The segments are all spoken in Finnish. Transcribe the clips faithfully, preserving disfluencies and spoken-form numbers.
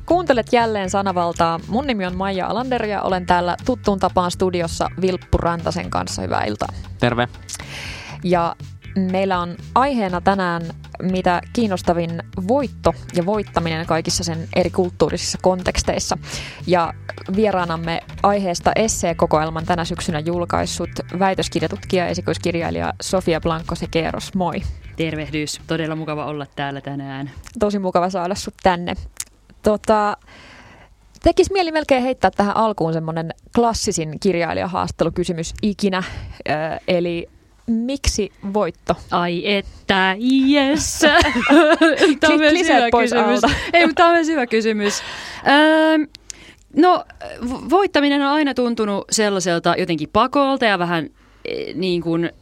Kuuntelet jälleen Sanavaltaa. Mun nimi on Maija Alander ja olen täällä tuttuun tapaan studiossa Vilppu Rantasen kanssa. Hyvää iltaa. Terve. Ja meillä on aiheena tänään mitä kiinnostavin voitto ja voittaminen kaikissa sen eri kulttuurisissa konteksteissa. Ja vieraanamme aiheesta esseekokoelman tänä syksynä julkaissut väitöskirjatutkija ja esikoiskirjailija Sofia Blanco Sequeiros. Moi. Tervehdys. Todella mukava olla täällä tänään. Tosi mukava saada sut tänne. Tota, tekis mieli melkein heittää tähän alkuun semmoinen klassisin kirjailijahaastattelukysymys ikinä, eli miksi voitto? Ai että, jes! Tämä on myös hyvä kysymys. Ei, mutta tämä on myös hyvä kysymys. Öö, no, voittaminen on aina tuntunut sellaiselta jotenkin pakolta ja vähän niin kuin,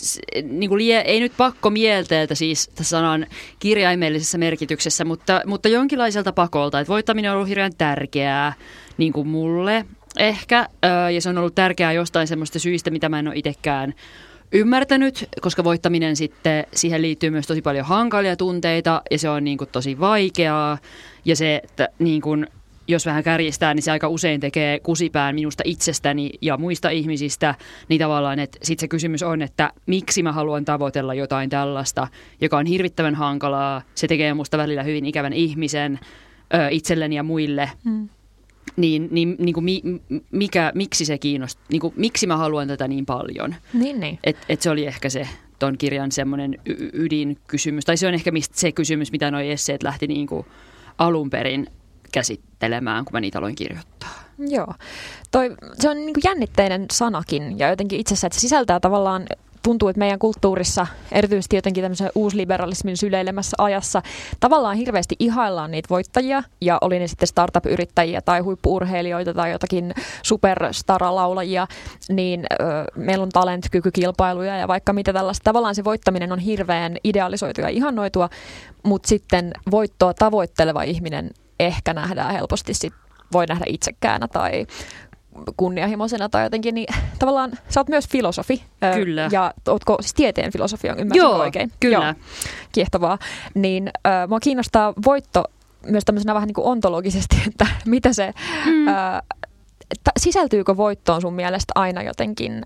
niin kuin lie, ei nyt pakko mielteeltä siis tässä sanan kirjaimellisessä merkityksessä, mutta, mutta jonkinlaiselta pakolta. Että voittaminen on ollut hirveän tärkeää niin kuin mulle ehkä, öö, ja se on ollut tärkeää jostain semmoista syistä, mitä mä en ole itsekään ymmärtänyt, koska voittaminen sitten, siihen liittyy myös tosi paljon hankalia tunteita ja se on niin kuin tosi vaikeaa ja se, että niin kuin, jos vähän kärjistää, niin se aika usein tekee kusipään minusta itsestäni ja muista ihmisistä, niin tavallaan, että sitten se kysymys on, että miksi mä haluan tavoitella jotain tällaista, joka on hirvittävän hankalaa, se tekee musta välillä hyvin ikävän ihmisen ö, itselleni ja muille. Mm. Niin, niin, niin kuin mi, mikä, miksi se kiinnostaa, niin kuin, miksi mä haluan tätä niin paljon. Niin, niin. Et, et se oli ehkä se ton kirjan semmoinen y- ydinkysymys. Tai se on ehkä mistä se kysymys, mitä nuo esseet lähti niin kuin alun perin käsittelemään, kun mä niitä aloin kirjoittaa. Joo. Toi, se on niin kuin jännitteinen sanakin ja jotenkin itse asiassa, että se sisältää tavallaan, tuntuu, että meidän kulttuurissa, erityisesti jotenkin tämmöisen uusliberalismin syleilemässä ajassa, tavallaan hirveästi ihaillaan niitä voittajia, ja oli ne sitten startup-yrittäjiä tai huippu-urheilijoita tai jotakin superstaralaulajia, niin ö, meillä on talent-kykykilpailuja ja vaikka mitä tällaista. Tavallaan se voittaminen on hirveän idealisoitu ja ihannoitua, mutta sitten voittoa tavoitteleva ihminen ehkä nähdään helposti, sit voi nähdä itsekkäänä tai kunnianhimoisena tai jotenkin, niin tavallaan sä oot myös filosofi. Kyllä. Ja ootko siis tieteen filosofia, ymmärsinkö Joo, oikein? kyllä. Joo, kiehtovaa. Niin äh, mua kiinnostaa voitto myös tämmöisenä vähän niin kuin ontologisesti, että mitä se, mm. äh, t- sisältyykö voittoon sun mielestä aina jotenkin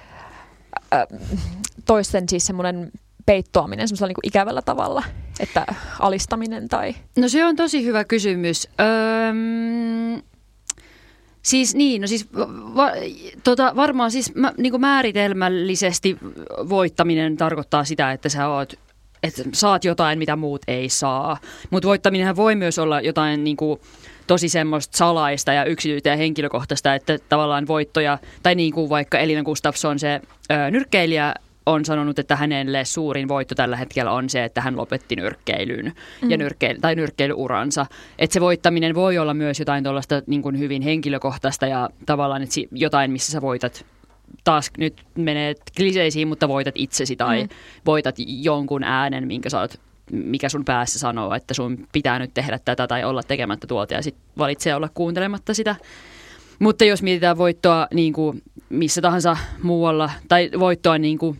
äh, toisten siis semmoinen peittoaminen semmoisella niin kuin ikävällä tavalla, että alistaminen tai... No se on tosi hyvä kysymys. Öm... Siis niin, no siis va, tota, varmaan siis mä, niin kuin määritelmällisesti voittaminen tarkoittaa sitä, että sä oot, että saat jotain, mitä muut ei saa. Mutta voittaminenhan voi myös olla jotain niin kuin tosi semmoista salaista ja yksityistä ja henkilökohtaista, että tavallaan voittoja, tai niin kuin vaikka Elina Gustafsson, se ö, nyrkkeilijä, on sanonut, että hänelle suurin voitto tällä hetkellä on se, että hän lopetti nyrkkeilyn mm. ja nyrkkeily, tai nyrkkeilyuransa. Että se voittaminen voi olla myös jotain tuollaista niin kuin hyvin henkilökohtaista ja tavallaan että jotain, missä sä voitat, taas nyt menee kliseisiin, mutta voitat itsesi tai mm. voitat jonkun äänen, minkä sä oot, mikä sun päässä sanoo, että sun pitää nyt tehdä tätä tai olla tekemättä tuolta ja sitten valitsee olla kuuntelematta sitä. Mutta jos mietitään voittoa niin kuin missä tahansa muualla tai voittoa niin kuin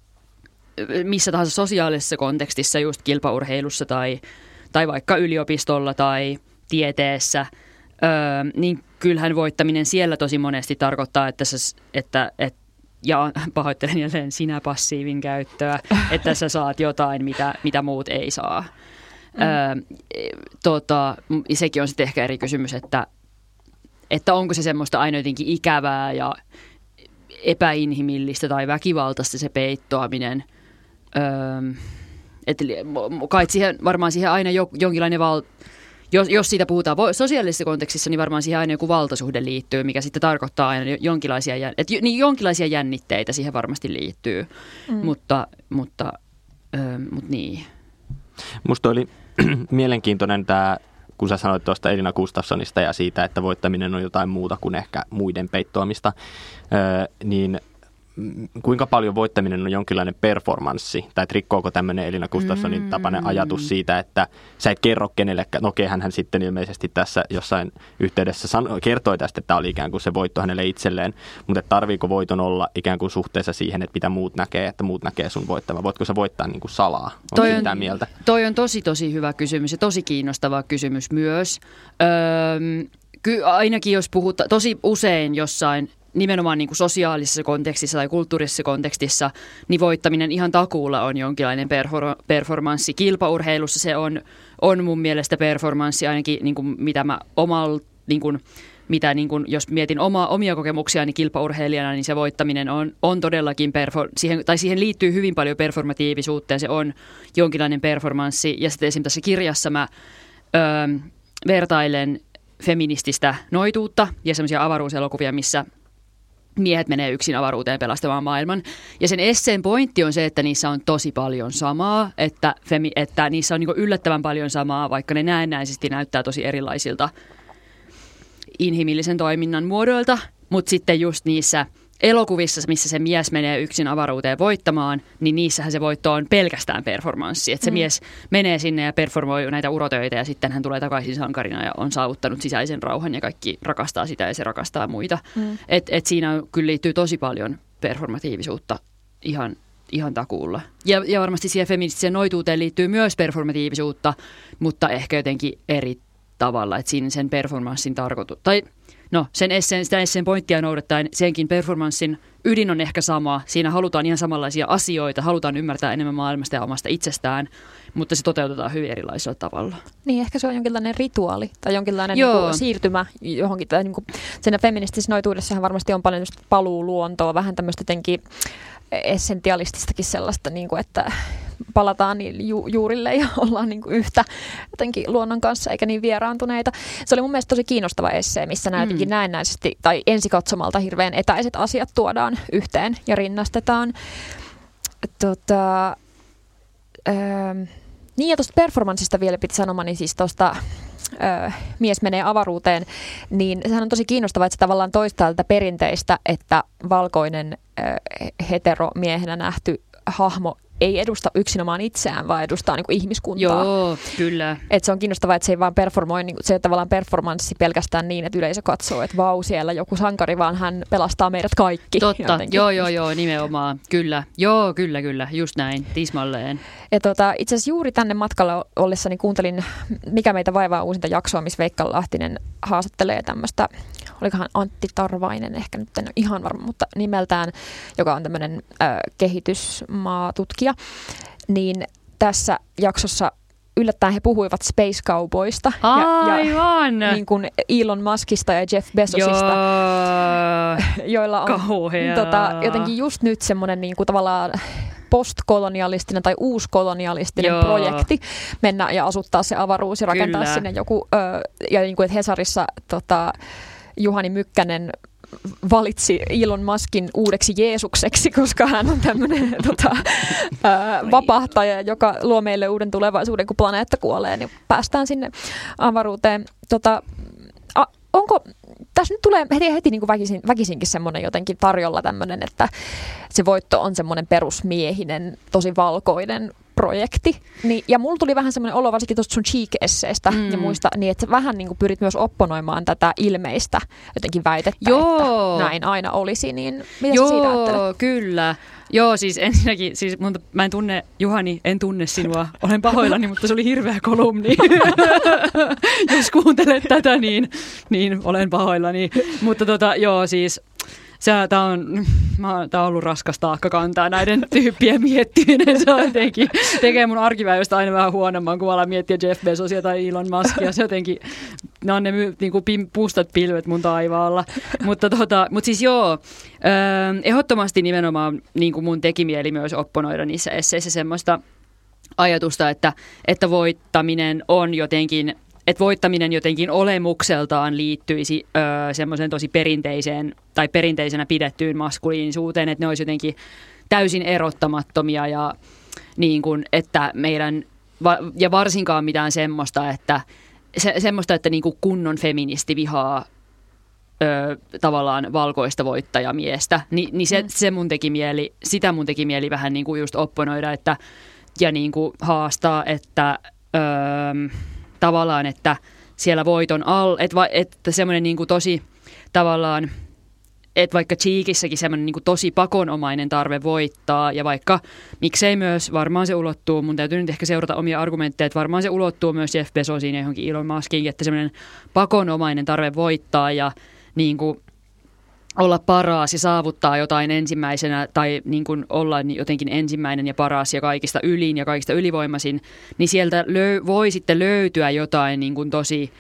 missä tahansa sosiaalisessa kontekstissa, just kilpaurheilussa tai, tai vaikka yliopistolla tai tieteessä, öö, niin kyllähän voittaminen siellä tosi monesti tarkoittaa, että, sä, että, että ja pahoittelen jälleen sinä passiivin käyttöä, että sä saat jotain, mitä, mitä muut ei saa. Mm. Öö, tota, sekin on sitten ehkä eri kysymys, että, että onko se semmoista aina jotenkin ikävää ja epäinhimillistä tai väkivaltaista se peittoaminen. Öö, että kai siihen, varmaan siihen aina jo, jonkinlainen val, jos, jos siitä puhutaan sosiaalisessa kontekstissa, niin varmaan siihen aina joku valtasuhde liittyy, mikä sitten tarkoittaa aina jonkinlaisia, että niin jonkinlaisia jännitteitä siihen varmasti liittyy, mm. mutta, mutta, öö, mutta niin. Musta oli mielenkiintoinen tämä, kun sä sanoit tuosta Elina Gustafssonista ja siitä, että voittaminen on jotain muuta kuin ehkä muiden peittoamista, öö, niin kuinka paljon voittaminen on jonkinlainen performanssi, tai että rikkoako tämmöinen Elina Gustafssonin tapainen ajatus siitä, että sä et kerro kenellekään, no okei, hän sitten ilmeisesti tässä jossain yhteydessä sano, kertoi tästä, että tämä oli ikään kuin se voitto hänelle itselleen, mutta että tarviiko voiton olla ikään kuin suhteessa siihen, että mitä muut näkee, että muut näkee sun voittava, voitko sä voittaa niin kuin salaa, onko toi on, sitä mieltä? Toi on tosi tosi hyvä kysymys ja tosi kiinnostava kysymys myös. Öö, ky, ainakin jos puhutaan, tosi usein jossain nimenomaan niin kuin sosiaalisessa kontekstissa tai kulttuurisessa kontekstissa, niin voittaminen ihan takuulla on jonkinlainen perfor- performanssi. Kilpaurheilussa se on, on mun mielestä performanssi, ainakin niin kuin mitä mä omal, niin kuin, mitä niin kuin, jos mietin oma, omia kokemuksiani niin kilpaurheilijana, niin se voittaminen on, on todellakin, perfor- siihen, tai siihen liittyy hyvin paljon performatiivisuutta ja se on jonkinlainen performanssi. Ja sitten esimerkiksi tässä kirjassa mä öö, vertailen feminististä noituutta ja semmoisia avaruuselokuvia, missä miehet menee yksin avaruuteen pelastamaan maailman. Ja sen esseen pointti on se, että niissä on tosi paljon samaa, että, femi, että niissä on niin kuin yllättävän paljon samaa, vaikka ne näennäisesti näyttää tosi erilaisilta inhimillisen toiminnan muodoilta. Mutta sitten just niissä elokuvissa, missä se mies menee yksin avaruuteen voittamaan, niin niissähän se voitto on pelkästään performanssi. Että se mm. mies menee sinne ja performoi näitä urotöitä ja sitten hän tulee takaisin sankarina ja on saavuttanut sisäisen rauhan ja kaikki rakastaa sitä ja se rakastaa muita. Mm. Et, et siinä kyllä liittyy tosi paljon performatiivisuutta ihan, ihan takuulla. Ja, ja varmasti siihen feministiseen noituuteen liittyy myös performatiivisuutta, mutta ehkä jotenkin eri tavalla, että siinä sen performanssin tarkoitus. Tai no, sen esseen, sitä esseen pointtia noudattaen senkin performanssin ydin on ehkä sama. Siinä halutaan ihan samanlaisia asioita, halutaan ymmärtää enemmän maailmasta ja omasta itsestään, mutta se toteutetaan hyvin erilaisella tavalla. Niin, ehkä se on jonkinlainen rituaali tai jonkinlainen niin kuin siirtymä johonkin. Tai niin kuin, siinä feministisessä noituudessahan varmasti on paljon just paluu luontoa, vähän tämmöistä jotenkin essentialististakin sellaista, niin kuin, että palataan ju- juurille ja ollaan niin kuin yhtä jotenkin luonnon kanssa eikä niin vieraantuneita. Se oli mun mielestä tosi kiinnostava essee, missä nämä jotenkin mm. näennäisesti tai ensikatsomalta hirveän etäiset asiat tuodaan yhteen ja rinnastetaan. Tota, öö, niin ja tuosta performanssista vielä piti sanoa, niin siis tuosta Öö, mies menee avaruuteen, niin sehän on tosi kiinnostavaa, että se tavallaan toistaa tätä perinteistä, että valkoinen öö, heteromiehenä nähty hahmo ei edusta yksinomaan itseään, vaan edustaa niin kuin ihmiskuntaa. Joo, kyllä. Et se on kiinnostavaa, että se ei vaan performoi, niin se ei tavallaan performanssi pelkästään niin, että yleisö katsoo, että vau, siellä joku sankari, vaan hän pelastaa meidät kaikki. Totta, jotenkin. joo, joo, joo, nimenomaan, kyllä. Joo, kyllä, kyllä, just näin, tismalleen. Ja tota, itse asiassa juuri tänne matkalla ollessani kuuntelin Mikä meitä vaivaa uusinta jaksoa, missä Veikka Lahtinen haastattelee tämmöistä, olikohan Antti Tarvainen, ehkä nyt en ole ihan varma, mutta nimeltään, joka on tämmöinen äh, kehitysmaatutkija. Niin tässä jaksossa yllättäen he puhuivat Space Cowboysta ja, ja niin kuin Elon Muskista ja Jeff Bezosista, joilla on tota, jotenkin just nyt semmoinen niin kuin tavallaan postkolonialistinen tai uuskolonialistinen Joo. projekti mennä ja asuttaa se avaruus ja rakentaa Kyllä. sinne joku, ö, ja niin kuin, että Hesarissa tota, Juhani Mykkänen valitsi Elon Muskin uudeksi Jeesukseksi, koska hän on tämmöinen tota, ää, vapahtaja, joka luo meille uuden tulevaisuuden, kun planeetta kuolee, niin päästään sinne avaruuteen. Tota, a, onko, tässä nyt tulee heti, heti niin kuin väkisin, väkisinkin semmoinen jotenkin tarjolla tämmöinen, että se voitto on semmoinen perusmiehinen, tosi valkoinen projekti. Niin, ja mulla tuli vähän semmoinen olo, varsinkin tuosta sun Cheek-esseestä mm. ja muista, niin että sä vähän niin kuin pyrit myös opponoimaan tätä ilmeistä jotenkin väitettä, Joo. että näin aina olisi. Niin mitä Joo, sä siitä ajattelet? Kyllä. Joo, siis ensinnäkin, siis mun, mä en tunne, Juhani, en tunne sinua, olen pahoillani, mutta se oli hirveä kolumni. Jos kuuntelet tätä, niin, niin olen pahoillani. Mutta tota, joo, siis Tämä on, on ollut raskas taakka kantaa näiden tyyppien miettiminen. Se on jotenkin, tekee mun arkipäivästä aina vähän huonomman, kun alan miettiä Jeff Bezosia tai Elon Muskia. Se jotenkin, ne on ne niin kuin pustat pilvet mun taivaalla. Mutta tota, mut siis joo, ehdottomasti nimenomaan niin kuin mun teki mieli myös opponoida niissä esseissä semmoista ajatusta, että, että voittaminen on jotenkin... että voittaminen jotenkin olemukseltaan liittyisi öö, semmoisen tosi perinteiseen tai perinteisenä pidettyyn maskuliinisuuteen, että ne olisi jotenkin täysin erottamattomia ja niin kuin, että meidän, va, ja varsinkaan mitään semmoista, että, se, semmoista, että niin kuin kunnon feministi vihaa ö, tavallaan valkoista voittajamiestä, Ni, niin se, mm. se mun teki mieli, sitä mun teki mieli vähän niin kuin just opponoida että, ja niin kuin haastaa, että ö, tavallaan, että siellä voiton alla, että, että semmoinen niin kuin tosi tavallaan, että vaikka Cheekissäkin semmoinen niin kuin tosi pakonomainen tarve voittaa ja vaikka miksei myös, varmaan se ulottuu, mun täytyy nyt ehkä seurata omia argumentteja, että varmaan se ulottuu myös Jeff Bezosiin ja johonkin Elon Muskiin, että semmoinen pakonomainen tarve voittaa ja niin kuin olla paras ja saavuttaa jotain ensimmäisenä tai niin kuin olla jotenkin ensimmäinen ja paras ja kaikista ylin ja kaikista ylivoimaisin, niin sieltä löy- voi sitten löytyä jotain niin kuin tosi.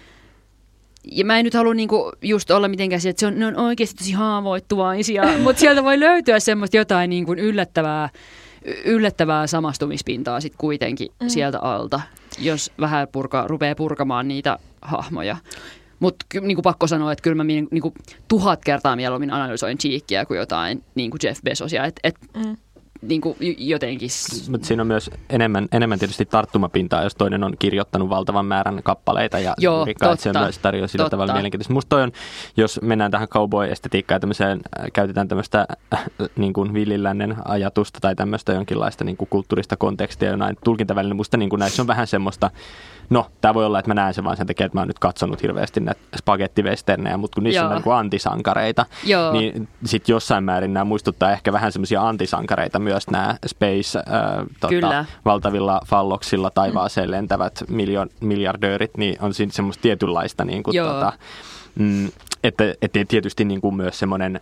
Ja mä en nyt halua niinku just olla mitenkään että se on, ne on oikeasti tosi haavoittuvaisia, mutta sieltä voi löytyä semmoista jotain niinku yllättävää, yllättävää samastumispintaa sitten kuitenkin mm. sieltä alta, jos vähän purka, rupeaa purkamaan niitä hahmoja. Mutta niinku pakko sanoa, että kyllä mä niinku tuhat kertaa mieluummin analysoin Cheekia kuin jotain niinku Jeff Bezosia. Et, et, mm. Niin kuin jotenkin. Mutta siinä on myös enemmän, enemmän tietysti tarttumapintaa, jos toinen on kirjoittanut valtavan määrän kappaleita ja Joo, rikkaat, se on myös tarjoaa sillä totta. tavalla mielenkiintoista. Musta toi on, jos mennään tähän cowboy-estetiikkaan ja tämmöiseen, käytetään tämmöistä äh, niin kuin villilännen ajatusta tai tämmöistä jonkinlaista niin kuin kulttuurista kontekstia ja näin tulkintavälinen, musta niin kuin näissä on vähän semmoista. No, tämä voi olla, että mä näen sen vaan sen takia, että mä oon nyt katsonut hirveästi näitä spagettivesternejä, mutta kun niissä Joo. on niin kuin antisankareita, Joo. niin sitten jossain määrin nämä muistuttaa ehkä vähän semmoisia antisankareita myös nämä space äh, tota, valtavilla falloksilla taivaaseen lentävät miljo- miljardöörit, niin on siinä semmoista tietynlaista, niin kuin, tota, mm, että, että tietysti niin kuin myös semmoinen.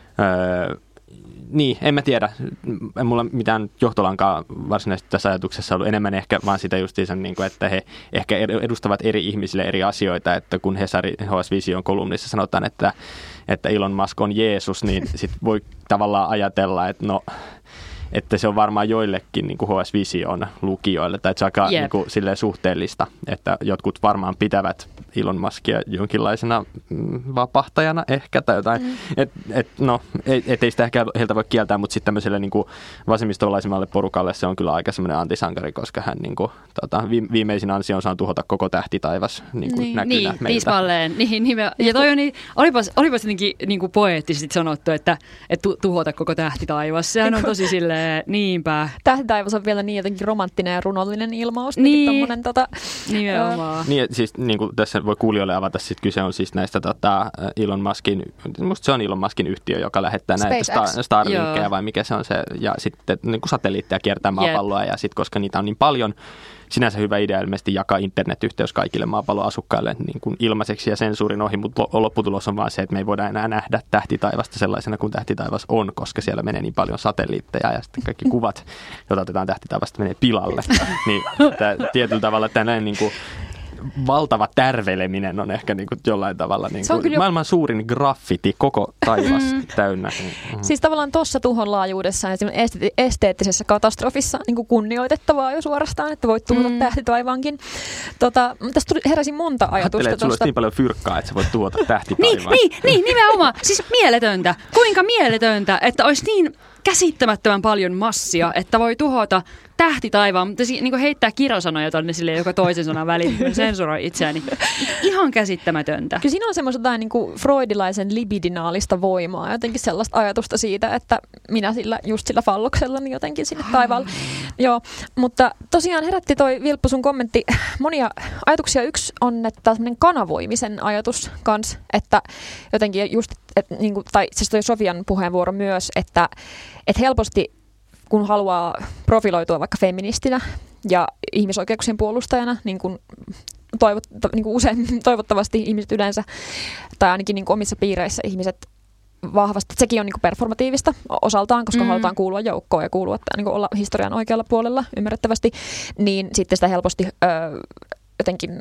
Öö, Niin, en mä tiedä. En mulla mitään johtolankaa varsinaisesti tässä ajatuksessa ollut. Enemmän ehkä vaan sitä justiinsa, että he ehkä edustavat eri ihmisille eri asioita. Että kun Hesari H S Vision kolumnissa sanotaan, että, että Elon Musk on Jeesus, niin sit voi tavallaan ajatella, että no, että se on varmaan joillekin niin kuin H S Vision lukijoille, tai että se on aika yep. niin kuin, silleen suhteellista, että jotkut varmaan pitävät Elon Muskia jonkinlaisena mm, vapahtajana ehkä, tai jotain. Mm. Et, et, no, et, et ei sitä ehkä heiltä voi kieltää, mutta sitten tämmöiselle niin kuin vasemmistolaisemmalle porukalle se on kyllä aika semmoinen antisankari, koska hän niin kuin, tota, viimeisin ansionsa on tuhota koko tähtitaivas niin kuin niin, näkynä niin, meiltä. Tismalleen. Niin, niin, ja toi on niin, olipas, olipas jotenkin niin kuin poeettisesti sanottu, että, että tuhota koko tähtitaivas. Sehän on tosi silleen niinpä. Tähtitaivas on vielä niin jotenkin romanttinen ja runollinen ilmaus. Niin, tota, nimenomaan. Niin, siis niin kuin tässä voi kuulijoille avata, sitten kyse on siis näistä tota, Elon Muskin, musta se on Elon Muskin yhtiö, joka lähettää näitä Star, Starlinkkeja vai mikä se on se, ja sitten niin kuin satelliitteja kiertää maapalloa, yep. ja sitten koska niitä on niin paljon, sinänsä hyvä idea ilmeisesti jakaa internetyhteys kaikille maapallon asukkaille niin kuin ilmaiseksi ja sensuurin ohi, mutta lopputulos on vaan se, että me ei voida enää nähdä tähtitaivasta sellaisena kuin tähtitaivas on, koska siellä menee niin paljon satelliitteja ja sitten kaikki kuvat, joita otetaan tähtitaivasta, menee pilalle. Niin tietyllä tavalla tällainen niin kuin valtava tärveleminen on ehkä niin kuin jollain tavalla niin kuin jo maailman suurin graffiti, koko taivas mm. täynnä. Mm. Siis tavallaan tuossa tuhon laajuudessa ja esteti- esteettisessä katastrofissa niin kuin kunnioitettavaa jo suorastaan, että voit tuhota mm. tähtitaivaankin. Tota, tästä heräsi monta ajatusta. Ajattelee, että sulla olisi niin paljon fyrkkaa, että sä voit tuhota tähtitaivaan. niin, niin, niin, nimenomaan. Siis mieletöntä. Kuinka mieletöntä, että olisi niin käsittämättömän paljon massia, että voi tuhota tähtitaivaan, mutta niin kuin heittää kirosanoja tonne sille joka toisen sanan väliin, sensuroi itseäni. Ihan käsittämätöntä. Kyllä siinä on semmoista jotain niin kuin freudilaisen libidinaalista voimaa, jotenkin sellaista ajatusta siitä, että minä sillä, just sillä falloksella niin jotenkin sinne taivaalle. Joo, mutta tosiaan herätti toi Vilppu sun kommentti monia ajatuksia. Yksi on, että semmoinen kanavoimisen ajatus kans, että jotenkin just, että, niin kuin, tai siis toi Sofian puheenvuoro myös, että, että helposti kun haluaa profiloitua vaikka feministinä ja ihmisoikeuksien puolustajana, niin kuin, toivot, niin kuin usein toivottavasti ihmiset yleensä, tai ainakin niin kuin omissa piireissä ihmiset vahvasti, sekin on niin kuin performatiivista osaltaan, koska mm. halutaan kuulua joukkoon ja kuulua, niin kuin olla historian oikealla puolella ymmärrettävästi, niin sitten sitä helposti öö, jotenkin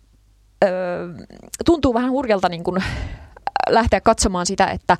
öö, tuntuu vähän hurjalta niin kuin lähteä katsomaan sitä, että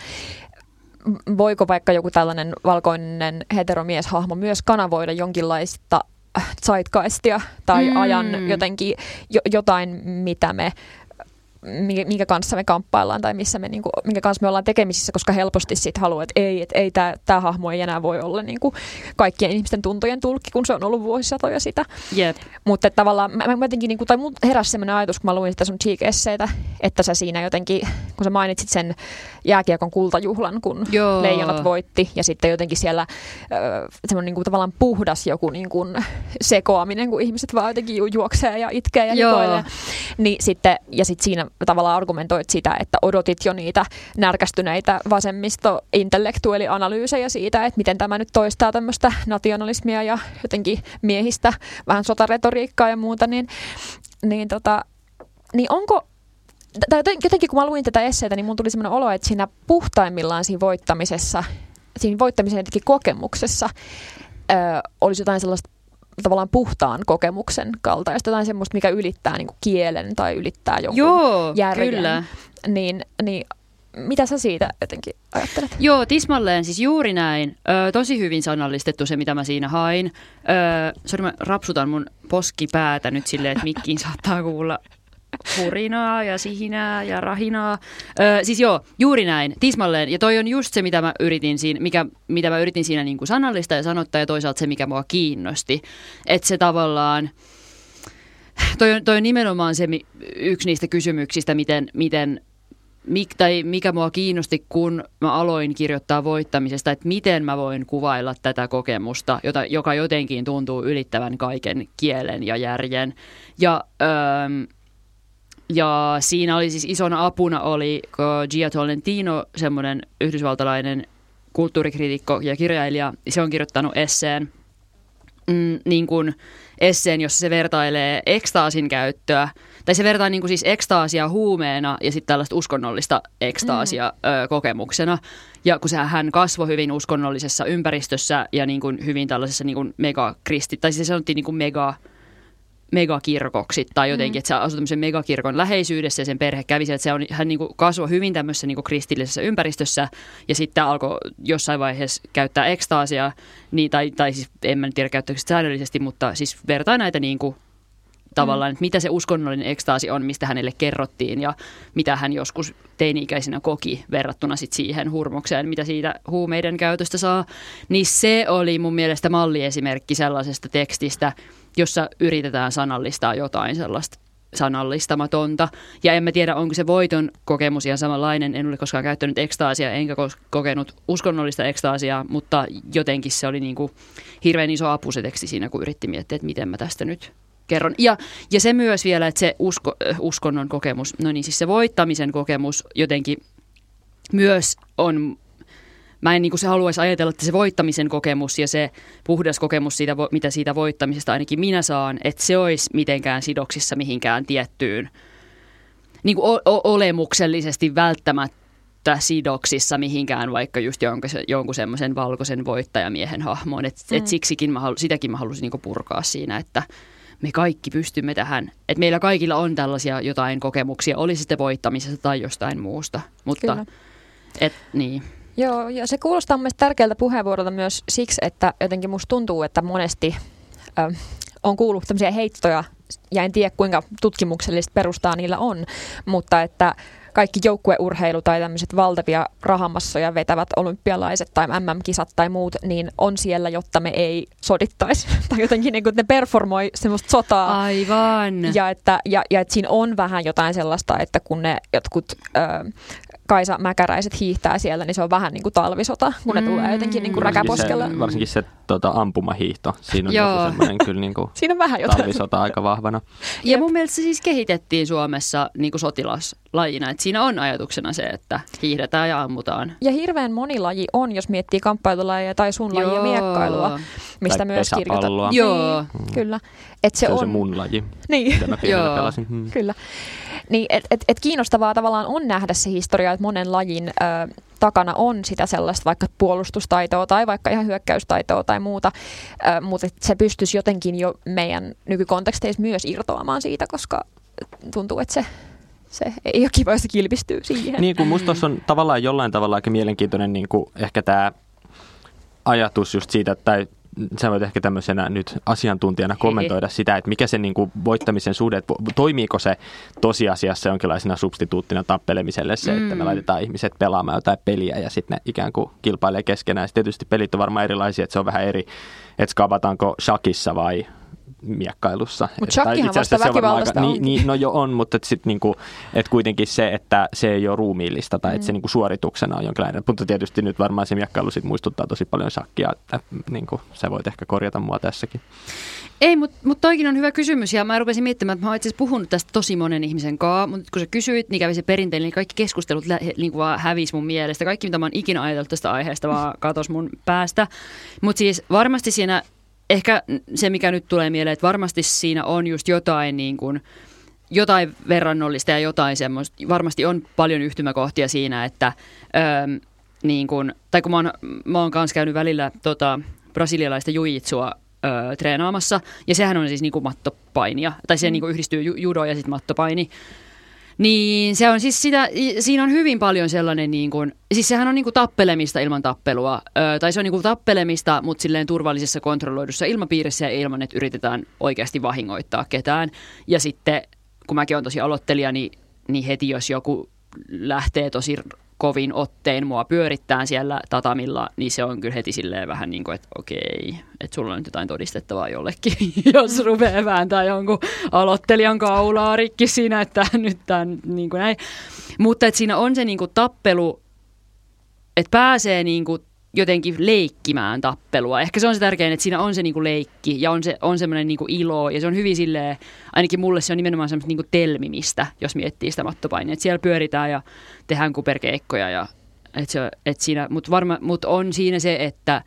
voiko vaikka joku tällainen valkoinen heteromieshahmo myös kanavoida jonkinlaista zeitgeistia tai mm. ajan jotenkin jo, jotain, mitä me minkä kanssa me kamppaillaan tai missä me, niin kuin, minkä kanssa me ollaan tekemisissä, koska helposti sitten haluaa, että ei, että ei tämä hahmo ei enää voi olla niin kuin kaikkien ihmisten tuntojen tulkki, kun se on ollut vuosisatoja sitä. Yep. Mutta tavallaan, mä, mä jotenkin, niin kuin, tai mun heräsi sellainen ajatus, kun mä luin sitä sun Cheek-esseitä, että sä siinä jotenkin, kun sä mainitsit sen jääkiekon kultajuhlan, kun Joo. Leijonat voitti, ja sitten jotenkin siellä semmoinen niin kuin, tavallaan puhdas joku niin kuin sekoaminen, kun ihmiset vaan jotenkin ju- juoksee ja itkee ja hikoilee. Niin sitten, ja sitten siinä tavallaan argumentoit sitä, että odotit jo niitä närkästyneitä vasemmisto-intellektuaalianalyysejä siitä, että miten tämä nyt toistaa tämmöistä nationalismia ja jotenkin miehistä vähän sotaretoriikkaa ja muuta, niin, niin, tota, niin onko, tai jotenkin kun mä luin tätä esseitä, niin mun tuli semmoinen olo, että siinä puhtaimmillaan siinä voittamisessa, siinä voittamisen jotenkin kokemuksessa ö, olisi jotain sellaista tavallaan puhtaan kokemuksen kaltaista, jotain semmoista, mikä ylittää niin kuin kielen tai ylittää jonkun Joo, järjen. Kyllä. Niin, niin mitä sä siitä jotenkin ajattelet? Joo, tismalleen siis juuri näin. Ö, tosi hyvin sanallistettu se, mitä mä siinä hain. Sori, mä rapsutan mun poskipäätä nyt silleen, että mikkiin saattaa kuulla hurinaa ja sihinää ja rahinaa. Ö, siis joo, juuri näin, tismalleen. Ja toi on just se, mitä mä yritin siinä, mikä, mitä mä yritin siinä niin kuin sanallista ja sanottaa, ja toisaalta se, mikä mua kiinnosti. Että se tavallaan, toi on, toi on nimenomaan se yksi niistä kysymyksistä, miten, miten Mik, tai mikä mua kiinnosti, kun mä aloin kirjoittaa voittamisesta, että miten mä voin kuvailla tätä kokemusta, jota, joka jotenkin tuntuu ylittävän kaiken kielen ja järjen. Ja, öö, ja siinä oli siis isona apuna oli Gia Tolentino, semmoinen yhdysvaltalainen kulttuurikriitikko ja kirjailija. Se on kirjoittanut esseen, mm, niin kuin esseen, jossa se vertailee ekstaasin käyttöä. Tai se vertaa niin kuin siis ekstaasia huumeena ja sitten tällaista uskonnollista ekstaasia mm. ö, kokemuksena. Ja kun hän kasvoi hyvin uskonnollisessa ympäristössä ja niin kuin hyvin tällaisessa niin kuin megakristi, tai siis se sanottiin niin kuin mega, megakirkoksi tai jotenkin, mm. että se asui tämmöisen megakirkon läheisyydessä ja sen perhe kävi siellä, että se on, hän niin kuin kasvoi hyvin tämmöisessä niin kuin kristillisessä ympäristössä ja sitten alkoi jossain vaiheessa käyttää ekstaasia, niin, tai, tai siis en mä tiedä käyttääkö sitä säännöllisesti, mutta siis vertaa näitä niin kuin tavallaan, että mitä se uskonnollinen ekstaasi on, mistä hänelle kerrottiin ja mitä hän joskus teini-ikäisenä koki verrattuna sit siihen hurmokseen, mitä siitä huumeiden käytöstä saa. Niin se oli mun mielestä malliesimerkki sellaisesta tekstistä, jossa yritetään sanallistaa jotain sellaista sanallistamatonta. Ja en mä tiedä, onko se voiton kokemus ihan samanlainen. En ole koskaan käyttänyt ekstaasia, enkä kokenut uskonnollista ekstaasia, mutta jotenkin se oli niin kuin hirveän iso apu se teksti siinä, kun yritti miettiä, että miten mä tästä nyt kerron. Ja, ja se myös vielä, että se usko, äh, uskonnon kokemus, no niin siis se voittamisen kokemus jotenkin myös on, mä en niin kuin se haluaisi ajatella, että se voittamisen kokemus ja se puhdas kokemus, siitä, mitä siitä voittamisesta ainakin minä saan, että se olisi mitenkään sidoksissa mihinkään tiettyyn, niin kuin o- o- olemuksellisesti välttämättä sidoksissa mihinkään vaikka just jonkun, jonkun semmoisen valkoisen voittajamiehen hahmoon. Et, mm. et siksikin mä halu, sitäkin mä halusin niinku purkaa siinä, että me kaikki pystymme tähän. Että meillä kaikilla on tällaisia jotain kokemuksia, oli sitten voittamisesta tai jostain muusta. Mutta et, niin. Joo, ja se kuulostaa mun mielestä tärkeältä puheenvuorolta myös siksi, että jotenkin musta tuntuu, että monesti äh, on kuullut tämmöisiä heittoja, ja en tiedä kuinka tutkimuksellista perustaa niillä on, mutta että kaikki joukkueurheilu tai tämmöiset valtavia rahamassoja vetävät olympialaiset tai M M-kisat tai muut, niin on siellä, jotta me ei sodittaisi. Tai jotenkin niin kuin ne performoi semmoista sotaa. Aivan. Ja että, ja, ja että siinä on vähän jotain sellaista, että kun ne jotkut ö, Kaisa Mäkäräiset hiihtää siellä, niin se on vähän niin kuin talvisota, kun ne mm. tulee jotenkin niin kuin räkäposkella. Se, varsinkin se tota, ampumahiihto. Siinä on joku semmoinen kyllä niin kuin siinä on vähän jotain. Talvisota aika vahvana. Ja Jep. mun mielestä se siis kehitettiin Suomessa niin kuin sotilaslajina. Että siinä on ajatuksena se, että hiihdetään ja ammutaan. Ja hirveän moni laji on, jos miettii kamppailulajia tai sun lajia miekkailua, mistä tai myös kirjoitetaan. Joo. Niin, kyllä. Et se, se on on se mun laji, niin. mitä mä pienenä pelasin. Hmm. Kyllä. Niin, et, et, et kiinnostavaa tavallaan on nähdä se historia, että monen lajin ö, takana on sitä sellaista vaikka puolustustaitoa tai vaikka ihan hyökkäystaitoa tai muuta, ö, mutta se pystyisi jotenkin jo meidän nykykonteksteissa myös irtoamaan siitä, koska tuntuu, että se, se ei ole kiva, jos se kilpistyy siihen. Niin kuin musta tuossa on tavallaan jollain tavalla aika mielenkiintoinen niin kuin ehkä tämä ajatus just siitä, että sä voit ehkä tämmöisenä nyt asiantuntijana kommentoida sitä, että mikä se niin kuin voittamisen suhde, että toimiiko se tosiasiassa jonkinlaisena substituuttina tappelemiselle se, mm. että me laitetaan ihmiset pelaamaan jotain peliä ja sitten ne ikään kuin kilpailee keskenään. Sitten tietysti pelit on varmaan erilaisia, että se on vähän eri, että skavataanko shakissa vai miekkailussa. Mutta shakkihan vasta väkivaltaista aika, niin, niin, no jo on, mutta sitten niinku, et kuitenkin se, että se ei ole ruumiillista tai mm. että se niinku suorituksena on jonkinlainen. Mutta tietysti nyt varmaan se miekkailu sit muistuttaa tosi paljon shakkia, että niinku, sä voit ehkä korjata mua tässäkin. Ei, mutta mut toikin on hyvä kysymys ja mä rupesin miettimään, että mä oon itse asiassa puhunut tästä tosi monen ihmisen kanssa, mutta kun sä kysyit, niin kävi se perinteinen, niin kaikki keskustelut lä- niin kuin vaan hävisi mun mielestä. Kaikki, mitä mä oon ikinä ajatellut tästä aiheesta, vaan katosi mun päästä. Mutta siis varmasti siinä ehkä se, mikä nyt tulee mieleen, että varmasti siinä on just jotain, niin kuin, jotain verrannollista ja jotain semmoista. Varmasti on paljon yhtymäkohtia siinä, että öö, niin kuin, tai kun mä oon, mä oon kanssa käynyt välillä tota, brasilialaista jujitsua öö, treenaamassa, ja sehän on siis niin kuin mattopainia, tai se mm. niin kuin yhdistyy judo ja sitten mattopaini. Niin se on siis sitä, siinä on hyvin paljon sellainen niin kuin, siis sehän on niin kuin tappelemista ilman tappelua, ö, tai se on niin kuin tappelemista, mutta silleen turvallisessa kontrolloidussa ilmapiirissä ja ilman, että yritetään oikeasti vahingoittaa ketään. Ja sitten, kun mäkin olen tosi aloittelija, niin, niin heti jos joku lähtee tosi kovin ottein mua pyörittää siellä tatamilla, niin se on kyllä heti silleen vähän niin kuin, että okei, että sulla on nyt jotain todistettavaa jollekin, jos rupeaa vääntää jonkun aloittelijan kaulaa rikki siinä, että nyt tämän niin kuin näin. Mutta että siinä on se niin kuin tappelu, että pääsee niin kuin jotenkin leikkimään tappelua. Ehkä se on se tärkein, että siinä on se niinku leikki ja on, se, on semmoinen niinku ilo ja se on hyvin silleen, ainakin mulle se on nimenomaan semmoista niinku telmimistä, jos miettii sitä mattopainia. Että siellä pyöritään ja tehdään kuperkeikkoja ja et se, et siinä, mutta mut on siinä se, että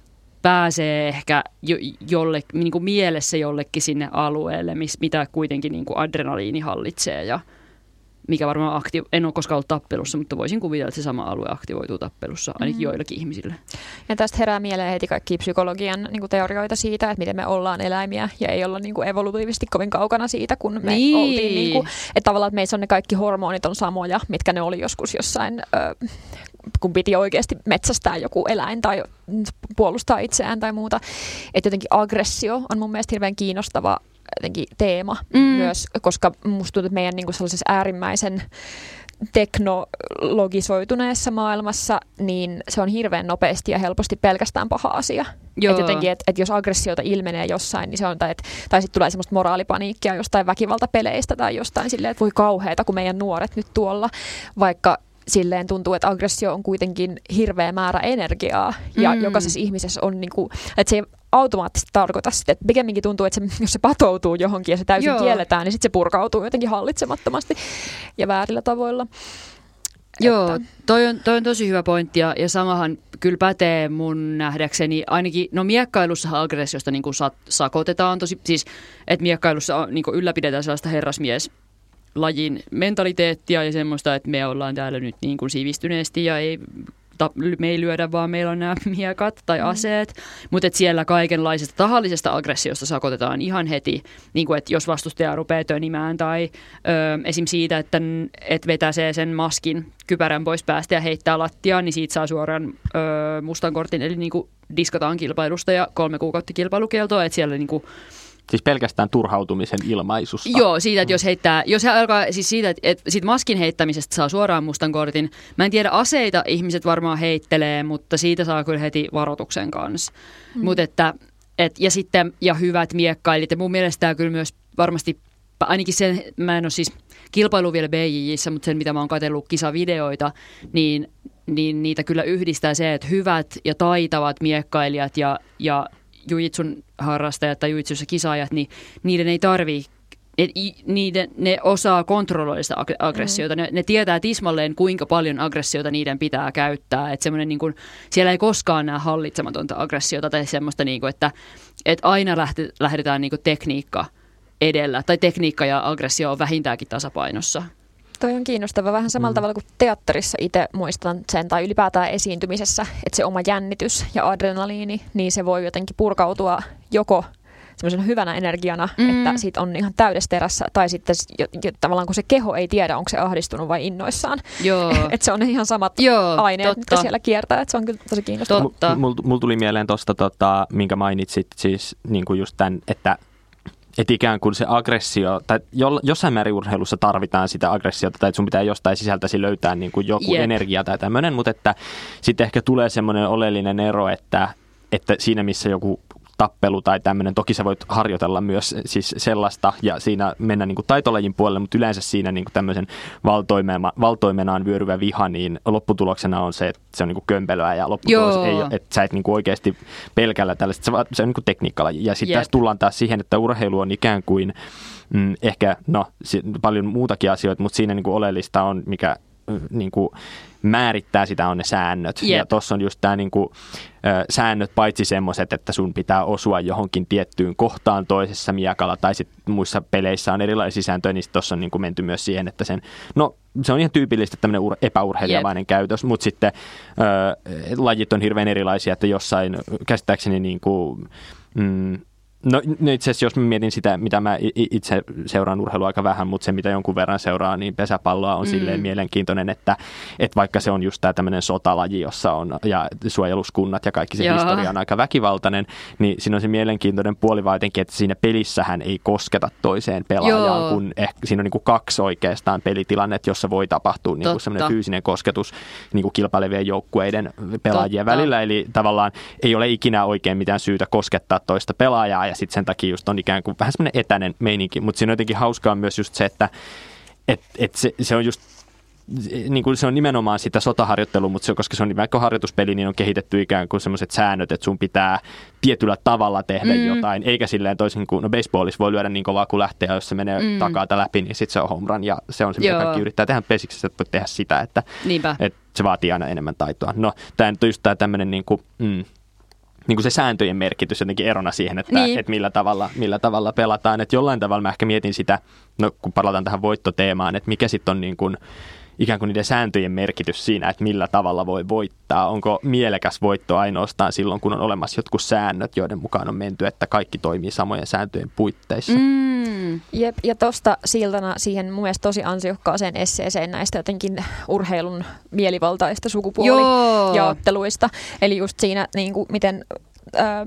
pääsee ehkä jo, jolle, niinku mielessä jollekin sinne alueelle, miss, mitä kuitenkin niinku adrenaliini hallitsee ja mikä varmaan akti- en ole koskaan ollut tappelussa, mutta voisin kuvitella, että se sama alue aktivoituu tappelussa, ainakin mm-hmm. joillakin ihmisille. Ja tästä herää mieleen heti kaikki psykologian niin kuin teorioita siitä, että miten me ollaan eläimiä ja ei olla niin kuin evolutiivisesti kovin kaukana siitä, kun me niin. oltiin. Niin kuin, että tavallaan että meissä on ne kaikki hormonit on samoja, mitkä ne oli joskus jossain, ö, kun piti oikeasti metsästää joku eläin tai puolustaa itseään tai muuta. Että jotenkin aggressio on mun mielestä hirveän kiinnostava jotenkin teema mm. myös, koska musta tuntuu, että meidän niin kuin sellaisessa äärimmäisen teknologisoituneessa maailmassa, niin se on hirveän nopeasti ja helposti pelkästään paha asia. Että jotenkin, että et jos aggressiota ilmenee jossain, niin se on, tai, et, tai sitten tulee semmoista moraalipaniikkia jostain väkivaltapeleistä tai jostain silleen, että voi kauheata, kun meidän nuoret nyt tuolla, vaikka silleen tuntuu, että aggressio on kuitenkin hirveä määrä energiaa ja mm. jokaisessa ihmisessä on, niin kuin, että se ei automaattisesti tarkoita sitä, että pikemminkin tuntuu, että se, jos se patoutuu johonkin ja se täysin Joo. kielletään, niin sitten se purkautuu jotenkin hallitsemattomasti ja väärillä tavoilla. Joo, että toi on, toi on tosi hyvä pointti ja, ja samahan kyllä pätee mun nähdäkseni, ainakin, no miekkailussa aggressiosta niin kuin sakotetaan tosi, siis että miekkailussa on, niin kuin ylläpidetään sellaista herrasmies lajin mentaliteettia ja semmoista, että me ollaan täällä nyt niin kuin sivistyneesti ja ei, ta, me ei lyödä, vaan meillä on nämä miekat tai aseet. Mm. Mutta siellä kaikenlaisesta tahallisesta aggressiosta sakotetaan ihan heti, niin kuin, että jos vastustaja rupeaa tönimään tai ö, esim. Siitä, että et vetäsee sen maskin kypärän pois päästä ja heittää lattiaan, niin siitä saa suoraan ö, mustan kortin, eli niin kuin diskataan kilpailusta ja kolme kuukautta kilpailukieltoa, että siellä niin kuin siis pelkästään turhautumisen ilmaisusta. Joo, siitä, että jos heittää, jos he alkaa, siis siitä, että, että siitä maskin heittämisestä saa suoraan mustan kortin. Mä en tiedä, aseita ihmiset varmaan heittelee, mutta siitä saa kyllä heti varoituksen kanssa. Mm. Mut että, et, ja sitten, ja hyvät miekkailit, ja mun mielestä tämä kyllä myös varmasti, ainakin sen, mä en ole siis kilpailu vielä B J J:ssä, mutta sen, mitä mä oon katsellut kisavideoita, niin, niin niitä kyllä yhdistää se, että hyvät ja taitavat miekkailijat ja, ja jujitsun harrastajat tai jujitsussa kisaajat, niin niiden ei tarvitse, niiden, ne osaa kontrolloida sitä aggressiota. Mm. Ne, ne tietää tismalleen, kuinka paljon aggressiota niiden pitää käyttää. Et semmoinen, niin kuin, siellä ei koskaan näe hallitsematonta aggressiota tai semmoista, niin kuin, että, että aina lähte, lähdetään niin kuin tekniikka edellä. Tai tekniikka ja aggressio on vähintäänkin tasapainossa. Toi on kiinnostava. Vähän samalla mm. tavalla kuin teatterissa itse muistan sen, tai ylipäätään esiintymisessä, että se oma jännitys ja adrenaliini, niin se voi jotenkin purkautua joko semmoisena hyvänä energiana, Mm. että siitä on ihan täydessä terässä, tai sitten jo, jo, tavallaan kun se keho ei tiedä, onko se ahdistunut vai innoissaan. Joo. Että se on ihan samat Joo, aineet, totta. mitkä siellä kiertää, että se on kyllä tosi kiinnostavaa. Totta. Mulla mul tuli mieleen tuosta, tota, minkä mainitsit, siis niin kuin just tämän, että että ikään kuin se aggressio, tai jo, jossain määrin urheilussa tarvitaan sitä aggressiota, tai että sun pitää jostain sisältäsi löytää niin kuin joku Jep. energia tai tämmöinen, mutta että sitten ehkä tulee semmoinen oleellinen ero, että, että siinä missä joku tappelu tai tämmöinen, toki sä voit harjoitella myös siis sellaista ja siinä mennä niin kuin taitolajin puolelle, mutta yleensä siinä niin kuin tämmöisen valtoimena, valtoimenaan vyöryvä viha, niin lopputuloksena on se, että se on niin kuin kömpelöä ja lopputulos Joo. ei ole, että sä et niin kuin oikeasti pelkällä tällaista, se, se on niin kuin tekniikkalaji. Ja sitten Jep. tässä tullaan taas siihen, että urheilu on ikään kuin mm, ehkä, no paljon muutakin asioita, mutta siinä niin kuin oleellista on, mikä niin kuin määrittää sitä on ne säännöt. Yep. Ja tuossa on just tämä niinku, säännöt paitsi semmoiset, että sun pitää osua johonkin tiettyyn kohtaan toisessa miekalla tai sitten muissa peleissä on erilaisia sääntöjä, niin tuossa on niinku menty myös siihen, että sen, no se on ihan tyypillistä tämmöinen ur- epäurheilijavainen yep. käytös, mutta sitten ö, lajit on hirveän erilaisia, että jossain käsittääkseni niinku, mm, no, no itse asiassa jos mä mietin sitä, mitä mä itse seuraan urheilua aika vähän, mutta se mitä jonkun verran seuraa, niin pesäpalloa on mm. silleen mielenkiintoinen, että, että vaikka se on just tämä tämmöinen sotalaji, jossa on ja suojeluskunnat ja kaikki se Jaa. historia on aika väkivaltainen, niin siinä on se mielenkiintoinen puoli vaan jotenkin, että siinä pelissähän ei kosketa toiseen pelaajaan, Joo. kun ehkä siinä on niin kuin kaksi oikeastaan pelitilannetta, jossa voi tapahtua niin kuin semmoinen fyysinen kosketus niin kuin kilpailevien joukkueiden pelaajien Totta. välillä, eli tavallaan ei ole ikinä oikein mitään syytä koskettaa toista pelaajaa, ja sitten sen takia just on ikään kuin vähän semmoinen etäinen meininki, mutta siinä on jotenkin hauskaa myös just se, että et, et se, se on just niin kuin se on nimenomaan sitä sotaharjoittelua, mutta se, koska se on vaikka harjoituspeli, niin on kehitetty ikään kuin semmoiset säännöt, että sun pitää tietyllä tavalla tehdä mm. jotain, eikä silleen toisin kuin, no baseballissa voi lyödä niin kovaa kuin lähtee, ja jos se menee mm. takaa läpi, niin sitten se on home run, ja se on se, mitä Joo. kaikki yrittää tehdä pesiksessä, että voi tehdä sitä, että, että se vaatii aina enemmän taitoa. No, tämä nyt on just tämä tämmöinen niin kuin, mm, niin kuin se sääntöjen merkitys jotenkin erona siihen, että, niin. että millä, tavalla, millä tavalla pelataan. Että jollain tavalla mä ehkä mietin sitä, no kun palataan tähän voittoteemaan, että mikä sitten on niin kuin, ikään kuin niiden sääntöjen merkitys siinä, että millä tavalla voi voittaa. Onko mielekäs voitto ainoastaan silloin, kun on olemassa jotkut säännöt, joiden mukaan on menty, että kaikki toimii samojen sääntöjen puitteissa. Mm. Jep, ja tuosta siltana siihen mun mielestä tosi ansiokkaaseen esseeseen näistä jotenkin urheilun mielivaltaista sukupuolijaotteluista. Eli just siinä, niin kuin, miten Äh,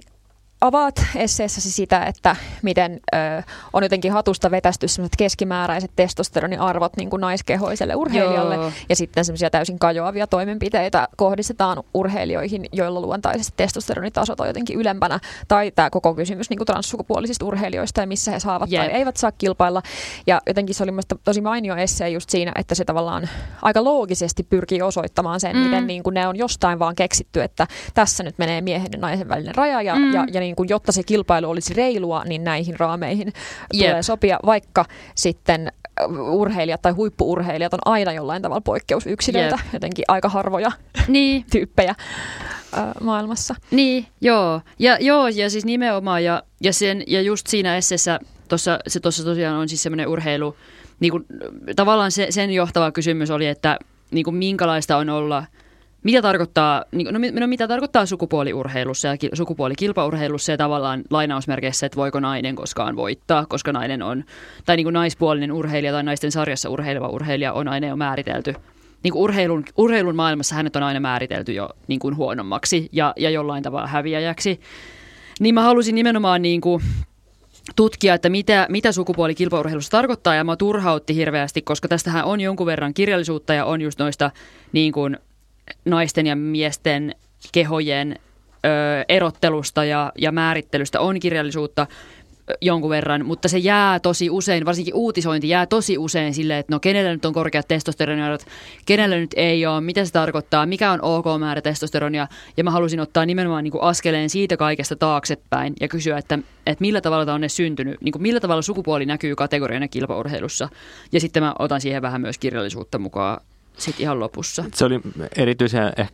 avaat esseessäsi sitä, että miten ö, on jotenkin hatusta vetästy sellaiset keskimääräiset testosteroniarvot niin kuin naiskehoiselle urheilijalle, Joo. ja sitten semmoisia täysin kajoavia toimenpiteitä kohdistetaan urheilijoihin, joilla luontaisesti testosteronitasot on jotenkin ylempänä, tai tämä koko kysymys niin kuin transsukupuolisista urheilijoista ja missä he saavat yep. tai eivät saa kilpailla. Ja jotenkin se oli mielestäni tosi mainio essee just siinä, että se tavallaan aika loogisesti pyrkii osoittamaan sen, mm. miten niin kuin ne on jostain vaan keksitty, että tässä nyt menee miehen ja naisen välinen raja, ja, mm. ja, ja niin kuin, jotta se kilpailu olisi reilua, niin näihin raameihin yep. tulee sopia, vaikka sitten urheilijat tai huippu-urheilijat on aina jollain tavalla poikkeusyksilöitä, yep. jotenkin aika harvoja niin. tyyppejä äh, maailmassa. Niin, joo. Ja, joo, ja siis nimenomaan, ja, ja, sen, ja just siinä esseessä, tossa, se tuossa tosiaan on siis semmoinen urheilu, niin kuin, tavallaan se, sen johtava kysymys oli, että niin kuin, minkälaista on olla, mitä tarkoittaa, no, no mitä tarkoittaa sukupuoliurheilussa ja sukupuolikilpaurheilussa ja tavallaan lainausmerkeissä, että voiko nainen koskaan voittaa, koska nainen on, tai niin kuin naispuolinen urheilija tai naisten sarjassa urheileva urheilija on aina jo määritelty. Niin kuin urheilun, urheilun maailmassa hänet on aina määritelty jo niin kuin huonommaksi ja, ja jollain tavalla häviäjäksi. Niin mä halusin nimenomaan niin kuin tutkia, että mitä, mitä sukupuolikilpaurheilussa tarkoittaa, ja mä turhautti hirveästi, koska tästähän on jonkun verran kirjallisuutta ja on just noista niin kuin naisten ja miesten kehojen ö, erottelusta ja, ja määrittelystä on kirjallisuutta ö, jonkun verran, mutta se jää tosi usein, varsinkin uutisointi jää tosi usein silleen, että no kenellä nyt on korkeat testosteroniarvot, kenellä nyt ei ole, mitä se tarkoittaa, mikä on ok määrä testosteronia, ja mä halusin ottaa nimenomaan niin kuin askeleen siitä kaikesta taaksepäin ja kysyä, että, että millä tavalla tämä on ne syntynyt, niin kuin millä tavalla sukupuoli näkyy kategoriana kilpaurheilussa, ja sitten mä otan siihen vähän myös kirjallisuutta mukaan. Sitten ihan lopussa. Se oli erityisen ehkä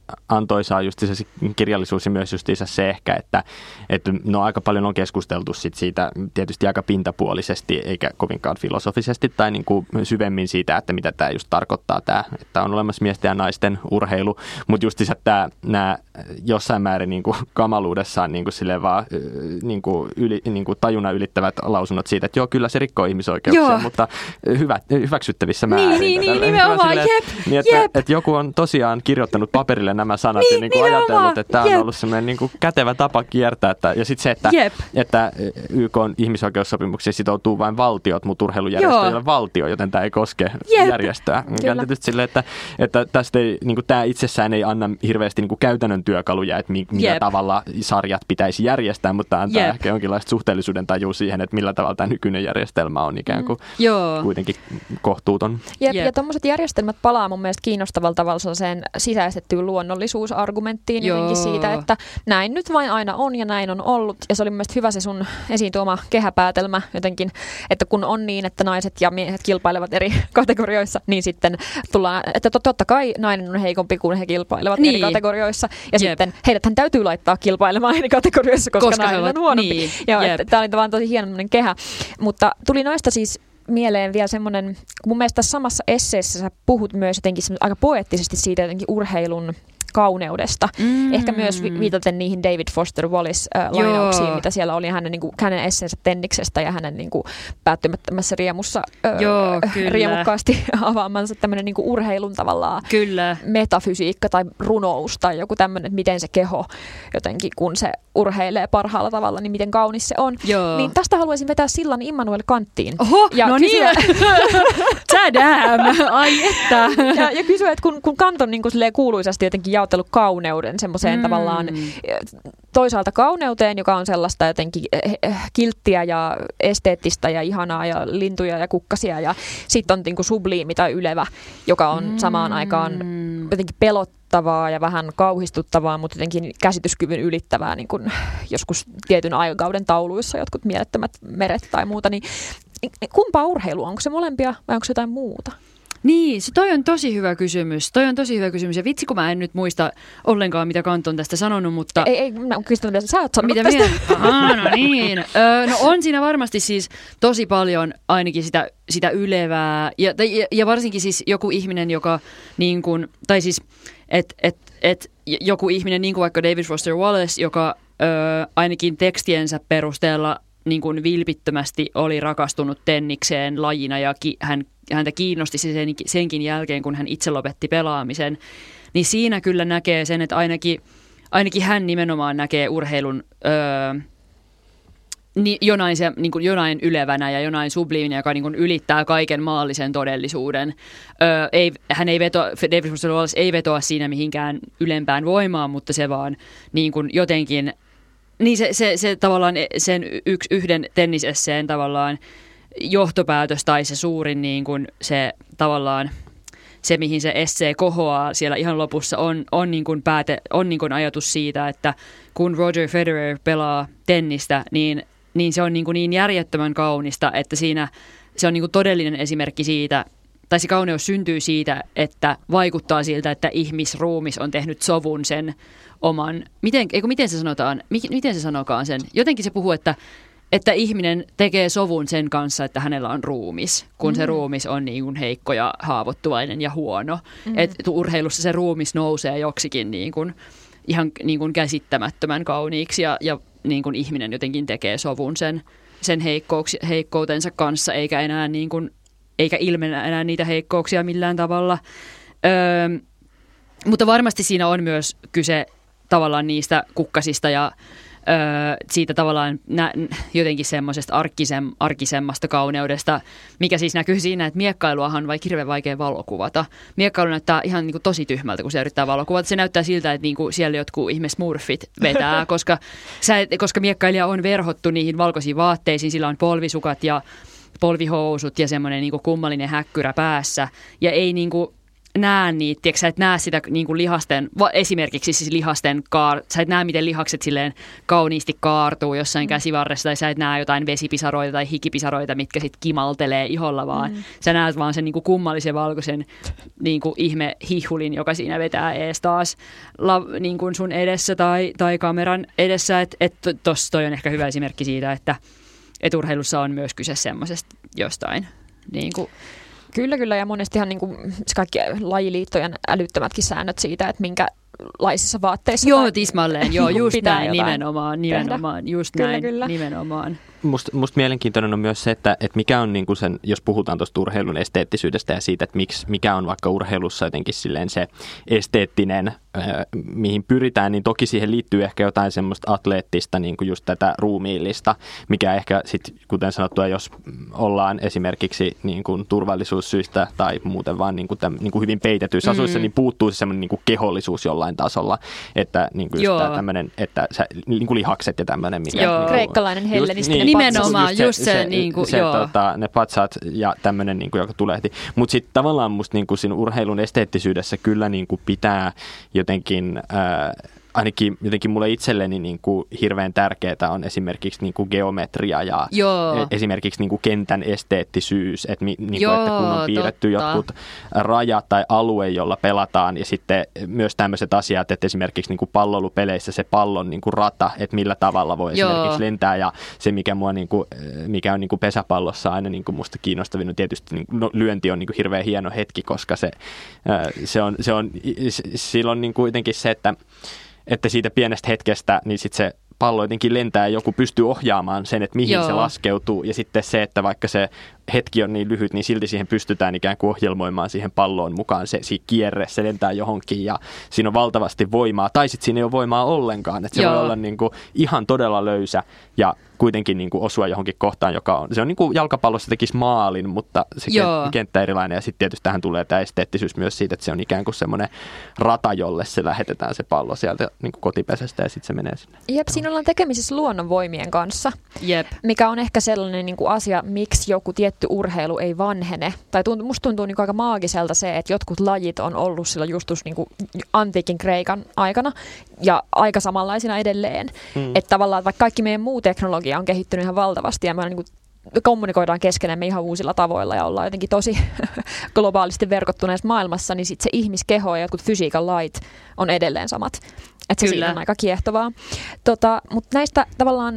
antoisaa justiinsa se kirjallisuus ja myös justiinsa se ehkä, että, että no aika paljon on keskusteltu sit siitä tietysti aika pintapuolisesti eikä kovinkaan filosofisesti tai niin kuin syvemmin siitä, että mitä tämä just tarkoittaa tämä, että on olemassa miesten ja naisten urheilu, mutta justiinsa tämä nämä jossain määrin niin kuin kamaluudessaan niin kuin silleen vaan niin kuin yli, niin kuin tajunnan ylittävät lausunnot siitä, että joo, kyllä se rikkoo ihmisoikeuksia, joo. mutta hyvä, hyväksyttävissä määrin. Niin, niin, niin nimenomaan, silleen, jep, niin, että, jep. Että joku on tosiaan kirjoittanut paperille nämä sanat niin, ja niin kuin ajatellut, että tämä on ollut semmoinen niin kuin kätevä tapa kiertää. Että, ja sitten se, että, että Y K:n ihmisoikeussopimuksiin sitoutuu vain valtiot, mutta urheilujärjestö ei ole valtio, joten tämä ei koske jep. järjestöä. Tietysti silleen, että, että tästä ei, niin kuin tämä itsessään ei anna hirveästi niin kuin käytännön työkaluja, että mi, millä jep. tavalla sarjat pitäisi järjestää, mutta antaa jep. ehkä jonkinlaista suhteellisuuden tajua siihen, että millä tavalla tämä nykyinen järjestelmä on ikään kuin mm. kuitenkin kohtuuton. Jep, jep. Ja tuommoiset järjestelmät palaa mun mielestä kiinnostavalla tavalla sellaiseen sisäistettyyn luonnollisuusargumenttiin jotenkin siitä, että näin nyt vain aina on ja näin on ollut. Ja se oli mun mielestä hyvä se sun esiin tuoma kehäpäätelmä jotenkin, että kun on niin, että naiset ja miehet kilpailevat eri kategorioissa, niin sitten tullaan, että totta kai nainen on heikompi, kun he kilpailevat niin. eri kategorioissa. Ja jep. sitten heidäthän täytyy laittaa kilpailemaan eri kategorioissa, koska, koska nainen on huonompi. Niin. Ja tämä oli vaan tosi hieno kehä. Mutta tuli noista siis mieleen vielä semmoinen, mun mielestä tässä samassa esseessä sä puhut myös jotenkin aika poeettisesti siitä jotenkin urheilun kauneudesta. Mm. Ehkä myös vi- viitaten niihin David Foster Wallace-lainauksiin, äh, mitä siellä oli hänen, niin kuin, hänen esseensä tenniksestä ja hänen niin kuin, päättymättömässä riemussa äh, Joo, riemukkaasti avaamansa tämmöinen niin kuin urheilun tavallaan kyllä. metafysiikka tai runous tai joku tämmöinen, että miten se keho jotenkin, kun se urheilee parhaalla tavalla, niin miten kaunis se on. Joo. Niin tästä haluaisin vetää sillan Immanuel Kantiin. Oho, ja no kysyä, niin. Tadam! Ai että! ja, ja kysyä, että kun, kun Kant on niin kuin kuuluisasti jotenkin jaotellut kauneuden semmoiseen mm. tavallaan toisaalta kauneuteen, joka on sellaista jotenkin kilttiä ja esteettistä ja ihanaa ja lintuja ja kukkasia ja sitten on niin kuin subliimi tai ylevä, joka on mm. samaan aikaan jotenkin pelottavaa ja vähän kauhistuttavaa, mutta jotenkin käsityskyvyn ylittävää niin kuin joskus tietyn aikakauden tauluissa jotkut mielettömät meret tai muuta, niin kumpaa urheilu? Onko se molempia vai onko se jotain muuta? Niin, se toi on tosi hyvä kysymys. Toi on tosi hyvä kysymys. Ja vitsi, kun mä en nyt muista ollenkaan, mitä Kant on tästä sanonut, mutta... Ei, ei, mä kysyn, mitä sä oot sanonut mitä tästä. Aha, no niin. Öö, no on siinä varmasti siis tosi paljon ainakin sitä, sitä ylevää. Ja, ja, ja varsinkin siis joku ihminen, joka niin kuin... Tai siis, että et, et, joku ihminen, niin kuin vaikka David Foster Wallace, joka öö, ainakin tekstiensä perusteella niin kuin vilpittömästi oli rakastunut tennikseen lajina ja ki, hän, häntä kiinnosti se sen, senkin jälkeen, kun hän itse lopetti pelaamisen, niin siinä kyllä näkee sen, että ainakin, ainakin hän nimenomaan näkee urheilun öö, ni, jonain, se, niin kuin jonain ylevänä ja jonain subliiminä, joka niin kuin ylittää kaiken maallisen todellisuuden. Öö, ei, hän ei veto, David Foster Wallace ei vetoa siinä mihinkään ylempään voimaan, mutta se vaan niin kuin jotenkin... Niin se, se, se tavallaan sen yksi, yhden tennisesseen tavallaan johtopäätös tai se suurin niin kuin se tavallaan se, mihin se essee kohoaa siellä ihan lopussa on, on, niin kuin pääte, on niin kuin ajatus siitä, että kun Roger Federer pelaa tennistä, niin, niin se on niin, kuin niin järjettömän kaunista, että siinä se on niin kuin todellinen esimerkki siitä, tai se kauneus syntyy siitä, että vaikuttaa siltä, että ihmisruumis on tehnyt sovun sen oman, miten, eikö, miten se sanotaan, miten se sanokaan sen, jotenkin se puhuu, että, että ihminen tekee sovun sen kanssa, että hänellä on ruumis, kun mm-hmm. se ruumis on niin kuin heikko ja haavoittuvainen ja huono. Mm-hmm. Että urheilussa se ruumis nousee joksikin niin kuin, ihan niin kuin käsittämättömän kauniiksi ja, ja niin kuin ihminen jotenkin tekee sovun sen, sen heikkoutensa kanssa, eikä enää niin kuin, eikä ilmennä enää niitä heikkouksia millään tavalla. Öö, mutta varmasti siinä on myös kyse tavallaan niistä kukkasista ja öö, siitä tavallaan nä, jotenkin semmoisesta arkisem, arkisemmasta kauneudesta, mikä siis näkyy siinä, että miekkailuahan on vaikka hirveän vaikea valokuvata. Miekkailu näyttää ihan niin kuin tosi tyhmältä, kun se yrittää valokuvata. Se näyttää siltä, että niin kuin siellä jotkut ihme smurfit vetää, koska, sä, koska miekkailija on verhottu niihin valkoisiin vaatteisiin, sillä on polvisukat ja polvihousut ja semmoinen niin kuin kummallinen häkkyrä päässä. Ja ei niin kuin, näe niitä, tiedätkö, sä et näe sitä niin kuin lihasten, esimerkiksi siis lihasten, kaar, sä et näe miten lihakset silleen kauniisti kaartuu jossain mm. käsivarressa, tai sä et näe jotain vesipisaroita tai hikipisaroita, mitkä sit kimaltelee iholla, vaan mm. sä näet vaan sen niin kuin kummallisen valkoisen niin kuin ihme hihulin, joka siinä vetää ees taas la, niin kuin sun edessä tai, tai kameran edessä, että et tossa toi on ehkä hyvä esimerkki siitä, että et urheilussa on myös kyse semmoisesta jostain niin kuin Kyllä, kyllä. Ja monestihan niin kuin kaikki lajiliittojen älyttömätkin säännöt siitä, että minkälaisissa vaatteissa... Joo, tismalleen. Joo, just näin. Nimenomaan, tehdä. nimenomaan. Just kyllä, näin. Kyllä. Nimenomaan. Musta, musta mielenkiintoinen on myös se, että, että mikä on niin kuin sen, jos puhutaan tuosta urheilun esteettisyydestä ja siitä, että miksi, mikä on vaikka urheilussa jotenkin silleen se esteettinen, äh, mihin pyritään, niin toki siihen liittyy ehkä jotain semmoista atleettista, niin kuin just tätä ruumiillista, mikä ehkä sitten, kuten sanottua, jos ollaan esimerkiksi niin kuin turvallisuussyistä tai muuten vaan niin kuin täm, niin kuin hyvin peitetyissä mm-hmm. asuissa, niin puuttuu se semmoinen niin kuin kehollisuus jollain tasolla, että niin kuin just tämmöinen, että sä, niin kuin lihakset ja tämmöinen, mikä... Joo, niin kuin, kreikkalainen hellenistinen. Niin, nimenomaan, just se, just se, se, niin kuin, se tota, ne patsat ja tämmöinen, niin kuin, joka tulehti. Mutta sitten tavallaan musta niin kuin siinä urheilun esteettisyydessä kyllä niin kuin pitää jotenkin... Ää, ainakin jotenkin mulle itselleni niin kuin hirveän tärkeää on esimerkiksi niin kuin geometria ja Joo. esimerkiksi niin kuin kentän esteettisyys, että, niin kuin, Joo, että kun on piirretty totta. jotkut rajat tai alue, jolla pelataan ja sitten myös tämmöiset asiat, että esimerkiksi niin kuin palloilupeleissä se pallon niin kuin rata, että millä tavalla voi Joo. esimerkiksi lentää ja se mikä, mua, niin kuin, mikä on niin kuin pesäpallossa aina niin kuin musta kiinnostavin, no tietysti niin kuin, no, lyönti on niin kuin hirveän hieno hetki, koska se, se on, se on silloin niin kuin jotenkin se, että että siitä pienestä hetkestä, niin sitten se pallo jotenkin lentää ja joku pystyy ohjaamaan sen, että mihin Joo. se laskeutuu. Ja sitten se, että vaikka se hetki on niin lyhyt, niin silti siihen pystytään ikään kuin ohjelmoimaan siihen palloon mukaan se kierre, se lentää johonkin ja siinä on valtavasti voimaa. Tai sitten siinä ei ole voimaa ollenkaan, että se Joo. voi olla niin kuin ihan todella löysä ja kuitenkin niin kuin osua johonkin kohtaan, joka on, se on niin kuin jalkapallossa tekisi maalin, mutta se Joo. kenttä erilainen. Ja sitten tietysti tähän tulee tämä esteettisyys myös siitä, että se on ikään kuin semmoinen rata, jolle se lähetetään se pallo sieltä niin kuin kotipesästä ja sitten se menee sinne. Jep, siinä ollaan tekemisissä luonnonvoimien kanssa, Jep. mikä on ehkä sellainen niin kuin asia, miksi joku tietty urheilu ei vanhene. Tai tuntuu, musta tuntuu niin kuin aika maagiselta se, että jotkut lajit on ollut silloin justus niin kuin antiikin Kreikan aikana ja aika samanlaisina edelleen. Mm. Että tavallaan vaikka kaikki meidän muu teknologia on kehittynyt ihan valtavasti ja me niin kuin kommunikoidaan keskenämme ihan uusilla tavoilla ja ollaan jotenkin tosi globaalisti verkottuneessa maailmassa, niin sitten se ihmiskeho ja jotkut fysiikan lait on edelleen samat. Että se siinä on aika kiehtovaa. Tota, mutta näistä tavallaan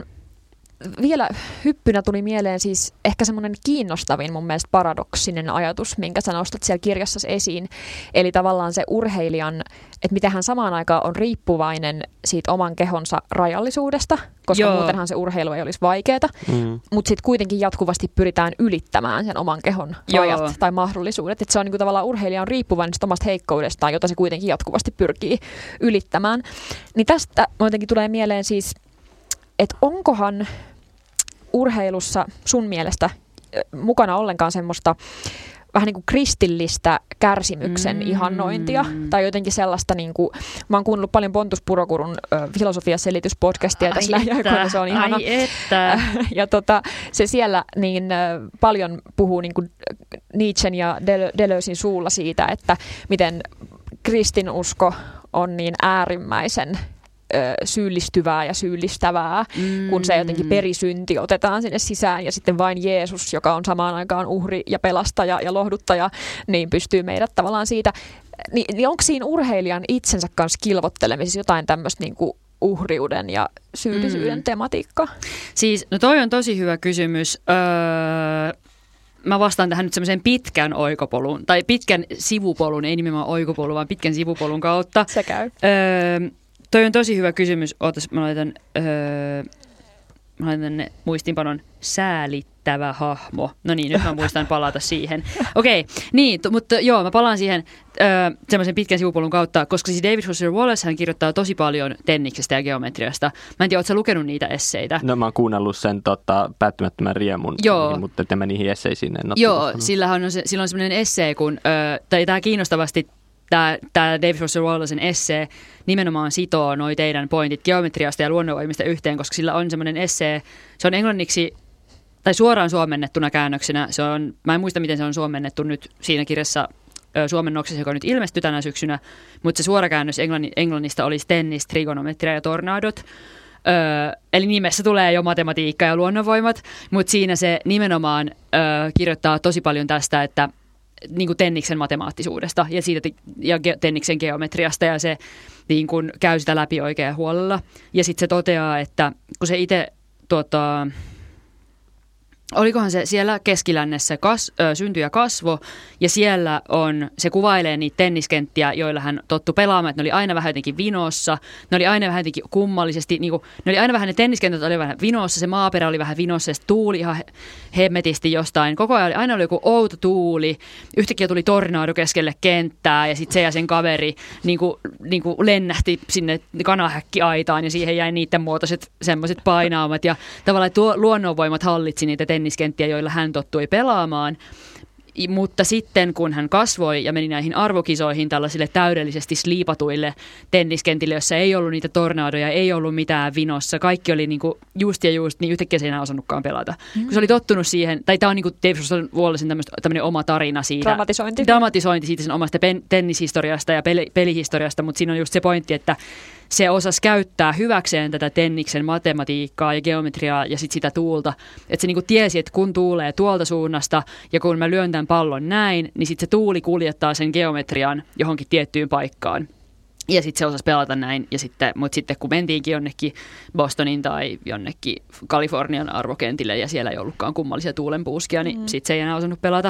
vielä hyppynä tuli mieleen siis ehkä semmoinen kiinnostavin mun mielestä paradoksinen ajatus, minkä sä nostat siellä kirjassasi esiin. Eli tavallaan se urheilijan, että miten hän samaan aikaan on riippuvainen siitä oman kehonsa rajallisuudesta, koska Joo. muutenhan se urheilu ei olisi vaikeaa, mm. mutta sitten kuitenkin jatkuvasti pyritään ylittämään sen oman kehon rajat Joo. tai mahdollisuudet. Että se on niin kuin tavallaan urheilija on riippuvainen sitä omasta heikkoudestaan, jota se kuitenkin jatkuvasti pyrkii ylittämään. Niin tästä jotenkin tulee mieleen siis, että onkohan urheilussa sun mielestä mukana ollenkaan semmoista vähän niin kuin kristillistä kärsimyksen mm. ihannointia tai jotenkin sellaista, niin kuin, mä oon kuunnellut paljon Pontus Purokurun äh, filosofiaselityspodcastia tässä lähiaikoina, se on ihana. Ai että. Ja tota, se siellä niin äh, paljon puhuu niin kuin Nietzschen ja Del- Deleuzein suulla siitä, että miten kristinusko on niin äärimmäisen syyllistyvää ja syyllistävää, mm. kun se jotenkin perisynti otetaan sinne sisään ja sitten vain Jeesus, joka on samaan aikaan uhri ja pelastaja ja lohduttaja, niin pystyy meidät tavallaan siitä. Ni, niin onko siinä urheilijan itsensä kanssa kilvottelemisessa jotain tämmöistä niin kuin uhriuden ja syyllisyyden mm. tematiikkaa? Siis, no toi on tosi hyvä kysymys. Öö... Mä vastaan tähän nyt semmoisen pitkän oikopolun, tai pitkän sivupolun, ei nimenomaan oikopolun, vaan pitkän sivupolun kautta. Se käy. Öö, toi on tosi hyvä kysymys. Ootas, mä laitan, öö, mä laitan ne muistinpanon säälittävä hahmo. No niin, nyt mä muistan palata siihen. Okei, okay, niin, t- mutta joo, mä palaan siihen öö, semmoisen pitkän sivupolun kautta, koska siis David Foster Wallace hän kirjoittaa tosi paljon tenniksestä ja geometriasta. Mä en tiedä, ootko sä lukenut niitä esseitä? No mä oon kuunnellut sen tota, päättymättömän riemun, joo. mutta tämä niihin esseisiin en ole Joo, sillä on, se, sillä on semmoinen essee, kun, öö, tai tää kiinnostavasti Tämä, tämä David Foster Wallacen essee nimenomaan sitoo noi teidän pointit geometriasta ja luonnonvoimista yhteen, koska sillä on semmoinen essee, se on englanniksi tai suoraan suomennettuna käännöksenä, se on, mä en muista miten se on suomennettu nyt siinä kirjassa suomennoksessa, joka nyt ilmestyi tänä syksynä, mutta se suorakäännös englannin, englannista olisi tennis, trigonometria ja tornadot. Öö, eli nimessä tulee jo matematiikka ja luonnonvoimat, mutta siinä se nimenomaan öö, kirjoittaa tosi paljon tästä, että niin kuin tenniksen matemaattisuudesta ja, siitä, ja ge, tenniksen geometriasta ja se niin kuin käy sitä läpi oikein huolella. Ja sitten se toteaa, että kun se itse tota, olikohan se siellä Keskilännessä kas, ö, syntyi ja kasvo, ja siellä on, se kuvailee niitä tenniskenttiä, joilla hän tottu pelaamaan, että ne oli aina vähän jotenkin vinossa, ne oli aina vähän jotenkin kummallisesti, niin kuin, ne oli aina vähän, ne tenniskentät oli vähän vinossa, se maaperä oli vähän vinossa, ja se tuuli ihan hemmetisti jostain, koko ajan oli, aina oli joku outo tuuli, yhtäkkiä tuli tornado keskelle kenttää, ja sitten se ja sen kaveri niin kuin, niin kuin lennähti sinne kanahäkkiaitaan, ja siihen jäi niiden muotoiset semmoiset painaamat, ja tavallaan tuo luonnonvoimat hallitsi niitä tenniskenttiä, joilla hän tottui pelaamaan. Mutta sitten kun hän kasvoi ja meni näihin arvokisoihin tällaisille täydellisesti sliipatuille tenniskentille, jossa ei ollut niitä tornadoja, ei ollut mitään vinossa, kaikki oli niinku just ja just, niin yhtäkkiä se ei enää osannutkaan pelata. Mm-hmm. Kun se oli tottunut siihen, tai tämä on niinku Dave Wallacein tämmöinen oma tarina siitä. Dramatisointi. Dramatisointi siitä sen omasta pen, tennishistoriasta ja peli, pelihistoriasta, mutta siinä on just se pointti, että se osasi käyttää hyväkseen tätä tenniksen matematiikkaa ja geometriaa ja sit sitä tuulta. Että se niinku tiesi, että kun tuulee tuolta suunnasta ja kun mä lyön tämän pallon näin, niin sitten se tuuli kuljettaa sen geometrian johonkin tiettyyn paikkaan. Ja sitten se osasi pelata näin. Ja sitten, mutta sitten kun mentiinkin jonnekin Bostonin tai jonnekin Kalifornian arvokentille ja siellä ei ollutkaan kummallisia tuulenpuuskia, niin mm. sitten se ei enää osannut pelata.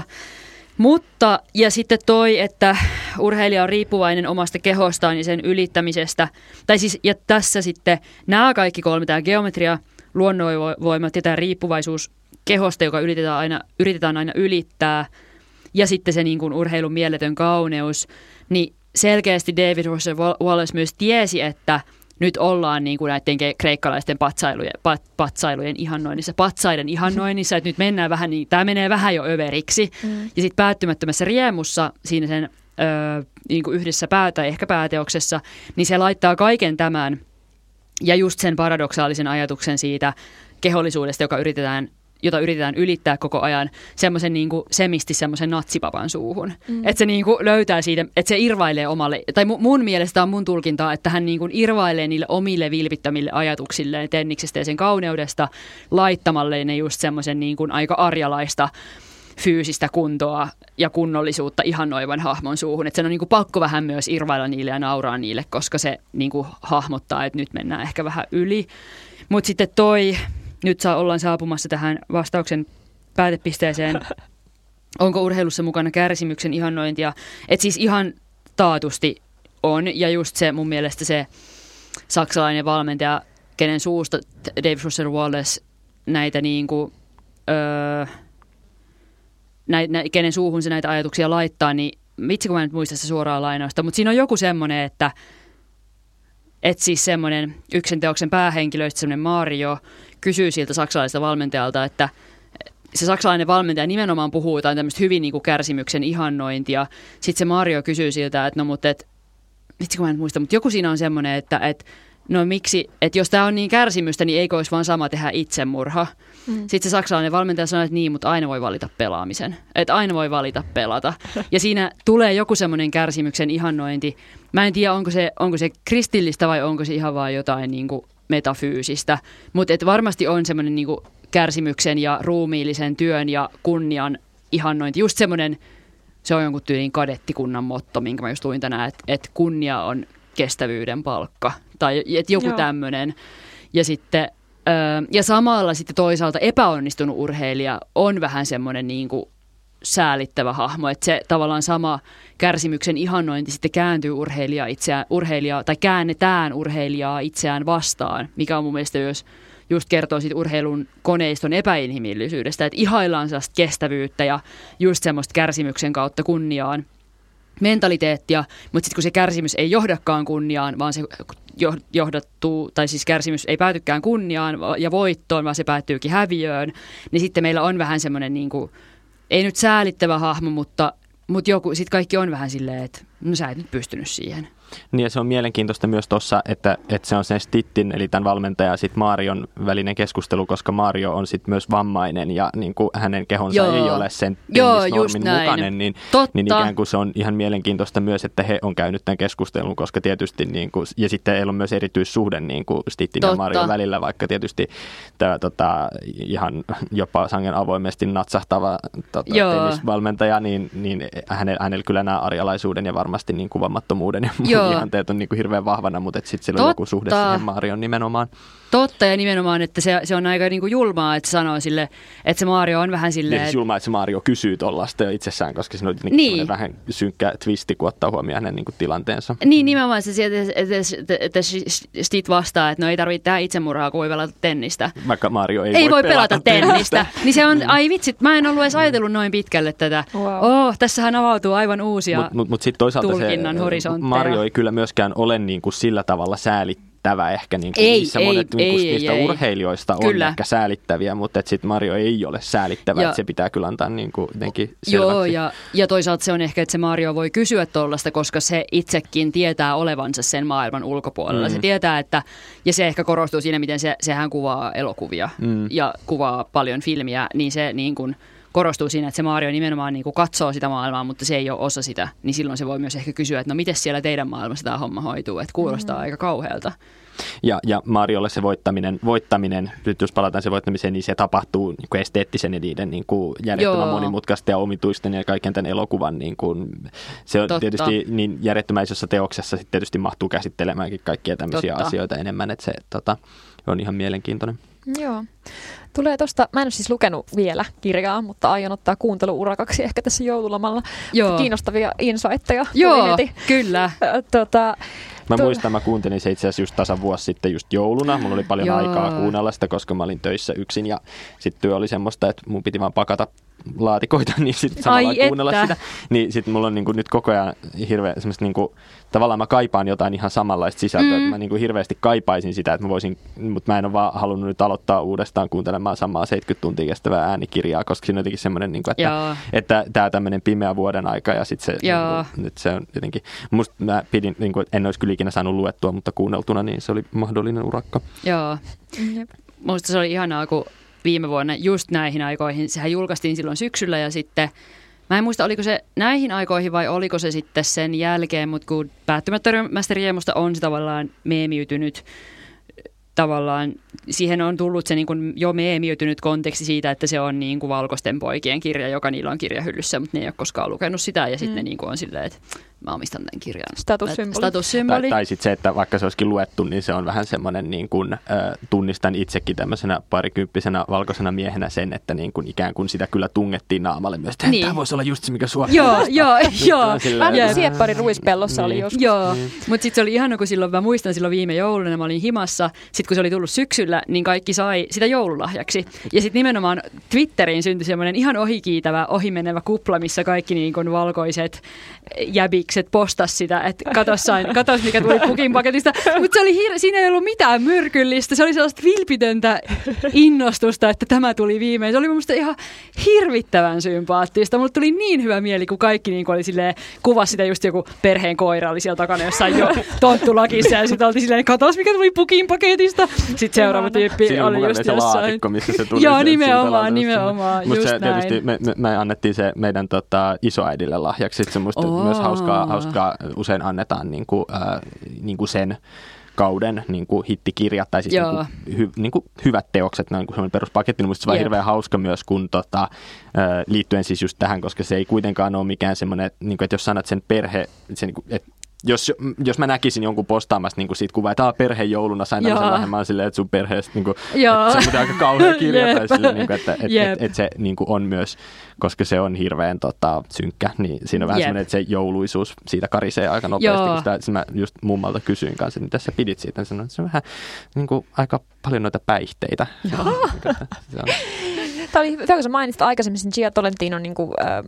Mutta, ja sitten toi, että urheilija on riippuvainen omasta kehostaan ja sen ylittämisestä. Tai siis, ja tässä sitten nämä kaikki kolme, tämä geometria, luonnonvoimat ja tämä riippuvaisuus kehosta, joka yritetään aina, yritetään aina ylittää, ja sitten se niin kuin urheilun mieletön kauneus, niin selkeästi David Russell Wallace myös tiesi, että nyt ollaan niin kuin näiden kreikkalaisten patsailujen, pat, patsailujen ihannoinnissa, patsaiden ihannoinnissa, että nyt mennään vähän, niin tämä menee vähän jo överiksi. Mm. Ja sitten päättymättömässä riemussa siinä sen ö, niin kuin yhdessä pää, tai ehkä pääteoksessa, niin se laittaa kaiken tämän ja just sen paradoksaalisen ajatuksen siitä kehollisuudesta, joka yritetään jota yritetään ylittää koko ajan, semmoisen niin kuin semisti semmoisen natsipapan suuhun. Mm. Että se niin kuin löytää siitä, että se irvailee omalle, tai mun mielestä on mun tulkintaa, että hän niin kuin irvailee niille omille vilpittömille ajatuksilleen tenniksestä ja sen kauneudesta, laittamalle ne just semmoisen niin kuin aika arjalaista fyysistä kuntoa ja kunnollisuutta ihannoivan hahmon suuhun. Että sen on niin kuin pakko vähän myös irvailla niille ja nauraa niille, koska se niin kuin hahmottaa, että nyt mennään ehkä vähän yli. Mutta sitten toi... Nyt saa, ollaan saapumassa tähän vastauksen päätepisteeseen. Onko urheilussa mukana kärsimyksen ihannointia? Että siis ihan taatusti on. Ja just se mun mielestä se saksalainen valmentaja, kenen suusta Dave Russell Wallace näitä niin kuin, öö, nä, nä, kenen suuhun se näitä ajatuksia laittaa, niin vitsi kun mä nyt muista se suoraa lainausta. Mutta siinä on joku semmoinen, että et siis semmoinen yksen teoksen päähenkilöistä, semmoinen Mario, kysyy siltä saksalaiselta valmentajalta, että se saksalainen valmentaja nimenomaan puhuu jotain tämmöistä hyvin niin kuin kärsimyksen ihannointia. Sitten se Mario kysyy siltä, että no mutta, et, vitsi kun mä en muista, mutta joku siinä on semmoinen, että et, no miksi, että jos tämä on niin kärsimystä, niin eikö olisi vaan sama tehdä itsemurha. Mm. Sitten se saksalainen valmentaja sanoo, että niin, mutta aina voi valita pelaamisen. Että aina voi valita pelata. Ja siinä tulee joku semmoinen kärsimyksen ihannointi. Mä en tiedä, onko se, onko se kristillistä vai onko se ihan vaan jotain niin kuin metafyysistä. Mutta varmasti on semmoinen niin kuin kärsimyksen ja ruumiillisen työn ja kunnian ihannointi. Just semmoinen, se on jonkun tyylin kadettikunnan motto, minkä mä just luin tänään, että, että kunnia on kestävyyden palkka. Tai että joku tämmöinen. Ja sitten ja samalla sitten toisaalta epäonnistunut urheilija on vähän semmoinen niin kuin säälittävä hahmo, että se tavallaan sama kärsimyksen ihannointi sitten kääntyy urheilijaa itseään, urheilijaa, tai käännetään urheilijaa itseään vastaan, mikä on mun mielestä myös just kertoo siitä urheilun koneiston epäinhimillisyydestä, että ihaillaan sellaista kestävyyttä ja just semmoista kärsimyksen kautta kunniaan mentaliteettia, mutta sitten kun se kärsimys ei johdakaan kunniaan, vaan se johdattuu, tai siis kärsimys ei päätykään kunniaan ja voittoon, vaan se päättyykin häviöön, niin sitten meillä on vähän semmoinen, niin kuin, ei nyt säälittävä hahmo, mutta, mutta joku, sitten kaikki on vähän silleen, että no sä et nyt pystynyt siihen. Niin ja se on mielenkiintoista myös tuossa, että, että se on sen Stittin, eli tämän valmentaja ja sitten Marion välinen keskustelu, koska Mario on sitten myös vammainen ja niin kuin hänen kehonsa Joo. ei ole sen Joo, tennisnormin mukainen, niin, niin ikään kuin se on ihan mielenkiintoista myös, että he on käynyt tämän keskustelun, koska tietysti, niin kuin, ja sitten heillä on myös erityissuhde niin kuin Stittin Totta. ja Marion välillä, vaikka tietysti tämä tota, ihan jopa sangen avoimesti natsahtava tota, tennisvalmentaja, niin, niin hänellä, hänellä kyllä nämä arjalaisuuden ja varmasti niin kuvamattomuuden ja muun ihanteet on niin kuin hirveän vahvana, mutta sitten sillä on joku suhde siihen Marion nimenomaan. Totta, ja nimenomaan, että se, se on aika niin kuin julmaa, että sanoo sille, että se Mario on vähän silleen... Niin, julmaa, että se Mario kysyy tuollasta jo itsessään, koska siinä on niin. vähän synkkä twisti, kun ottaa huomioon hänen niin kuin tilanteensa. Niin, nimenomaan se, että, että, että Stit vastaa, että no ei tarvitse tehdä itsemurhaa, kun voi pelata tennistä. Vaikka Mario ei, ei voi, voi pelata, pelata tennistä. Niin se on, ai vitsit, mä en ollut edes ajatellut noin pitkälle tätä. Wow. Oh, tässähän avautuu aivan uusia mut, mut, mut sit toisaalta tulkinnan se, horisontteja. Mario ei kyllä myöskään ole niin kuin sillä tavalla säälittävä. Ehkä, niin kuin, ei, missä ei, monet ei, niin kuin, ei, niistä ei. urheilijoista on kyllä. ehkä säälittäviä, mutta sitten Mario ei ole säälittävä, että se pitää kyllä antaa niin kuin, jotenkin selväksi. Joo, ja, ja toisaalta se on ehkä, että se Mario voi kysyä tuollaista, koska se itsekin tietää olevansa sen maailman ulkopuolella. Mm. Se tietää, että, ja se ehkä korostuu siinä, miten se, sehän kuvaa elokuvia mm. ja kuvaa paljon filmiä, niin se niin kuin korostuu siinä, että se Mario nimenomaan niin kuin katsoo sitä maailmaa, mutta se ei ole osa sitä, niin silloin se voi myös ehkä kysyä, että no miten siellä teidän maailmassa tämä homma hoituu, että kuulostaa mm. aika kauhealta. Ja, ja Mariolle se voittaminen, voittaminen, nyt jos palataan se voittamiseen, niin se tapahtuu niin kuin esteettisen ja niiden niin kuin järjettömän Joo. monimutkaisten ja omituisten ja kaiken tämän elokuvan. Niin kuin, se on Totta. tietysti niin järjettömän isossa teoksessa sitten tietysti mahtuu käsittelemäänkin kaikkia tämmöisiä Totta. asioita enemmän, että se tota, on ihan mielenkiintoinen. Joo. Tulee tosta, mä en ole siis lukenut vielä kirjaa, mutta aion ottaa kuunteluurakaksi ehkä tässä joululomalla. Joo. Kiinnostavia insightteja. Joo, kyllä. Tota, Mä muistan, mä kuuntelin se itse asiassa just tasan vuosi sitten just jouluna. Mulla oli paljon Joo. aikaa kuunnella sitä, koska mä olin töissä yksin ja sitten työ oli semmoista, että mun piti vaan pakata laatikoita, niin sitten samalla kuunnella että. sitä. Niin sitten mulla on niinku nyt koko ajan hirveä semmoista niinku, tavallaan mä kaipaan jotain ihan samanlaista sisältöä. Mm. Mä niinku hirveästi kaipaisin sitä, että mä voisin, mutta mä en ole vaan halunnut nyt aloittaa uudestaan kuuntelemaan samaa seitsemänkymmentä tuntia kestävää äänikirjaa, koska siinä on jotenkin semmoinen, niinku, että, että tää tämmöinen pimeä vuoden aika ja sitten se, niinku, nyt se on jotenkin, musta mä pidin, niinku, en olisi kyllä ikinä saanut luettua, mutta kuunneltuna, niin se oli mahdollinen urakka. Joo. Jep. Musta se oli ihanaa, kun viime vuonna just näihin aikoihin, sehän julkaistiin silloin syksyllä ja sitten, mä en muista oliko se näihin aikoihin vai oliko se sitten sen jälkeen, mutta kun Päättymättömästä riemusta on se tavallaan meemiytynyt, tavallaan siihen on tullut se niin kuin jo meemiytynyt konteksti siitä, että se on niin kuin valkoisten poikien kirja, joka niillä on kirjahyllyssä, mutta ne ei ole koskaan lukenut sitä ja sitten mm. ne niin kuin on silleen, että mä omistan tämän kirjan. Statussymboli. Statussymboli. Tai, tai sitten se, että vaikka se olisikin luettu, niin se on vähän semmoinen, niin kuin, äh, tunnistan itsekin tämmöisenä parikymppisenä valkoisena miehenä sen, että niin kuin ikään kuin sitä kyllä tungettiin naamalle myös, että niin. tämä voisi olla just se, mikä sua Joo, joo, joo. Vähän niin kuin sieppari ruispellossa niin. oli joskus. Joo, niin. Mutta sitten se oli ihana, kun silloin, mä muistan silloin viime jouluna, mä olin himassa, sitten kun se oli tullut syksyllä, niin kaikki sai sitä joululahjaksi. Ja sitten nimenomaan Twitteriin syntyi semmoinen ihan ohikiitävä, ohimenevä kupla, missä kaikki niin kuin valkoiset jäbikset postas sitä, että katos, sain, katos mikä tuli pukin paketista. Mutta hir- siinä ei ollut mitään myrkyllistä. Se oli sellaista vilpitöntä innostusta, että tämä tuli viimein. Se oli minusta ihan hirvittävän sympaattista. Mulle tuli niin hyvä mieli, kun kaikki niin oli silleen, kuvasi sitä just joku perheen koira oli siellä takana jossain jo tonttulakissa. Ja sitten oltiin silleen, katos mikä tuli pukin paketista. Sitten seuraava tyyppi siinä oli just jossain. Laatikko, missä se tuli. Joo, nimenomaan, nimenomaan. Mutta se näin. tietysti me, me, me annettiin se meidän tota, isoäidille lahjaksi. Sitten se musta oh. myös hauskaa, hauskaa usein annetaan niin kuin, äh, niin kuin sen kauden niin kuin hittikirjat tai siis niin kuin, hy, niin kuin hyvät teokset, niin kuin semmoinen peruspaketti. Niin musta se on hirveän hauska myös, kun tota, äh, liittyen siis just tähän, koska se ei kuitenkaan ole mikään semmoinen, niin kuin, että jos sanat sen perhe, se, niin kuin, että Jos, jos mä näkisin jonkun postaamassa niin siitä kuvaa, että perhejouluna sain tämmöisen vähemmän silleen, että sun perheestä, niin kuin, että se on aika kauhea kirja, tai silleen, niin kuin, että et, et, et se niin kuin on myös, koska se on hirveän tota, synkkä, niin siinä on vähän semmoinen, että se jouluisuus siitä karisee aika nopeasti, Joo. kun sitä, siis mä just mummalta kysyin kanssa, mitä sä pidit siitä, sanoin, että se on vähän niin kuin, aika paljon noita päihteitä. Tämä oli hyvä, kun sä mainitsit aikaisemmin sen Gia Tolentinon niin kuin, äh,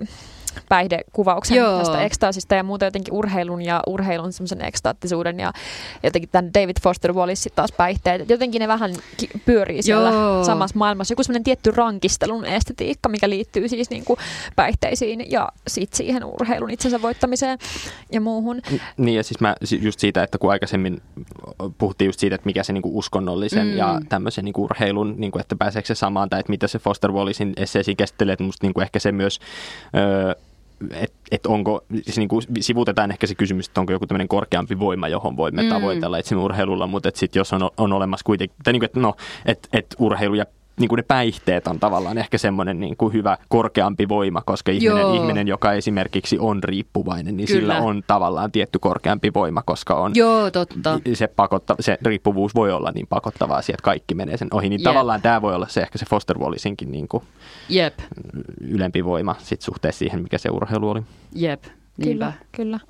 päihdekuvauksen Joo. tästä ekstaasista ja muuta jotenkin urheilun ja urheilun semmoisen ekstaattisuuden ja jotenkin tämän David Foster Wallace taas päihteet. Et jotenkin ne vähän ki- pyörii siellä Joo. samassa maailmassa. Joku semmoinen tietty rankistelun estetiikka, mikä liittyy siis niinku päihteisiin ja sit siihen urheilun itsensä voittamiseen ja muuhun. Niin ja siis mä just siitä, että kun aikaisemmin puhuttiin just siitä, että mikä se niinku uskonnollisen mm. ja tämmöisen niinku urheilun, niinku, että pääseekö se samaan tai että mitä se Foster Wallacein esseisiin käsittelee, että musta niinku ehkä se myös Öö, että et onko, siis niinku sivuutetaan ehkä se kysymys, että onko joku tämmöinen korkeampi voima, johon voimme mm. tavoitella etsimme urheilulla, mutta sitten jos on, on olemassa kuitenkin, tai niinku, että no, et, et urheilu ja niinku ne päihteet on tavallaan ehkä semmoinen niinku hyvä korkeampi voima, koska ihminen, ihminen, joka esimerkiksi on riippuvainen, niin Kyllä. sillä on tavallaan tietty korkeampi voima, koska on Joo, totta. Se, pakotta, se riippuvuus voi olla niin pakottava asia, että kaikki menee sen ohi, niin Jep. tavallaan tämä voi olla se ehkä se Foster Wallacinkin niinku Jep. ylempi voima sit suhteessa siihen, mikä se urheilu oli. Jep. Kyllä, kyllä.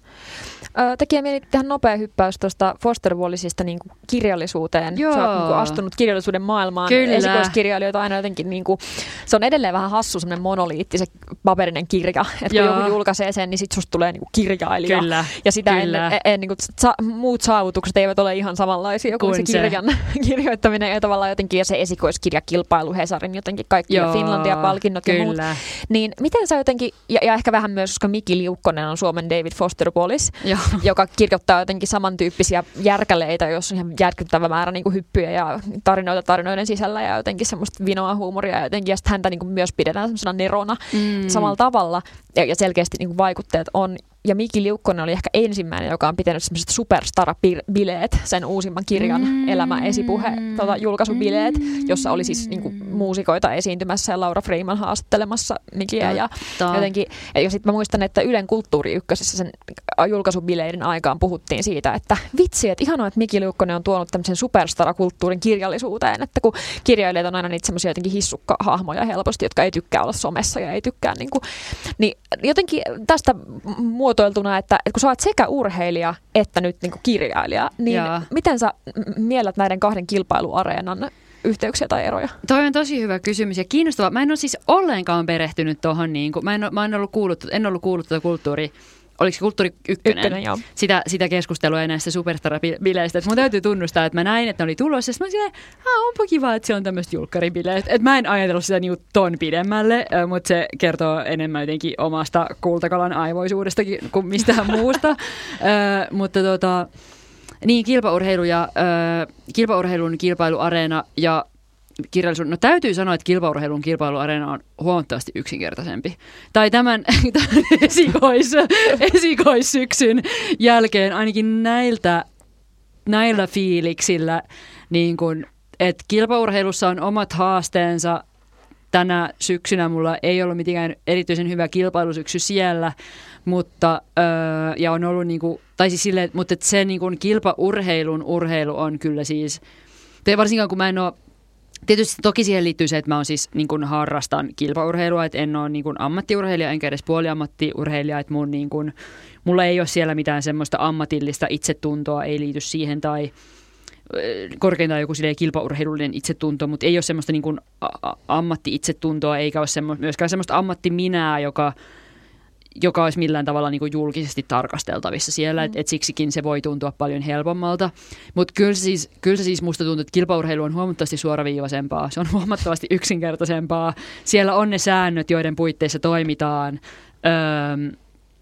Ö, tekijä mieli tähän nopea hyppäys tuosta Foster Wallacesta niin kuin kirjallisuuteen. Joo. Sä oot niin kuin astunut kirjallisuuden maailmaan. Kyllä. Esikoiskirjailijoita aina jotenkin, niin kuin, se on edelleen vähän hassu semmoinen monoliitti, se paperinen kirja. Että kun joku julkaisee sen, niin sit susta tulee niin kuin kirjailija. Kyllä. Ja sitä Kyllä. en, en, niin kuin, sa, muut saavutukset eivät ole ihan samanlaisia kuin se kirjan se. kirjoittaminen. Ja tavallaan jotenkin ja se esikoiskirjakilpailu, Hesarin jotenkin kaikki Joo. Finlandia-palkinnot ja muut. Niin miten sä jotenkin, ja, ja ehkä vähän myös, koska Miki Liukkonen on Suomen David Foster Wallace, Joo. joka kirjoittaa jotenkin samantyyppisiä järkäleitä, jos on ihan järkyttävä määrä niin kuin hyppyjä ja tarinoita tarinoiden sisällä ja jotenkin semmoista vinoa huumoria ja jotenkin, ja sitten häntä niin kuin myös pidetään semmoisena nerona mm. samalla tavalla ja, ja selkeästi niin kuin vaikutteet on. Ja Miki Liukkonen oli ehkä ensimmäinen, joka on pitänyt semmoiset superstara-bileet, sen uusimman kirjan mm. Elämä esipuhe, tota, julkaisubileet, mm. jossa oli siis niinku, muusikoita esiintymässä ja Laura Freeman haastattelemassa Mikiä. Ja, jotenkin, ja sitten mä muistan, että Ylen Kulttuuri Ykkösessä sen julkaisubileiden aikaan puhuttiin siitä, että vitsi, että ihanaa, että Miki Liukkonen on tuonut tämmöisen superstara-kulttuurin kirjallisuuteen, että kun kirjailijat on aina niitä semmoisia jotenkin hissukkahahmoja helposti, jotka ei tykkää olla somessa ja ei tykkää niinku, niin jotenkin tästä muotoiltuna, että, että kun sä oot sekä urheilija että nyt niin kuin kirjailija, niin Jaa. miten sä miellät näiden kahden kilpailuareenan yhteyksiä tai eroja? Toi on tosi hyvä kysymys ja kiinnostava. Mä en ole siis ollenkaan perehtynyt tuohon, niin kuin, mä, en, mä en ollut kuullut, en ollut kuullut tuota kulttuuri, oliko se Kulttuuri Ykkönen? Ykkönen joo. Sitä, sitä keskustelua näistä superstara-bileistä. Mun täytyy tunnustaa, että mä näin, että ne oli tulossa. Sitten mä silleen, ah, onpa kiva, että se on tämmöistä julkkaribileet. Että mä en ajatellut sitä niinku ton pidemmälle, mutta se kertoo enemmän jotenkin omasta kultakalan aivoisuudestakin kuin mistään muusta. Ö, mutta tota, niin, kilpaurheilu ja, ö, kilpaurheilun kilpailuareena ja kirjallisuuden. No täytyy sanoa, että kilpaurheilun kilpailuareena on huomattavasti yksinkertaisempi. Tai tämän, tämän esikois, esikoissyksyn jälkeen ainakin näiltä, näillä fiiliksillä, niin kun, että kilpaurheilussa on omat haasteensa. Tänä syksynä mulla ei ollut mitenkään erityisen hyvä kilpailusyksy siellä, mutta, öö, ja on ollut niinku, tai siis silleen, mutta se niinku kilpaurheilun urheilu on kyllä siis, varsinkaan kun mä en ole, tietysti toki siihen liittyy se, että mä oon siis niin kuin harrastan kilpaurheilua, että en ole niin kuin ammattiurheilija enkä edes puoliammattiurheilija, että mun niin kuin, mulla ei ole siellä mitään semmoista ammatillista itsetuntoa, ei liity siihen tai korkeintaan joku silleen kilpaurheilullinen itsetunto, mutta ei ole semmoista niin kuin ammatti-itsetuntoa eikä ole semmo, myöskään semmoista ammattiminää, joka joka olisi millään tavalla niin kuin julkisesti tarkasteltavissa siellä, mm. että et siksikin se voi tuntua paljon helpommalta. Mutta kyllä, siis, kyllä se siis musta tuntuu, että kilpaurheilu on huomattavasti suoraviivaisempaa, se on huomattavasti yksinkertaisempaa. Siellä on ne säännöt, joiden puitteissa toimitaan. Öö,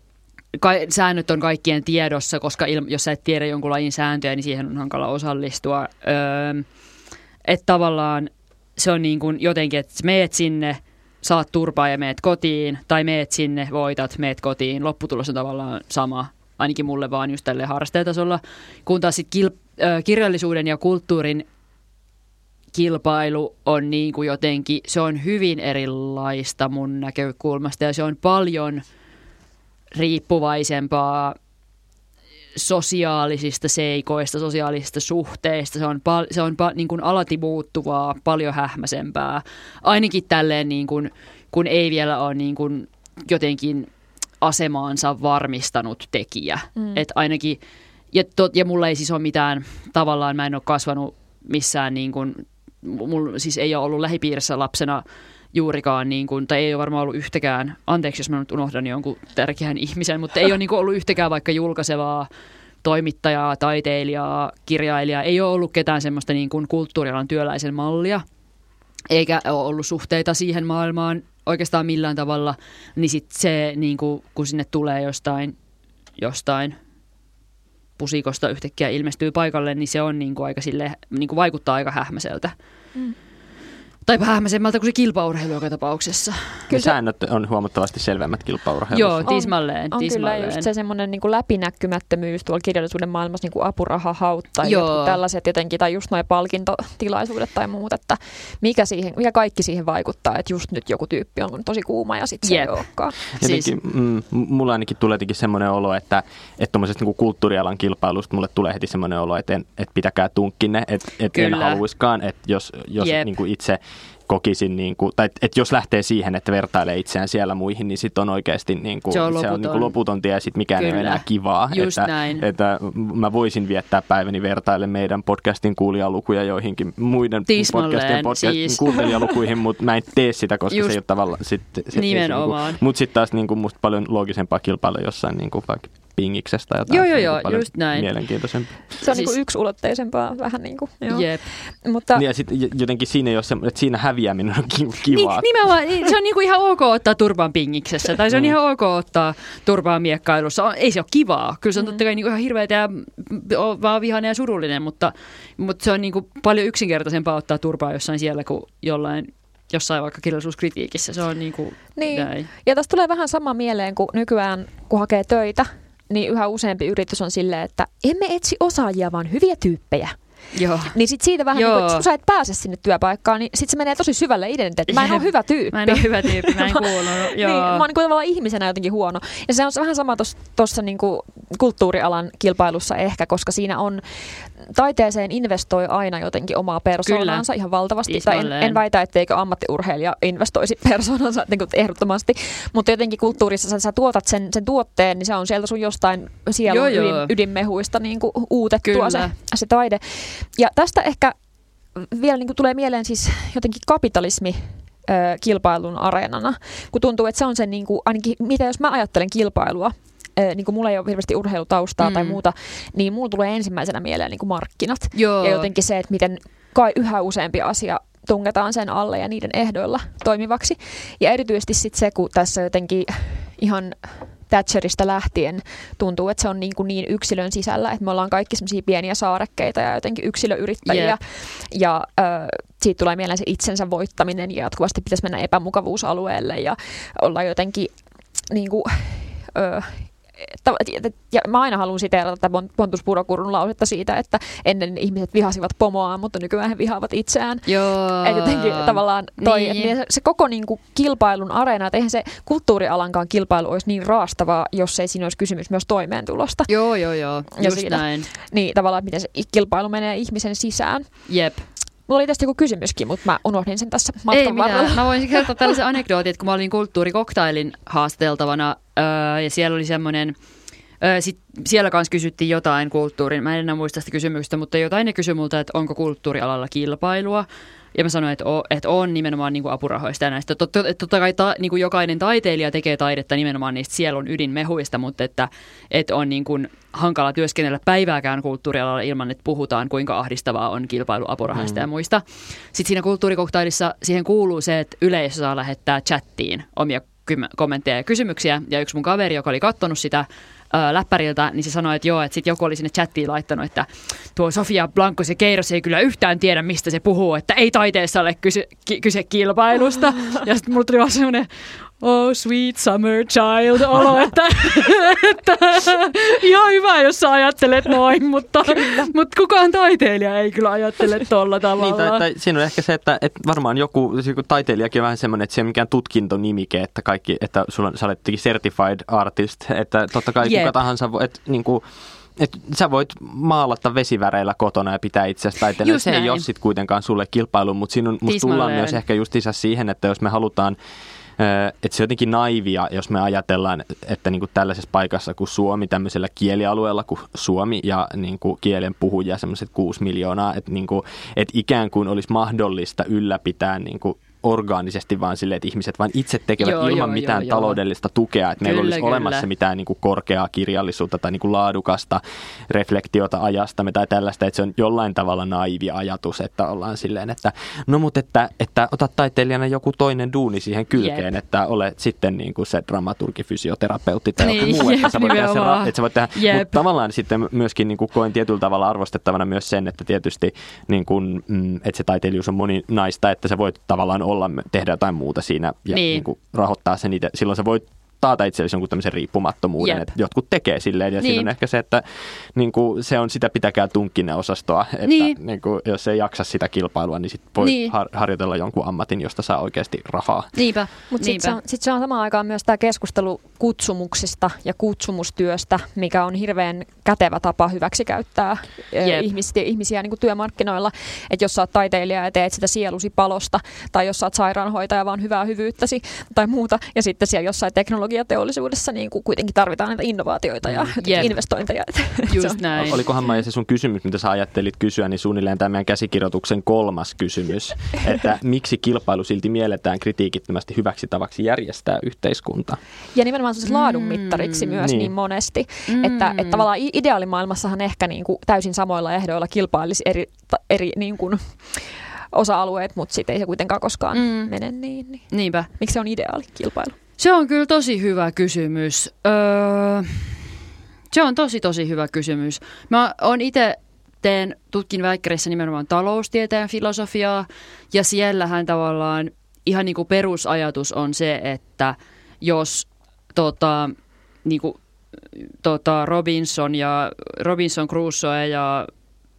ka- säännöt on kaikkien tiedossa, koska il- jos sä et tiedä jonkun lajin sääntöjä, niin siihen on hankala osallistua. Öö, että tavallaan se on niin kuin jotenkin, että meet sinne, saat turpaa ja meet kotiin, tai meet sinne, voitat, meet kotiin. Lopputulos on tavallaan sama, ainakin mulle vaan just tälleen harrastajatasolla. Kun taas sit kil- äh, kirjallisuuden ja kulttuurin kilpailu on niin kuin jotenkin, se on hyvin erilaista mun näkökulmasta ja se on paljon riippuvaisempaa sosiaalisista seikoista, sosiaalisista suhteista. Se on, pal- se on pa- niin kuin alati muuttuvaa, paljon hähmäsempää. Ainakin tälleen, niin kuin, kun ei vielä ole niin kuin jotenkin asemaansa varmistanut tekijä. Mm. Et ainakin, ja, tot, ja mulla ei siis ole mitään, tavallaan mä en ole kasvanut missään, niin kuin, mulla siis ei ole ollut lähipiirissä lapsena juurikaan, niin kuin, tai ei ole varmaan ollut yhtäkään, anteeksi jos mä nyt unohdan jonkun tärkeän ihmisen, mutta ei ole niin kuin ollut yhtäkään vaikka julkaisevaa toimittajaa, taiteilijaa, kirjailijaa. Ei ole ollut ketään semmoista niin kuin kulttuurialan työläisen mallia, eikä ole ollut suhteita siihen maailmaan oikeastaan millään tavalla. Niin sitten se, niin kuin, kun sinne tulee jostain, jostain pusikosta yhtäkkiä ilmestyy paikalle, niin se on niin kuin aika silleen, niin kuin vaikuttaa aika hähmäseltä. Mm. Tai hähmäisemmältä kuin se kilpaurheilu joka tapauksessa. Kyllä säännöt on huomattavasti selvemmät kilpaurheilussa. Joo, tismalleen. On, on tismalleen. kyllä just se semmoinen niin kuin läpinäkymättömyys tuolla kirjallisuuden maailmassa, niin kuin apurahahaut tai jotkut tällaiset jotenkin, tai just nuo palkintotilaisuudet tai muut, että mikä, siihen, mikä kaikki siihen vaikuttaa, että just nyt joku tyyppi on tosi kuuma ja sitten se ei olekaan. Jotenkin, siis, mm, mulla ainakin tulee jotenkin semmoinen olo, että että tuommoisesta niin kuin kulttuurialan kilpailusta mulle tulee heti semmoinen olo, että, en, että pitäkää tunkkinne, että, että en haluiskaan, että jos, jos niin kuin itse kokisin, niin kuin, tai että jos lähtee siihen, että vertailee itseään siellä muihin, niin sitten on oikeasti niin kuin, se on, se on niin kuin loputonta ja sitten mikään Kyllä. ei ole enää kivaa. Just että, näin. että mä voisin viettää päiväni vertaille meidän podcastin kuulijalukuja joihinkin muiden podcastien podcastin siis. kuuntelijalukuihin, mutta mä en tee sitä, koska Just. se ei ole tavallaan... Sit, se, nimenomaan. Niin mutta sitten taas niin kuin, musta paljon loogisempaa kilpailla jossain niin kuin vaikka Pingiksestä tai jotain. Joo, joo, joo, niin just näin. Mielenkiintoisempaa. Se on siis, niin yksulotteisempaa vähän niin kuin, joo. Jep. Mutta, ja sitten jotenkin siinä, jos se, että siinä häviäminen on kivaa. Niin, nimenomaan, se on niinku ihan ok ottaa turpaan pingiksessä, tai se on mm. ihan ok ottaa turpaan miekkailussa. Ei se ole kivaa. Kyllä se on mm. totta kai niinku ihan hirveätä ja vaan vihainen ja surullinen, mutta, mutta se on niinku paljon yksinkertaisempaa ottaa turpaa jossain siellä kuin jollain jossain vaikka kirjallisuuskritiikissä. Se on niinku niin. näin. Ja tästä tulee vähän sama mieleen, kun nykyään kun hakee töitä, niin yhä useampi yritys on silleen, että emme etsi osaajia, vaan hyviä tyyppejä. Joo. Niin sit siitä vähän, niin kuin, että kun sä et pääse sinne työpaikkaan, niin sit se menee tosi syvälle identiteettiin. Mä en ole hyvä tyyppi. Mä en ole hyvä tyyppi, mä en kuulu. Niin, mä oon niin kuin tavallaan ihmisenä jotenkin huono. Ja se on vähän sama tuossa niin kuin kulttuurialan kilpailussa ehkä, koska siinä on, taiteeseen investoi aina jotenkin omaa persoonansa ihan valtavasti. Tai en, en väitä, etteikö ammattiurheilija investoisi persoonansa niin kuin ehdottomasti, mutta jotenkin kulttuurissa sä, sä tuotat sen, sen tuotteen, niin se on sieltä sun jostain sielun ydin, ydinmehuista niin kuin uutettua se, se taide. Ja tästä ehkä vielä niin kuin tulee mieleen siis jotenkin kapitalismi ö, kilpailun areenana, kun tuntuu, että se on se, niin kuin, ainakin mitä jos mä ajattelen kilpailua, ö, niin kuin mulla ei ole hirveästi urheilutaustaa mm. tai muuta, niin mulla tulee ensimmäisenä mieleen niin kuin markkinat. Joo. Ja jotenkin se, että miten kai yhä useampi asia tungetaan sen alle ja niiden ehdoilla toimivaksi. Ja erityisesti sitten se, kun tässä jotenkin ihan Thatcherista lähtien tuntuu, että se on niin, kuin niin yksilön sisällä, että me ollaan kaikki semmoisia pieniä saarekkeita ja jotenkin yksilöyrittäjiä. Yep. Ja äh, siitä tulee mieleen se itsensä voittaminen ja jatkuvasti pitäisi mennä epämukavuusalueelle ja olla jotenkin niin kuin, äh, ja mä aina haluan siteerata tätä Pontus Purokurun lausetta siitä, että ennen ihmiset vihasivat pomoaan, mutta nykyään he vihaavat itseään. Joo. Että jotenkin tavallaan toi, niin. että se, se koko niin kuin kilpailun areena, että eihän se kulttuurialankaan kilpailu olisi niin raastavaa, jos ei siinä olisi kysymys myös toimeentulosta. Joo, joo, joo. Just siitä, näin. Niin tavallaan, miten se kilpailu menee ihmisen sisään. Jep. Mulla oli tästä joku kysymyskin, mutta mä unohdin sen tässä matkan Ei varrella. mitään. Mä voisin kertoa tällaisen anekdootin, että kun mä olin kulttuurikoktailin haastateltavana öö, ja siellä oli semmoinen, öö, sit siellä kanssa kysyttiin jotain kulttuurin, mä en enää muista sitä kysymystä, mutta jotain ne kysyi multa, että onko kulttuurialalla kilpailua. Ja mä sanoin, että on, että on nimenomaan niin kuin apurahoista ja näistä. Totta, totta kai ta, niin kuin jokainen taiteilija tekee taidetta nimenomaan niistä sielun ydinmehuista, mutta että, että on niin kuin hankala työskennellä päivääkään kulttuurialalla ilman, että puhutaan, kuinka ahdistavaa on kilpailu apurahoista mm. ja muista. Sitten siinä kulttuurikoktailissa siihen kuuluu se, että yleisö saa lähettää chattiin omia kommentteja ja kysymyksiä. Ja yksi mun kaveri, joka oli katsonut sitä ää, läppäriltä, niin se sanoi, että joo, että sitten joku oli sinne chattiin laittanut, että tuo Sofia Blankos ja Keiros ei kyllä yhtään tiedä, mistä se puhuu, että ei taiteessa ole kyse, ki, kyse kilpailusta. Ja sitten mulla tuli vaan semmoinen oh sweet summer child olo, että, että ihan hyvä, jos sä ajattelet noin, mutta, mutta kukaan taiteilija ei kyllä ajattele tolla tavalla. Niin, tai, tai siinä on ehkä se, että, että varmaan joku, joku taiteilijakin on vähän semmoinen, että se ei ole mikään tutkintonimike, että kaikki, että sulla, sä olet certified artist, että totta kai yep. kuka tahansa voi, että niin kuin, että sä voit maalata vesiväreillä kotona ja pitää itseäsi taiteilijan. Se näin. Ei ole sitten kuitenkaan sulle kilpailu, mutta siinä on, musta tullaan myös ehkä just isä siihen, että jos me halutaan, että se on jotenkin naivia, jos me ajatellaan, että niin kuin tällaisessa paikassa kuin Suomi, tämmöisellä kielialueella kuin Suomi ja niin kuin kielen puhujia semmoiset kuusi miljoonaa, että, niin kuin, että ikään kuin olisi mahdollista ylläpitää niin kuin orgaanisesti vaan silleen, että ihmiset vaan itse tekevät joo, ilman joo, mitään joo, taloudellista tukea, että meillä kyllä, olisi kyllä. olemassa mitään niin kuin korkeaa kirjallisuutta tai niin kuin laadukasta reflektiota ajastamme tai tällaista, että se on jollain tavalla naivi ajatus, että ollaan silleen, että no mutta että, että ota taiteilijana joku toinen duuni siihen kylkeen, Jep. että olet sitten niin kuin se dramaturgi, fysioterapeutti tai niin, joku muu, että sä voit tehdä sen, nimenomaan. että sä voit tehdä, mutta tavallaan sitten myöskin niin kuin koen tietyllä tavalla arvostettavana myös sen, että tietysti niin kuin, mm, että se taiteilijuus on moninaista, että sä voit tavallaan olla, tehdä jotain muuta siinä ja niin. Niin kuin rahoittaa sen itse. Silloin sä voit taata itsellesi jonkun tämmöisen riippumattomuuden, Jep. että jotkut tekee silleen ja niin. siinä on ehkä se, että niin kuin, se on sitä pitäkää tunkkinen osastoa, että niin. niin kuin, jos ei jaksa sitä kilpailua, niin sit voi niin. har- harjoitella jonkun ammatin, josta saa oikeasti rahaa. Niinpä. Mutta sitten se, on, sit se on samaan aikaan myös tämä keskustelu kutsumuksista ja kutsumustyöstä, mikä on hirveän kätevä tapa hyväksikäyttää Jep. ihmisiä, ihmisiä niin kuin työmarkkinoilla. Että jos sä oot taiteilija ja teet sitä sielusi palosta, tai jos sä oot sairaanhoitaja vaan hyvää hyvyyttäsi tai muuta, ja sitten siellä jossain teknologiateollisuudessa niin kuin kuitenkin tarvitaan näitä innovaatioita ja Jep. investointeja. Just näin. Olikohan Maija se sun kysymys, mitä sä ajattelit kysyä, niin suunnilleen tämä meidän käsikirjoituksen kolmas kysymys, että miksi kilpailu silti mielletään kritiikittömästi hyväksi tavaksi järjestää yhteiskunta? Ja nimenomaan se laadun mittariksi Mm. myös niin, niin monesti, mm. että, että tavallaan ideaalimaailmassahan ehkä niin kuin täysin samoilla ehdoilla kilpailisi eri, eri niin kuin osa-alueet, mutta sitten ei se kuitenkaan koskaan mm. mene niin, niin. Niinpä. Miksi se on ideaali kilpailu? Se on kyllä tosi hyvä kysymys. Öö, se on tosi tosi hyvä kysymys. Mä oon itse teen, tutkin väikkärissä nimenomaan taloustieteen filosofiaa ja siellähän tavallaan ihan niin kuin perusajatus on se, että jos tota, niin kuin, tota Robinson ja Robinson Crusoe ja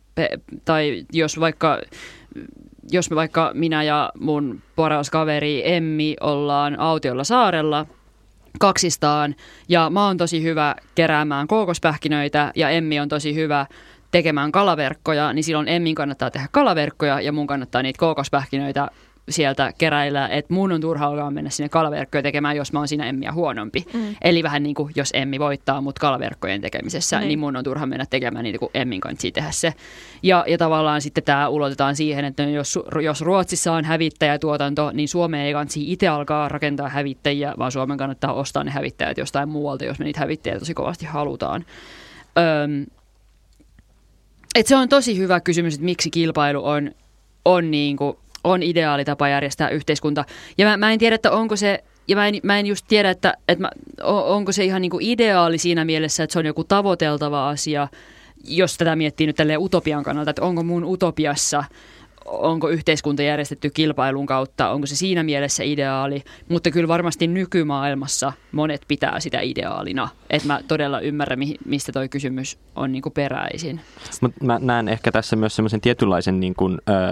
tai jos vaikka jos me vaikka minä ja mun paras kaveri Emmi ollaan autiolla saarella kaksistaan ja mä oon tosi hyvä keräämään kookospähkinöitä ja Emmi on tosi hyvä tekemään kalaverkkoja, niin silloin Emmin kannattaa tehdä kalaverkkoja ja mun kannattaa niitä kookospähkinöitä sieltä keräillä, että mun on turha alkaa mennä sinne kalaverkkoja tekemään, jos mä oon siinä Emmiä huonompi. Mm. Eli vähän niin kuin, jos Emmi voittaa mut kalaverkkojen tekemisessä, mm. niin mun on turha mennä tekemään niitä, kun Emmin kanssa tehdä se. Ja, ja tavallaan sitten tämä ulotetaan siihen, että jos, jos Ruotsissa on hävittäjätuotanto, niin Suomeen ei kansi itse alkaa rakentaa hävittäjiä, vaan Suomen kannattaa ostaa ne hävittäjät jostain muualta, jos me niitä hävittäjiä tosi kovasti halutaan. Öm, et se on tosi hyvä kysymys, että miksi kilpailu on, on niin kuin on ideaali tapa järjestää yhteiskunta. Ja mä, mä en tiedä, että onko se, ja mä en, mä en just tiedä, että, että mä, onko se ihan niin kuin ideaali siinä mielessä, että se on joku tavoiteltava asia, jos tätä miettii nyt tälleen utopian kannalta, että onko mun utopiassa, onko yhteiskunta järjestetty kilpailun kautta, onko se siinä mielessä ideaali, mutta kyllä varmasti nykymaailmassa monet pitää sitä ideaalina. Että mä todella ymmärrän, mistä toi kysymys on niin kuin peräisin. Mut mä näen ehkä tässä myös semmoisen tietynlaisen niin kuin, ö,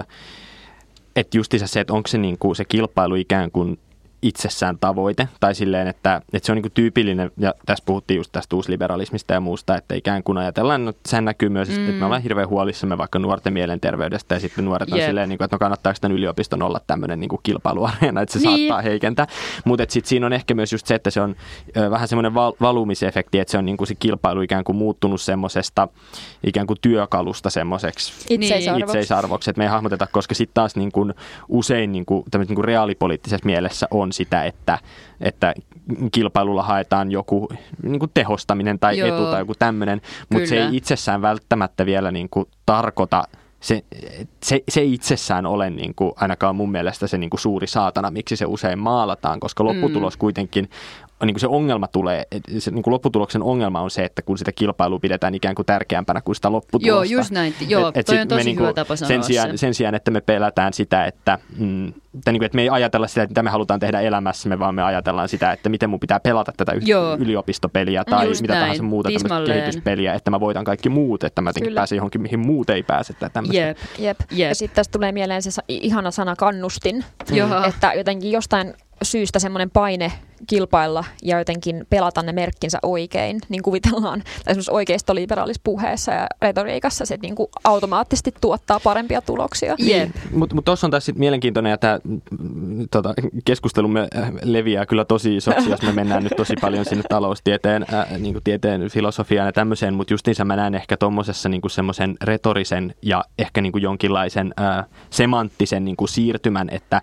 että justiinsa se, että onko se, niin kuin, se kilpailu ikään kuin itsessään tavoite, tai silleen, että, että se on niin kuin tyypillinen, ja tässä puhuttiin just tästä uusliberalismista ja muusta, että ikään kuin ajatellaan, no sehän näkyy myös, mm. että me ollaan hirveän huolissamme vaikka nuorten mielenterveydestä, ja sitten nuoret on yep. silleen, että no kannattaako tämän yliopiston olla tämmöinen niin kuin kilpailuareena, että se niin. saattaa heikentää, mutta sitten siinä on ehkä myös just se, että se on ö, vähän semmoinen val- valumisefekti, että se on niin kuin se kilpailu ikään kuin muuttunut semmoisesta ikään kuin työkalusta semmoiseksi itseisarvoksi, itseisarvoksi että me ei hahmoteta, koska sitten taas niin kuin usein niin kuin, niin kuin reaalipoliittisessa mielessä on sitä, että, että kilpailulla haetaan joku niin kuin tehostaminen tai Joo. etu tai joku tämmöinen, mutta se ei itsessään välttämättä vielä niin kuin tarkoita, se, se, se ei itsessään ole niin kuin, ainakaan mun mielestä se niin kuin suuri saatana, miksi se usein maalataan, koska lopputulos mm. kuitenkin niin kuin se ongelma tulee, se niin kuin lopputuloksen ongelma on se, että kun sitä kilpailua pidetään ikään kuin tärkeämpänä kuin sitä lopputulosta. Joo, just näin. Joo, et, et toi on tosi hyvä niin tapa sanoa sen sijaan, se. Sen sijaan, että me pelätään sitä, että, mm, että, niin kuin, että me ei ajatella sitä, että mitä me halutaan tehdä elämässämme, vaan me ajatellaan sitä, että miten mun pitää pelata tätä Joo. yliopistopeliä tai just mitä näin. Tahansa muuta tämmöistä kehityspeliä, että mä voitan kaikki muut, että mä jotenkin pääsen johonkin, mihin muut ei pääse. Jep. Jep. Jep. Ja sitten tästä tulee mieleen se ihana sana kannustin, mm. että jotenkin jostain syystä semmoinen paine kilpailla ja jotenkin pelata ne merkkinsä oikein, niin kuvitellaan, tai esimerkiksi oikeistoliberaalisessa puheessa ja retoriikassa se niin kuin automaattisesti tuottaa parempia tuloksia. Yeah. Mutta mut tuossa on taas sit mielenkiintoinen, ja tämä tota, keskustelumme leviää kyllä tosi isoksi, jos me mennään nyt tosi paljon sinne taloustieteen, äh, niin kuin tieteen filosofiaan ja tämmöiseen, mutta justiinsa mä näen ehkä tuommoisessa niin kuin semmoisen retorisen ja ehkä niin kuin jonkinlaisen äh, semanttisen niin kuin siirtymän, että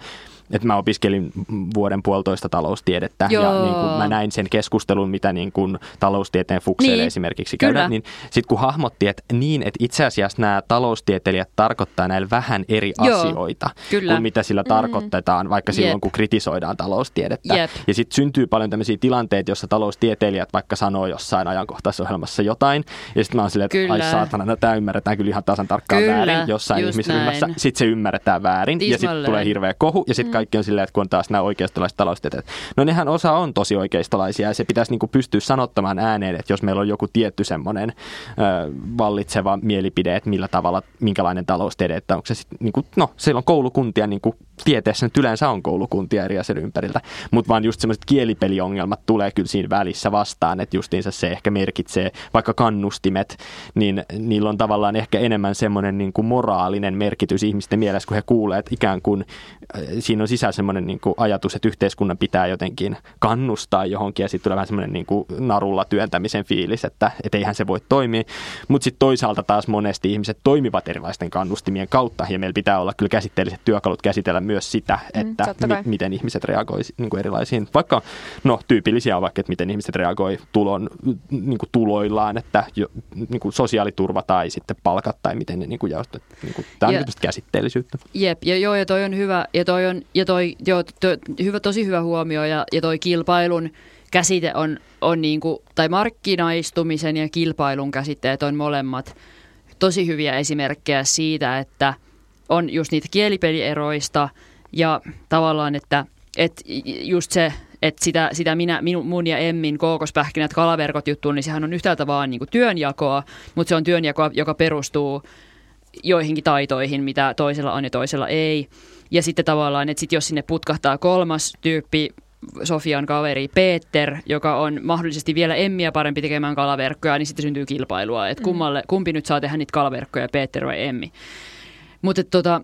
että mä opiskelin vuoden puolitoista taloustiedettä Joo. ja niin kuin mä näin sen keskustelun, mitä niin kuin taloustieteen fukseille niin. esimerkiksi käydään, niin sitten kun hahmotti, että niin, että itse asiassa nämä taloustieteilijät tarkoittaa näillä vähän eri Joo. asioita Kyllä. kuin mitä sillä tarkoitetaan, vaikka Jep. silloin kun kritisoidaan taloustiedettä. Jep. Ja sitten syntyy paljon tämmöisiä tilanteita, jossa taloustieteilijät vaikka sanoo jossain ajankohtaisohjelmassa jotain, ja sitten mä oon silleen, että ai saatana, no tämä ymmärretään kyllä ihan tasan tarkkaan kyllä. väärin jossain ihmisryhmässä. Sitten se ymmärretään väärin, Tismalleen. ja sitten tulee hirveä kohu, ja sitten mm. kaikki on silleen, että kun on taas nämä oikeistolaiset taloustieteet. No nehän osa on tosi oikeistolaisia, ja se pitäisi niinku pystyä sanottamaan ääneen, että jos meillä on joku tietty semmoinen ö, vallitseva mielipide, että millä tavalla, minkälainen taloustiede, että onko se sitten, niinku, no siellä on koulukuntia, niin kuin tieteessä nyt yleensä on koulukuntia eri asioiden ympäriltä, mutta vaan just semmoiset kielipeliongelmat tulee kyllä siinä välissä vastaan, että justiinsa se ehkä merkitsee, vaikka kannustimet, niin niillä on tavallaan ehkä enemmän semmoinen niin kuin moraalinen merkitys ihmisten mielessä, kun he kuulee, että ikään kuin siinä on sisällä semmoinen niin kuin ajatus, että yhteiskunnan pitää jotenkin kannustaa johonkin, ja sitten tulee vähän semmoinen niin kuin narulla työntämisen fiilis, että et eihän se voi toimia, mutta sitten toisaalta taas monesti ihmiset toimivat erilaisten kannustimien kautta, ja meillä pitää olla kyllä käsitteelliset työkalut käsitellä myös sitä, että mm, mi- miten ihmiset reagoi niin kuin erilaisiin, vaikka no tyypillisiä on vaikka, että miten ihmiset reagoi tulon, niin kuin tuloillaan, että jo, niin kuin sosiaaliturva tai sitten palkat tai miten ne niin kuin jaostot, niin kuin, tämä on ja, käsitteellisyyttä. Jep, ja joo, ja toi on hyvä, ja toi on, ja toi, joo, toi, hyvä, tosi hyvä huomio, ja, ja toi kilpailun käsite on, on niin kuin, tai markkinaistumisen ja kilpailun käsitteet on molemmat tosi hyviä esimerkkejä siitä, että on just niitä kielipelieroista ja tavallaan, että, että just se, että sitä, sitä minä, minu, mun ja Emmin kookospähkinät kalaverkot juttuun, niin sehän on yhtäältä vaan niin kuin työnjakoa, mutta se on työnjakoa, joka perustuu joihinkin taitoihin, mitä toisella on ja toisella ei. Ja sitten tavallaan, että sit jos sinne putkahtaa kolmas tyyppi, Sofian kaveri Peter, joka on mahdollisesti vielä Emmiä parempi tekemään kalaverkkoja, niin sitten syntyy kilpailua, että kummalle, kumpi nyt saa tehdä niitä kalaverkkoja, Peter vai Emmi. Mutta tota,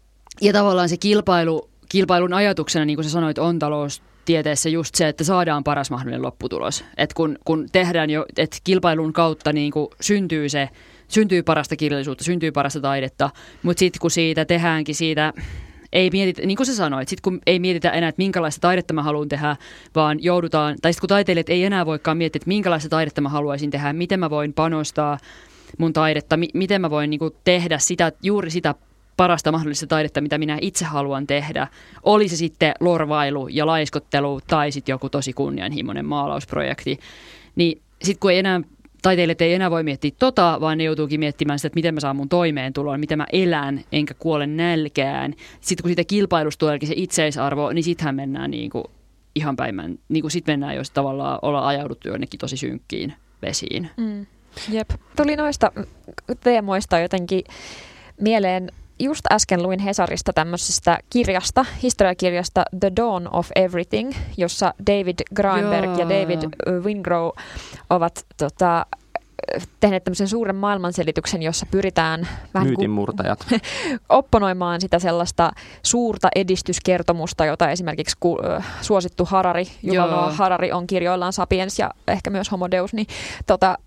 ja tavallaan se kilpailu, kilpailun ajatuksena, niin kuin sä sanoit, on taloustieteessä just se, että saadaan paras mahdollinen lopputulos. Että kun, kun tehdään jo, että kilpailun kautta niin kuin syntyy se, syntyy parasta kirjallisuutta, syntyy parasta taidetta, mutta sitten kun siitä tehdäänkin siitä, ei mietitä, niin kuin sä sanoit, sitten kun ei mietitä enää, että minkälaista taidetta mä haluan tehdä, vaan joudutaan, tai sitten kun taiteilijat ei enää voikaan miettiä, että minkälaista taidetta mä haluaisin tehdä, miten mä voin panostaa mun taidetta, mi- miten mä voin niin kuin tehdä sitä, juuri sitä parasta mahdollista taidetta, mitä minä itse haluan tehdä. Oli se sitten lorvailu ja laiskottelu tai sitten joku tosi kunnianhimoinen maalausprojekti. Niin sitten kun ei enää, taiteilijat ei enää voi miettiä tota, vaan ne joutuukin miettimään sitä, että miten mä saan mun toimeentuloon, miten mä elän enkä kuole nälkään. Sitten kun siitä kilpailusta tuleekin se itseisarvo, niin sittenhän mennään niin kuin ihan päivän, niin kuin sitten mennään, jos tavallaan ollaan ajauduttu jonnekin tosi synkkiin vesiin. Mm. Jep. Tuli noista teemoista jotenkin mieleen. Just äsken luin Hesarista tämmöisestä kirjasta, historiakirjasta The Dawn of Everything, jossa David Granberg Joo. ja David Wingrove ovat tota, tehneet tämmöisen suuren maailmanselityksen, jossa pyritään vähän myytinmurtajat opponoimaan sitä sellaista suurta edistyskertomusta, jota esimerkiksi ku, suosittu Harari, Yuval Noah Harari on kirjoillaan Sapiens ja ehkä myös Homo Deus, niin tota,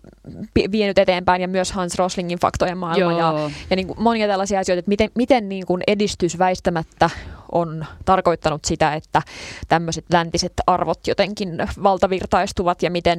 vienyt eteenpäin, ja myös Hans Roslingin Faktojen maailma ja, ja niin kuin monia tällaisia asioita, että miten, miten niin kuin edistys väistämättä on tarkoittanut sitä, että tämmöiset läntiset arvot jotenkin valtavirtaistuvat, ja miten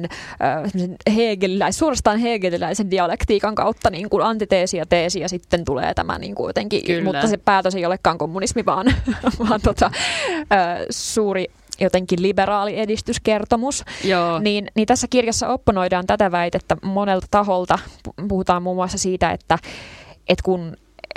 äh, hegeliläis, suorastaan hegeliläisen dialektiikan kautta niin kuin antiteesi ja teesi, ja sitten tulee tämä niin kuin jotenkin, Kyllä. mutta se päätös ei olekaan kommunismi, vaan, vaan tota, äh, suuri jotenkin liberaali edistyskertomus, niin, niin tässä kirjassa opponoidaan tätä väitettä monelta taholta. Puhutaan muun muassa siitä, että, että kun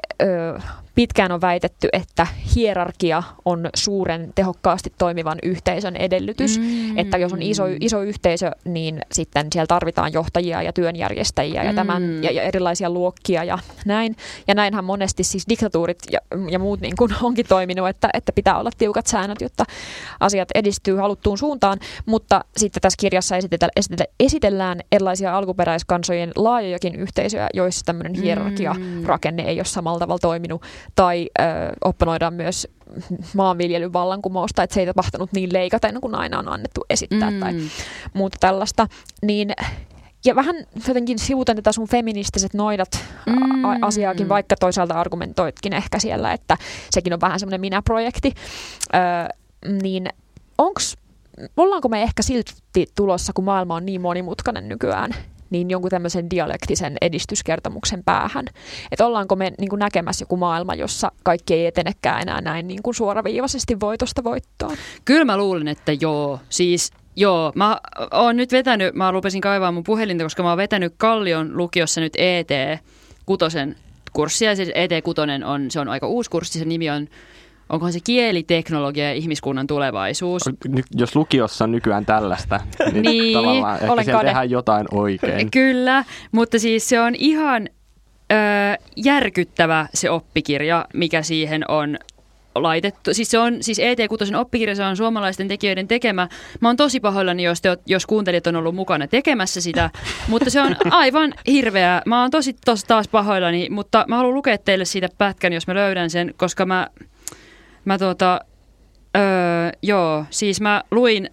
ö, pitkään on väitetty, että hierarkia on suuren tehokkaasti toimivan yhteisön edellytys, mm. että jos on iso, iso yhteisö, niin sitten siellä tarvitaan johtajia ja työnjärjestäjiä ja, tämän, ja, ja erilaisia luokkia ja näin. Ja näinhän monesti siis diktatuurit ja, ja muut niin kuin onkin toiminut, että, että pitää olla tiukat säännöt, jotta asiat edistyy haluttuun suuntaan, mutta sitten tässä kirjassa esitellään, esitellään erilaisia alkuperäiskansojen laajojakin yhteisöjä, joissa tämmöinen hierarkiarakenne ei ole samalla tavalla toiminut. Tai ö, opponoidaan myös maanviljelyn vallankumousta, että se ei tapahtunut niin leikaten, kun aina on annettu esittää mm. tai muuta tällaista. Niin ja vähän jotenkin sivutan tätä sun feministiset noidat mm. a- asiaakin, vaikka toisaalta argumentoitkin ehkä siellä, että sekin on vähän semmoinen minä-projekti, öö, niin onks, ollaanko me ehkä silti tulossa, kun maailma on niin monimutkainen nykyään, niin jonkun tämmöisen dialektisen edistyskertomuksen päähän. Että ollaanko me niin kuin näkemässä joku maailma, jossa kaikki ei etenekään enää näin niin kuin suoraviivaisesti voitosta voittoon? Kyllä mä luulen, että joo. Siis joo, mä oon nyt vetänyt, mä rupesin kaivaa mun puhelinta, koska mä oon vetänyt Kallion lukiossa nyt E T kuusi kurssia. Siis E T kuusi on, se on aika uusi kurssi, se nimi on, onkohan se kieliteknologia ja ihmiskunnan tulevaisuus. Jos lukiossa on nykyään tällaista, niin, niin tavallaan ehkä siellä tehdään jotain oikein. Kyllä, mutta siis se on ihan ö, järkyttävä se oppikirja, mikä siihen on laitettu. Siis se on, siis E T kuusi oppikirja, se on suomalaisten tekijöiden tekemä. Mä oon tosi pahoillani, jos, te, jos kuuntelijat on ollut mukana tekemässä sitä, mutta se on aivan hirveää. Mä oon tosi tos, taas pahoillani, mutta mä haluan lukea teille siitä pätkän, jos mä löydän sen, koska mä Mä tuota, öö, joo, siis mä luin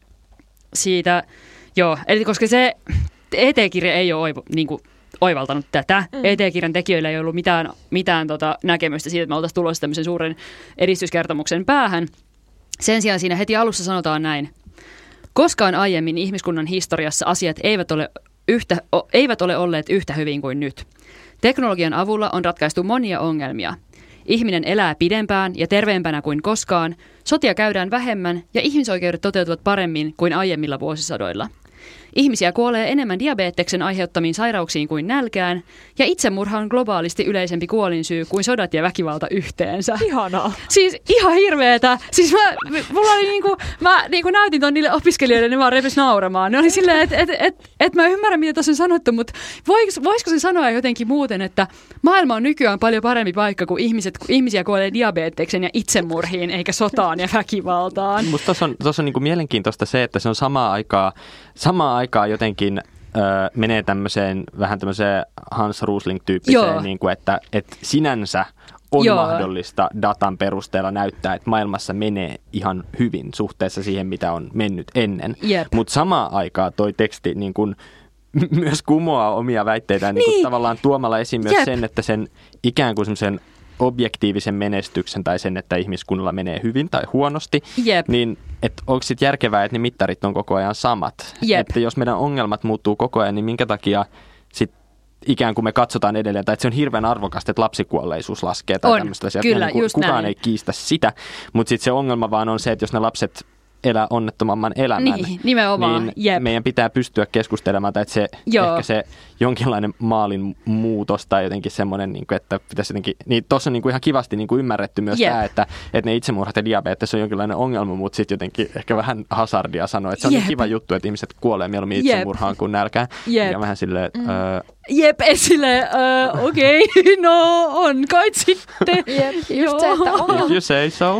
siitä, joo, eli koska se E T-kirja ei ole oivo, niin kuin, oivaltanut tätä. Mm. E T-kirjan tekijöillä ei ollut mitään, mitään tota, näkemystä siitä, että me oltaisiin tulossa tämmöisen suuren edistyskertomuksen päähän. Sen sijaan siinä heti alussa sanotaan näin. Koskaan aiemmin ihmiskunnan historiassa asiat eivät ole, yhtä, o, eivät ole olleet yhtä hyvin kuin nyt. Teknologian avulla on ratkaistu monia ongelmia. Ihminen elää pidempään ja terveempänä kuin koskaan, sotia käydään vähemmän ja ihmisoikeudet toteutuvat paremmin kuin aiemmilla vuosisadoilla. Ihmisiä kuolee enemmän diabeteksen aiheuttamiin sairauksiin kuin nälkään, ja itsemurha on globaalisti yleisempi kuolinsyy kuin sodat ja väkivalta yhteensä. Ihanaa. Siis ihan hirveetä. Siis mä, mulla oli niinku, mä niinku näytin ton niille opiskelijoille, ne vaan repes nauramaan. Ne oli silleen, että et, et, et mä ymmärrän, mitä tässä on sanottu, mutta vois, voisiko se sanoa jotenkin muuten, että maailma on nykyään paljon parempi paikka, kun ihmiset, kun ihmisiä kuolee diabeteksen ja itsemurhiin, eikä sotaan ja väkivaltaan. Musta tuossa on, tossa on niinku mielenkiintoista se, että se on samaan aikaan, samaan aikaan jotenkin ö, menee tämmöiseen vähän tämmöiseen Hans Rosling-tyyppiseen, niin kuin, että, että sinänsä on Joo. mahdollista datan perusteella näyttää, että maailmassa menee ihan hyvin suhteessa siihen, mitä on mennyt ennen. Mutta samaan aikaan toi teksti niin kuin, myös kumoaa omia väitteitään niin. Niin kuin, tavallaan tuomalla esiin myös Jep. sen, että sen ikään kuin semmoisen objektiivisen menestyksen tai sen, että ihmiskunnalla menee hyvin tai huonosti, Jep. niin että onko sitten järkevää, että ne mittarit on koko ajan samat. Jep. Että jos meidän ongelmat muuttuu koko ajan, niin minkä takia sitten ikään kuin me katsotaan edelleen, tai että se on hirveän arvokasta, että lapsikuolleisuus laskee tai tämmöistä asiaa. Kyllä, niin kukaan näin. Ei kiistä sitä, mutta sitten se ongelma vaan on se, että jos ne lapset elää onnettomamman elämän, niin, nimenomaan. niin Jep. meidän pitää pystyä keskustelemaan, tai että se, ehkä se jonkinlainen maalin muutos tai jotenkin semmoinen, niin kuin, että pitäisi jotenkin, niin tuossa on niin kuin ihan kivasti niin kuin ymmärretty myös Jep. tämä, että, että ne itsemurhat ja diabetes on jonkinlainen ongelma, mutta sitten jotenkin ehkä vähän hazardia sanoa, että se on Jep. niin kiva juttu, että ihmiset kuolee mieluummin itsemurhaan kuin nälkään. Jep. Ja vähän silleen, mm. öö, Jep, esille, uh, okei, okay. no on kai sitten. Jep, just se, että on. If you say so.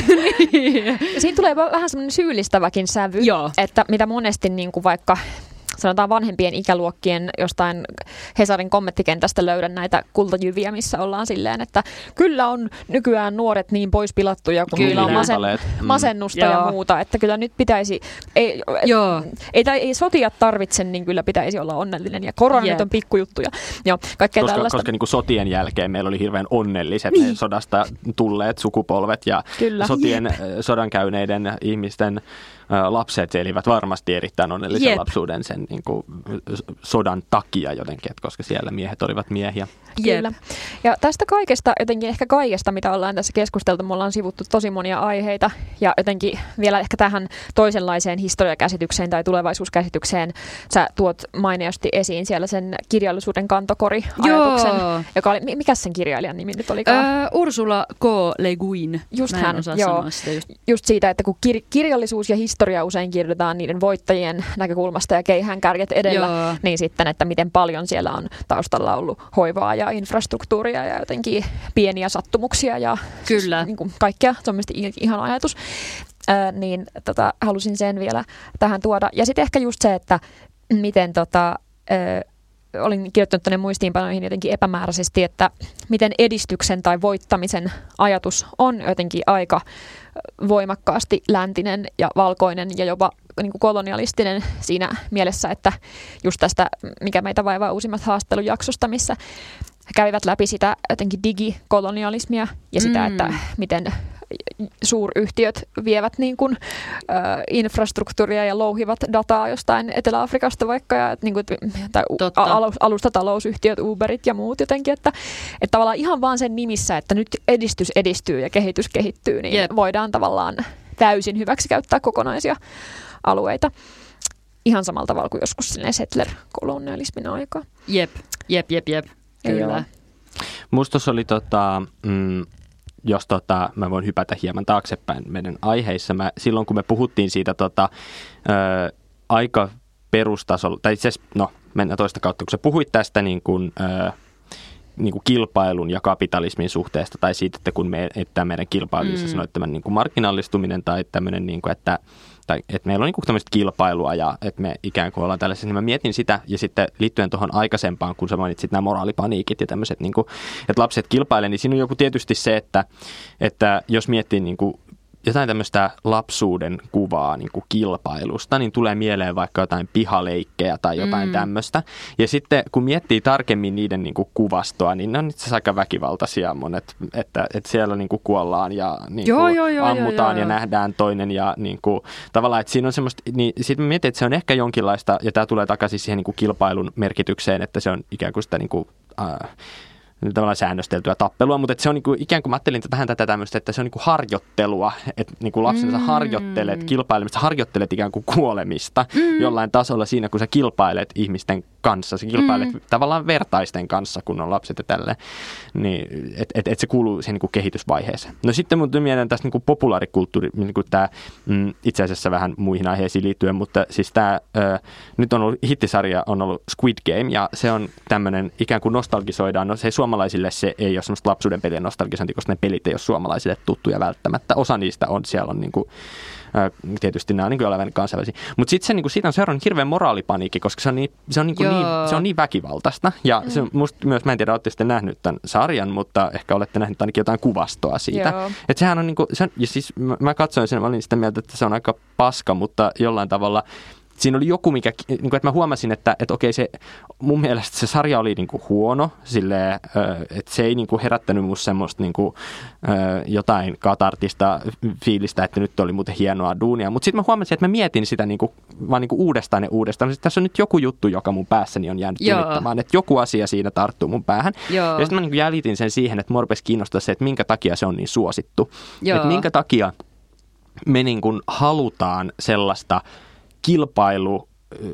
niin. Siinä tulee vähän semmoinen syyllistäväkin sävy, Joo. että mitä monesti niin kuin vaikka sanotaan vanhempien ikäluokkien jostain Hesarin kommenttikentästä löydän näitä kultajyviä, missä ollaan silleen, että kyllä on nykyään nuoret niin pois pilattuja, kun kyllä on masen, masennusta mm. ja muuta, että kyllä nyt pitäisi, ei, ei, ei sotia tarvitse, niin kyllä pitäisi olla onnellinen ja korona nyt on pikkujuttuja. Joo, kaikkea koska tällaista. koska niin kuin sotien jälkeen meillä oli hirveän onnelliset niin. sodasta tulleet sukupolvet ja kyllä. sotien Jep. sodan käyneiden ihmisten lapset elivät varmasti erittäin onnellisen Jep. lapsuuden sen niin kuin, sodan takia jotenkin, että koska siellä miehet olivat miehiä. Kyllä. Ja tästä kaikesta, jotenkin ehkä kaikesta, mitä ollaan tässä keskusteltu, me ollaan sivuttu tosi monia aiheita ja jotenkin vielä ehkä tähän toisenlaiseen historiakäsitykseen tai tulevaisuuskäsitykseen sä tuot mainiosti esiin siellä sen kirjallisuuden kantokori-ajatuksen, joo. joka oli, mikä sen kirjailijan nimi nyt olikaan? Öö, Ursula K. Le Guin. Just hän, joo. Just. just siitä, että kun kir- kirjallisuus ja historia usein kirjoitetaan niiden voittajien näkökulmasta ja keihäänkärjet edellä, joo. niin sitten, että miten paljon siellä on taustalla ollut hoivaa ja infrastruktuuria ja jotenkin pieniä sattumuksia ja Kyllä. Niin kuin kaikkea. Se on mielestäni ihan ajatus. Äh, niin tota, halusin sen vielä tähän tuoda. Ja sitten ehkä just se, että miten tota, äh, olin kirjoittanut tuonne muistiinpanoihin jotenkin epämääräisesti, että miten edistyksen tai voittamisen ajatus on jotenkin aika voimakkaasti läntinen ja valkoinen ja jopa niin kuin kolonialistinen siinä mielessä, että just tästä, mikä meitä vaivaa uusimmat haastattelujaksosta, missä kävivät läpi sitä jotenkin digikolonialismia ja sitä, mm. että miten suuryhtiöt vievät niin kuin, ö, infrastruktuuria ja louhivat dataa jostain Etelä-Afrikasta vaikka, ja, niin kuin, tai alus, alustatalousyhtiöt, Uberit ja muut jotenkin, että, että tavallaan ihan vaan sen nimissä, että nyt edistys edistyy ja kehitys kehittyy, niin yep. voidaan tavallaan täysin hyväksi käyttää kokonaisia alueita. Ihan samalla tavalla kuin joskus settler-kolonialismin aikaa. Jep, jep, jep, jep. Kyllä. Musta oli tota... Mm, jos tota, mä voin hypätä hieman taaksepäin meidän aiheissa. Mä, silloin kun me puhuttiin siitä tota, ö, aika perustasolla, tai itse asiassa, no mennään toista kautta, kun sä puhuit tästä niin kuin, ö, niin kuin kilpailun ja kapitalismin suhteesta, tai siitä, että kun me, että meidän kilpailuissa mm. sanoit tämän niin kuin markkinallistuminen, tai tämmöinen, niin kuin, että tai että meillä on niin kuin tämmöistä kilpailua ja että me ikään kuin ollaan tällaisessa, niin mä mietin sitä ja sitten liittyen tuohon aikaisempaan, kun sä mainitsit nämä moraalipaniikit ja tämmöiset, niin kuin, että lapset kilpailee, niin siinä on joku tietysti se, että, että jos miettii niin kuin jotain tämmöistä lapsuuden kuvaa niin kuin kilpailusta, niin tulee mieleen vaikka jotain pihaleikkejä tai jotain mm. tämmöistä. Ja sitten kun miettii tarkemmin niiden niin kuin kuvastoa, niin ne on itse asiassa aika väkivaltaisia monet, että, että siellä niin kuin kuollaan ja niin joo, kuin joo, joo, ammutaan joo, joo. ja nähdään toinen. Ja niin kuin, tavallaan, että siinä on semmoista, niin sitten mietin, että se on ehkä jonkinlaista, ja tämä tulee takaisin siihen niin kuin kilpailun merkitykseen, että se on ikään kuin sitä niin kuin, äh, tavallaan säännösteltyä tappelua, mutta se on niin kuin, ikään kuin mä ajattelin vähän tätä tämmöistä, että se on niin kuin harjoittelua, että niin kuin lapsena mm. sä harjoittelet kilpailemista, harjoittelet ikään kuin kuolemista mm. jollain tasolla siinä, kun sä kilpailet ihmisten kanssa, sä kilpailet mm. tavallaan vertaisten kanssa, kun on lapset ja tälleen, niin että et, et se kuuluu siihen niin kuin kehitysvaiheeseen. No sitten mun tuli mieleen tästä niin kuin populaarikulttuuri, niin kuin tämä mm, itse asiassa vähän muihin aiheisiin liittyen, mutta siis tämä, ö, nyt on ollut hittisarja, on ollut Squid Game, ja se on tämmöinen ikään kuin nostalgisoidaan, no se ei suomalaisille se ei ole semmoista lapsuuden pelien nostalgisointia, koska ne pelit ei ole suomalaisille tuttuja välttämättä. Osa niistä on, siellä on niin kuin, ää, tietysti nämä on niin kuin jollain kansainvälisiä. Mutta sitten se, niin kuin, siitä on seurannut hirveän moraalipaniikki, koska se on niin, se on niin, kuin niin, se on niin väkivaltaista. Ja mm. se on musta myös, mä en tiedä, olette sitten nähnyt tämän sarjan, mutta ehkä olette nähneet ainakin jotain kuvastoa siitä. Että sehän on niin kuin, se on, ja siis mä, mä katsoin sen, mä olin sitä mieltä, että se on aika paska, mutta jollain tavalla siinä oli joku, mikä, niin kuin, että mä huomasin, että, että okei, se, mun mielestä se sarja oli niin kuin huono, silleen, että se ei niin kuin herättänyt musta semmoista niin kuin, jotain katartista fiilistä, että nyt oli muuten hienoa duunia. Mutta sitten mä huomasin, että mä mietin sitä niin kuin, vaan niin kuin uudestaan ja uudestaan. Sitten tässä on nyt joku juttu, joka mun päässäni on jäänyt jumittamaan, että joku asia siinä tarttuu mun päähän. Joo. Ja sitten mä niin kuin jäljitin sen siihen, että mua rupesi kiinnostaa se, että minkä takia se on niin suosittu. Joo. Että minkä takia me niin kuin halutaan sellaista kilpailu,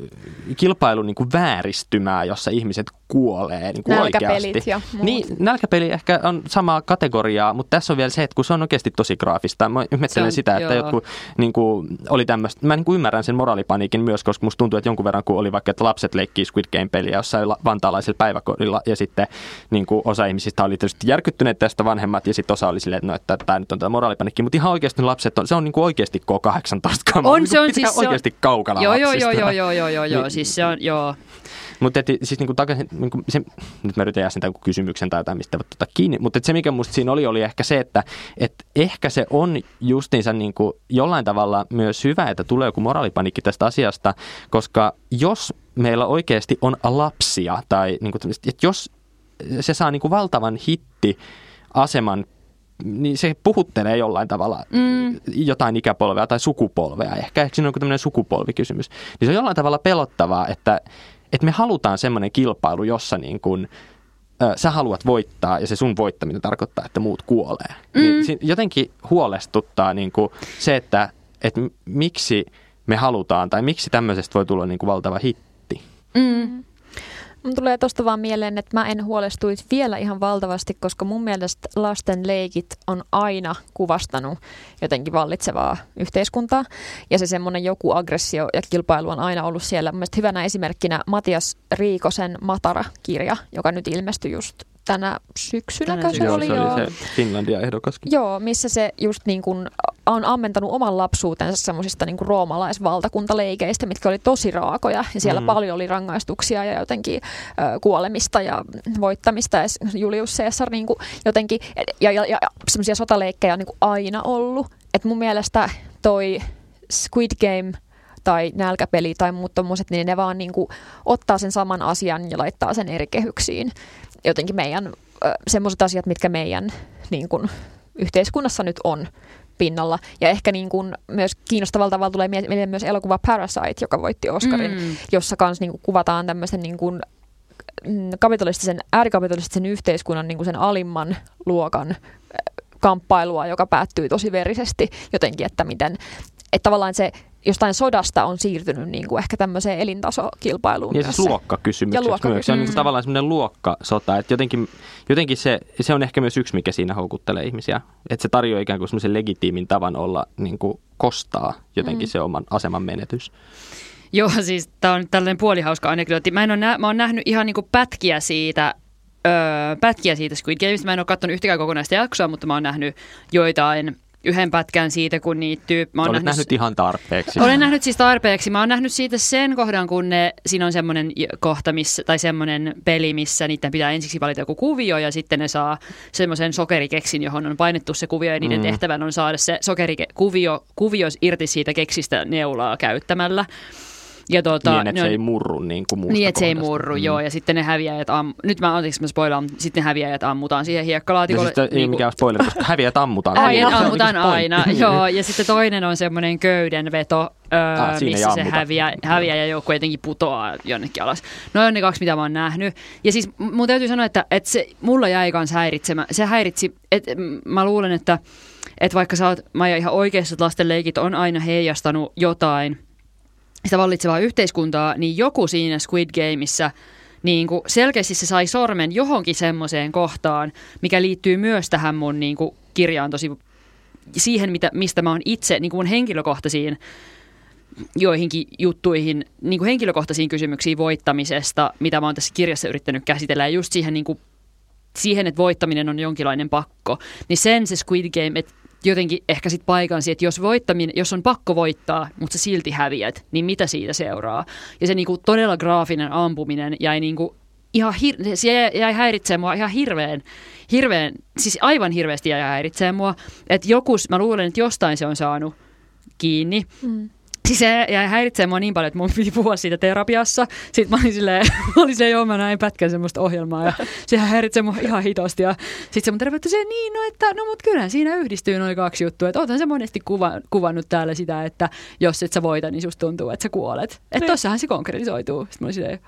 kilpailu niin kuin vääristymää, jossa ihmiset kuolee niin kuin nälkäpelit ja muut. Niin, nälkäpeli ehkä on samaa kategoriaa, mutta tässä on vielä se, että kun se on oikeasti tosi graafista. Mä ihmettelen sitä, että joo. jotkut niin kuin, oli tämmöistä, mä niin kuin ymmärrän sen moraalipaniikin myös, koska musta tuntuu, että jonkun verran kun oli vaikka, että lapset leikkii Squid Game-peliä jossain vantaalaisella päiväkodilla, ja sitten niin kuin osa ihmisistä oli tietysti järkyttyneet tästä vanhemmat, ja sitten osa oli silleen, että no, että tämä nyt on tämä moraalipaniikki, mutta ihan oikeasti lapset on, se on niin kuin oikeasti K kahdeksantoista kamaa. On, se on siis oikeasti kaukana joo, lapsista. Joo, joo, joo, joo, joo, joo, siis se on, joo. Mutta siis niinku takaisin, niinku se, nyt mä yritän jäsentää kysymyksen tai jotain, mistä voit ottaa kiinni, mutta se mikä musta siinä oli, oli ehkä se, että et ehkä se on justiinsa niinku jollain tavalla myös hyvä, että tulee joku moraalipaniikki tästä asiasta, koska jos meillä oikeasti on lapsia tai niinku, että jos se saa niinku valtavan hittiaseman, niin se puhuttelee jollain tavalla mm. jotain ikäpolvea tai sukupolvea. Ehkä, ehkä siinä on tämmöinen sukupolvikysymys. Niin se on jollain tavalla pelottavaa, että, että me halutaan semmoinen kilpailu, jossa niin kun, ö, sä haluat voittaa ja se sun voittaminen tarkoittaa, että muut kuolee. Mm. Niin jotenkin huolestuttaa niin kun se, että, että miksi me halutaan tai miksi tämmöisestä voi tulla niin kun valtava hitti. Mm. Mun tulee tosta vaan mieleen, että mä en huolestuisi vielä ihan valtavasti, koska mun mielestä lasten leikit on aina kuvastanut jotenkin vallitsevaa yhteiskuntaa. Ja se semmoinen joku aggressio ja kilpailu on aina ollut siellä. Mun mielestä hyvänä esimerkkinä Matias Riikosen Matara-kirja, joka nyt ilmestyi just tänä syksynä. Tänä syksynä. Se oli, joo, se oli se Finlandia-ehdokaskin. Joo, missä se just niin kuin on ammentanut oman lapsuutensa semmoisista niin kuin roomalaisvaltakuntaleikeistä, mitkä oli tosi raakoja. Ja siellä mm. paljon oli rangaistuksia ja jotenkin ö, kuolemista ja voittamista. Ja Julius Caesar niin kuin jotenkin, ja, ja, ja semmoisia sotaleikkejä on niin kuin aina ollut. Et mun mielestä toi Squid Game tai nälkäpeli tai muut tommoset, niin ne vaan niin kuin ottaa sen saman asian ja laittaa sen eri kehyksiin. Jotenkin meidän semmoiset asiat, mitkä meidän niin kuin yhteiskunnassa nyt on pinnalla. Ja ehkä niin kuin myös kiinnostavalla tavalla tulee mieleen myös elokuva Parasite, joka voitti Oscarin, mm. jossa kanssa niin kuin kuvataan tämmöisen niin kuin kapitalistisen, äärikapitalistisen yhteiskunnan niin kuin sen alimman luokan kamppailua, joka päättyy tosi verisesti jotenkin, että miten, että tavallaan se jostain sodasta on siirtynyt niin kuin ehkä tämmöiseen elintasokilpailuun. Ja siis luokkakysymykseksi myös. Se on niin kuin tavallaan semmoinen luokkasota, että jotenkin, jotenkin se, se on ehkä myös yksi, mikä siinä houkuttelee ihmisiä. Että se tarjoaa ikään kuin semmoisen legitiimin tavan olla, niin kuin kostaa jotenkin mm. se oman aseman menetys. Joo, siis tämä on tällainen puolihauska anekdootti. Mä, en ole nä- mä oon nähnyt ihan niinku pätkiä siitä, öö, pätkiä siitä Squid Gameista. Mä en ole katsonut yhtäkään kokonaista jaksoa, mutta mä oon nähnyt joitain, yhden pätkän siitä, kun niitä tyyppi... Olet nähnyt, nähnyt ihan tarpeeksi. Olen nähnyt siis tarpeeksi. Mä oon nähnyt siitä sen kohdan, kun ne, siinä on semmoinen kohta, missä, tai semmoinen peli, missä niiden pitää ensiksi valita joku kuvio, ja sitten ne saa semmoisen sokerikeksin, johon on painettu se kuvio, ja niiden mm. tehtävän on saada se sokerikuvio kuvio irti siitä keksistä neulaa käyttämällä. Ja tuota, niin, että se ei murru niin kuin muusta Niin, että se ei kohdasta. murru, mm. joo. Ja sitten ne häviäjät, am... nyt mä anteeksi, mä spoilaan, sitten ne häviäjät ammutaan siihen hiekkalaatikolle. No siis ei niin mikään spoileri, koska häviäjät ammutaan. Häviäjät ammutaan aina, joo. Ja sitten toinen on semmoinen köydenveto, öö, ah, missä se häviä, häviäjä joukko jotenkin putoaa jonnekin alas. No on ne kaksi, mitä mä oon nähnyt. Ja siis mun täytyy sanoa, että, että se mulla jäi kans häiritsemään. Se häiritsi, että mä luulen, että, että vaikka sä oot, mä ihan oikeassa, että lasten leikit on aina heijastanut jotain sitä vallitsevaa yhteiskuntaa, niin joku siinä Squid Gameissa niin kuin selkeästi se sai sormen johonkin semmoiseen kohtaan, mikä liittyy myös tähän mun niin kuin kirjaan tosi siihen, mitä, mistä mä oon itse niin kuin mun henkilökohtaisiin joihinkin juttuihin, niin kuin henkilökohtaisiin kysymyksiin voittamisesta, mitä mä oon tässä kirjassa yrittänyt käsitellä, ja just siihen, niin kuin, siihen että voittaminen on jonkinlainen pakko, niin sen se Squid Game, että jotenkin ehkä sitten paikansi, että jos voittaminen, jos on pakko voittaa, mutta sä silti häviät, niin mitä siitä seuraa? Ja se niinku todella graafinen ampuminen jäi niinku ihan hir- se jäi, jäi häiritsemään mua ihan hirveän, hirveän, siis aivan hirveästi jäi häiritsemään mua. Että joku, mä luulen, että jostain se on saanut kiinni. Mm. Siis se jäi häiritsemään mua niin paljon, että mun piti puhua siitä terapiassa. Sitten mä olin silleen, mä olin silleen, joo, mä näin pätkän semmoista ohjelmaa ja sehän häiritsee mua ihan hitosti. Ja sitten se mun terapeutti se, niin, no että, no mut kyllä siinä yhdistyy noin kaksi juttua. Että oothan sä monesti kuva, kuvannut täällä sitä, että jos et sä voita, niin susta tuntuu, että sä kuolet. Että tossahan se konkretisoituu. Sitten mä olin silleen,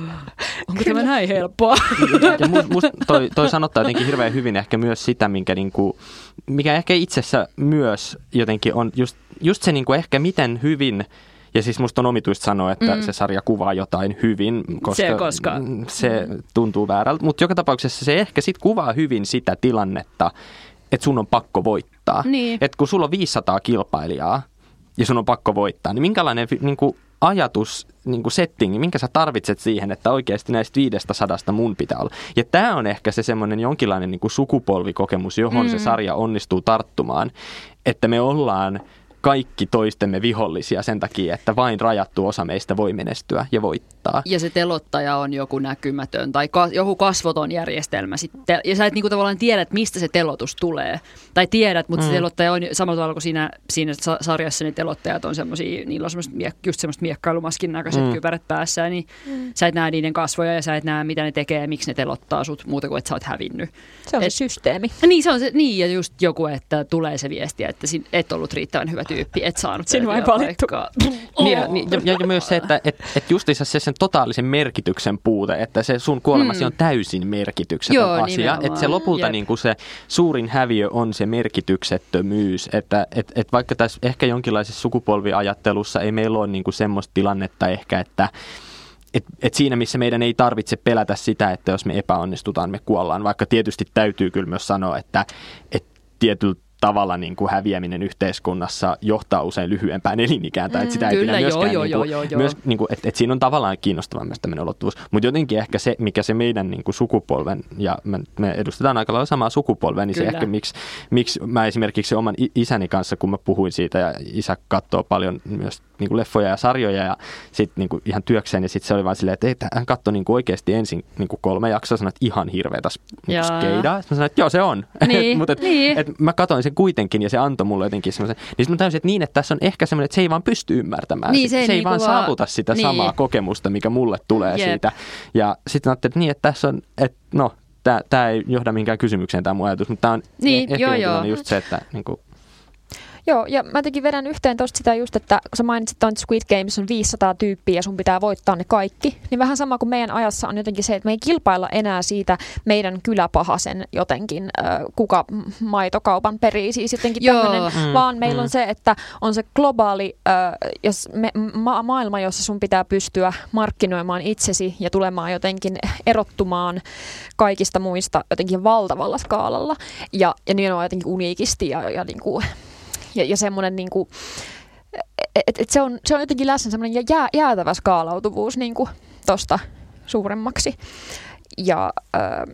onko tämä näin helppoa? Ja musta toi, toi sanottaa jotenkin hirveän hyvin ehkä myös sitä, minkä niinku, mikä ehkä itsessä myös jotenkin on just, just se niinku ehkä miten hyvin, ja siis musta on omituista sanoa, että mm. se sarja kuvaa jotain hyvin, koska se, koska. se tuntuu väärältä. Mutta joka tapauksessa se ehkä sit kuvaa hyvin sitä tilannetta, että sun on pakko voittaa. Niin. Että kun sulla on viisisataa kilpailijaa ja sun on pakko voittaa, niin minkälainen niinku ajatus, niin kuin settingi, minkä sä tarvitset siihen, että oikeasti näistä viidestä sadasta mun pitää olla. Ja tämä on ehkä se semmoinen jonkinlainen niin kuin sukupolvikokemus, johon mm. se sarja onnistuu tarttumaan, että me ollaan kaikki toistemme vihollisia sen takia, että vain rajattu osa meistä voi menestyä ja voittaa. Ja se telottaja on joku näkymätön tai ka- joku kasvoton järjestelmä. Sitten, ja sä et niinku tavallaan tiedä, mistä se telotus tulee. Tai tiedät, mutta mm. se telottaja on samalla tavalla kuin siinä, siinä sarjassa ne telottajat on semmosia, niillä on semmoista, just semmoista miekkailumaskin näköiset mm. kypärät päässä. Niin mm. sä et näe niiden kasvoja ja sä et näe, mitä ne tekee ja miksi ne telottaa sut muuta kuin, että sä oot hävinnyt. Se on et, se systeemi. Niin, se on se, niin, ja just joku, että tulee se viesti, että sin, et ollut riittävän hyvä tyyppi, et saanut siinä vain valittu. Oh. Niin, ja, ja, ja myös se, että et, et justiinsa se sen totaalisen merkityksen puute, että se sun kuolemasi mm. on täysin merkityksetön Joo, asia. Nimenomaan. Että se lopulta niin kuin se suurin häviö on se merkityksettömyys. Että et, et vaikka tässä ehkä jonkinlaisessa sukupolviajattelussa ei meillä ole niin kuin semmoista tilannetta ehkä, että Et, et siinä, missä meidän ei tarvitse pelätä sitä, että jos me epäonnistutaan, me kuollaan. Vaikka tietysti täytyy kyllä myös sanoa, että et tietyllä tavalla niin kuin häviäminen yhteiskunnassa johtaa usein lyhyempään elinikään. Tai että sitä ei kyllä, pidä myöskään, joo, niin kuin, joo, joo, myös, niin kuin, että, että siinä on tavallaan kiinnostava myös tämmöinen ulottuvuus. Mutta jotenkin ehkä se, mikä se meidän niin kuin sukupolven, ja me, me edustetaan aika lailla samaa sukupolvea, niin kyllä. se ehkä miksi, miksi mä esimerkiksi se oman isäni kanssa, kun mä puhuin siitä, ja isä katsoo paljon myös niin kuin leffoja ja sarjoja, ja sitten niin kuin ihan työkseen, ja sitten se oli vaan silleen, että hän katsoi niin kuin oikeasti ensin niin kuin kolme jaksoa, sanoi, että ihan hirveätä niin skeidaa. Sitten mä sanoin, että joo, se on. Niin, Mutta niin. et mä katsoin sen kuitenkin, ja se antoi mulle jotenkin semmoisen. Niin mä täysin, että niin, että tässä on ehkä semmoinen, että se ei vaan pysty ymmärtämään. Niin, se ei, se ei niin vaan vaan saavuta sitä niin. samaa kokemusta, mikä mulle tulee Jep. siitä. Ja sitten ajattelin, että niin, että tässä on, että no, tämä ei johda minkään kysymykseen tämä mun ajatus, mutta tämä on niin, ehkä joo, joo. just se, että niin kuin, Joo, ja mä tekin vedän yhteen tuosta sitä just, että kun sä mainitsit, että Squid Games on viisisataa tyyppiä ja sun pitää voittaa ne kaikki, niin vähän sama kuin meidän ajassa on jotenkin se, että me ei kilpailla enää siitä meidän kyläpahasen jotenkin, äh, kuka maitokaupan perii, siis jotenkin tämmöinen, Mm, vaan meillä mm. on se, että on se globaali äh, jos me, ma- maailma, jossa sun pitää pystyä markkinoimaan itsesi ja tulemaan jotenkin erottumaan kaikista muista jotenkin valtavalla skaalalla ja, ja niin on jotenkin uniikisti ja, ja niin kuin Ja, ja semmoinen, niin kuin, et, et se, on, se on jotenkin läsnä semmoinen jää, jäätävä skaalautuvuus niin kuin tosta suuremmaksi. Ja äh,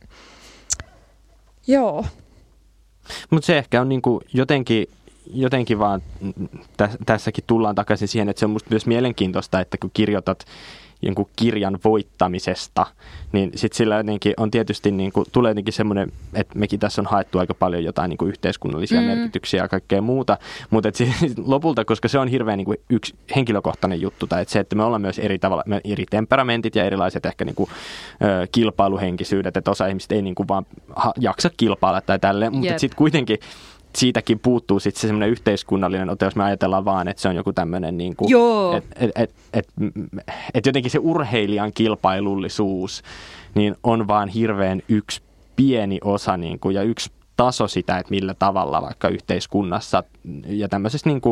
joo. Mutta se ehkä on niinku jotenkin, jotenkin vaan, tä, tässäkin tullaan takaisin siihen, että se on musta myös mielenkiintoista, että kun kirjoitat jonkun kirjan voittamisesta, niin sitten sillä jotenkin on tietysti, niin kuin, tulee jotenkin semmoinen, että mekin tässä on haettu aika paljon jotain niin kuin yhteiskunnallisia mm. merkityksiä ja kaikkea muuta, mutta siis lopulta, koska se on hirveän niin kuin yksi henkilökohtainen juttu, tai että se, että me ollaan myös eri tavalla, eri temperamentit ja erilaiset ehkä niin kuin, ö, kilpailuhenkisyydet, että osa ihmistä ei niin kuin vaan jaksa kilpailla tai tälleen, mutta sitten kuitenkin siitäkin puuttuu sitten se semmoinen yhteiskunnallinen ote, jos me ajatellaan vaan, että se on joku tämmöinen, niin kuin, että et, et, et, et jotenkin se urheilijan kilpailullisuus niin on vaan hirveän yksi pieni osa niin kuin, ja yksi taso sitä, että millä tavalla vaikka yhteiskunnassa ja tämmöisessä, niin kuin,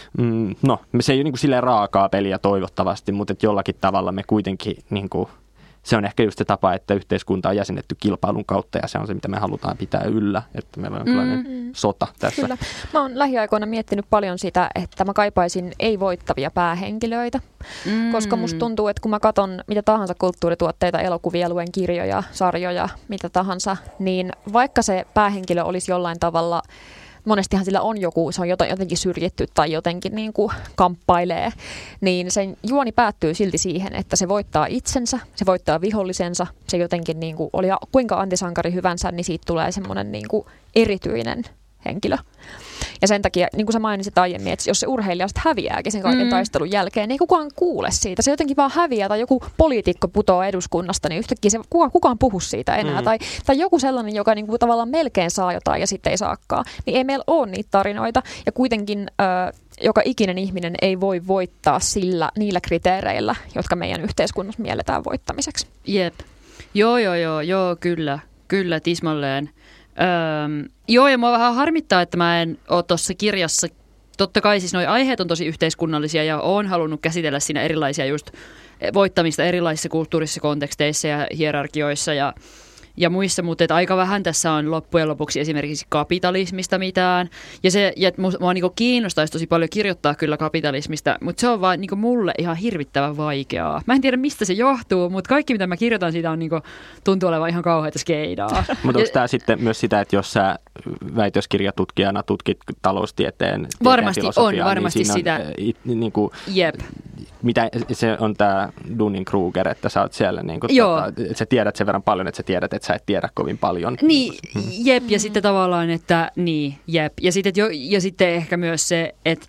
no se ei ole niin kuin silleen raakaa peliä toivottavasti, mutta että jollakin tavalla me kuitenkin niin kuin, se on ehkä just se tapa, että yhteiskunta on jäsennetty kilpailun kautta ja se on se, mitä me halutaan pitää yllä, että meillä on jonkinlainen mm. sota tässä. Kyllä. Mä oon lähiaikoina miettinyt paljon sitä, että mä kaipaisin ei-voittavia päähenkilöitä, mm. koska musta tuntuu, että kun mä katson mitä tahansa kulttuurituotteita, elokuvia, luen kirjoja, sarjoja, mitä tahansa, niin vaikka se päähenkilö olisi jollain tavalla, monestihan sillä on joku, se on jotenkin syrjitty tai jotenkin niin kuin kamppailee, niin sen juoni päättyy silti siihen, että se voittaa itsensä, se voittaa vihollisensa, se jotenkin niin kuin, oli kuinka antisankari hyvänsä, niin siitä tulee semmoinen niin kuin erityinen henkilö. Ja sen takia, niin kuin sä mainitsit aiemmin, että jos se urheilija sitten häviääkin sen kaiken mm. taistelun jälkeen, niin ei kukaan kuule siitä. Se jotenkin vaan häviää tai joku poliitikko putoaa eduskunnasta, niin yhtäkkiä se, kukaan, kukaan puhu siitä enää. Mm. Tai, tai joku sellainen, joka niin kuin tavallaan melkein saa jotain ja sitten ei saakaan. Niin ei meillä ole niitä tarinoita. Ja kuitenkin ö, joka ikinen ihminen ei voi voittaa sillä, niillä kriteereillä, jotka meidän yhteiskunnassa mielletään voittamiseksi. Jep. Joo, joo, joo, joo, kyllä. Kyllä, tismalleen. Öö, joo, ja mua vähän harmittaa, että mä en ole tuossa kirjassa, totta kai siis noi aiheet on tosi yhteiskunnallisia ja oon halunnut käsitellä siinä erilaisia just voittamista erilaisissa kulttuurisissa konteksteissa ja hierarkioissa ja, ja muissa, mutta että aika vähän tässä on loppujen lopuksi esimerkiksi kapitalismista mitään. Ja se, ja mua niinku kiinnostaisi tosi paljon kirjoittaa kyllä kapitalismista, mutta se on vaan niinku mulle ihan hirvittävän vaikeaa. Mä en tiedä mistä se johtuu, mutta kaikki mitä mä kirjoitan siitä on niinku, tuntuu olevan ihan kauheita skeidaa. Mutta onko tämä sitten myös sitä, että jos sä väitöskirjatutkijana tutkit taloustieteen varmasti on, varmasti niin sitä. On, niin kuin, Jep. Mitä se on tämä Dunning-Kruger, että sä oot siellä, niin kuin, tota, että sä tiedät sen verran paljon, että sä tiedät, että sä et tiedä kovin paljon. Niin, jep, ja sitten tavallaan, että niin, jep. Ja sitten, jo, ja sitten ehkä myös se, että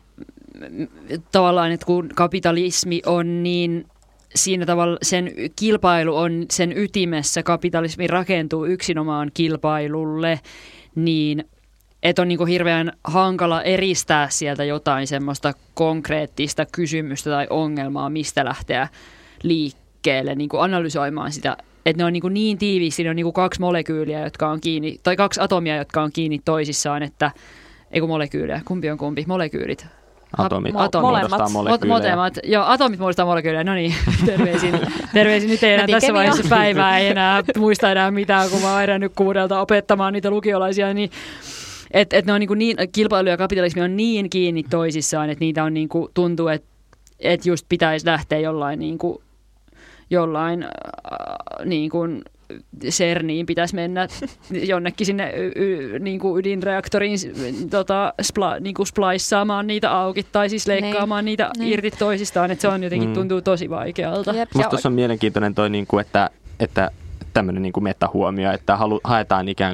tavallaan, että kun kapitalismi on niin, siinä tavalla sen kilpailu on sen ytimessä, kapitalismi rakentuu yksinomaan kilpailulle, niin että on niin kuin hirveän hankala eristää sieltä jotain semmoista konkreettista kysymystä tai ongelmaa, mistä lähteä liikkeelle, niin kuin analysoimaan sitä. Että ne on niin, kuin niin tiiviisti, ne on niin kuin kaksi molekyyliä, jotka on kiinni, tai kaksi atomia, jotka on kiinni toisissaan, että, ei kun molekyyliä, kumpi on kumpi, molekyylit. Atomit, atomit. muodostaa molekyylejä. Molemmat. Joo, atomit muodostaa molekyylejä. No niin, terveisin. Terveisin nyt ei enää tässä vaiheessa päivää, ei enää muista enää mitään, kun mä oon erännyt kuudelta opettamaan niitä lukiolaisia, niin että et ne on niin, niin, kilpailu ja kapitalismi on niin kiinni toisissaan, että niitä on niin kuin, tuntuu, että et just pitäisi lähteä jollain, niin kuin, jollain äh, niin kuin CERNiin pitäisi mennä jonnekin sinne y, y, niin kuin ydinreaktoriin tota, spla, niin kuin splaissaamaan niitä auki tai siis leikkaamaan ne, niitä ne. irti toisistaan, että se on jotenkin tuntuu tosi vaikealta. Jep, musta tuossa on mielenkiintoinen toi, niin kuin, että, että tämmöinen niin kuin metahuomio, että halu, haetaan ikään kuin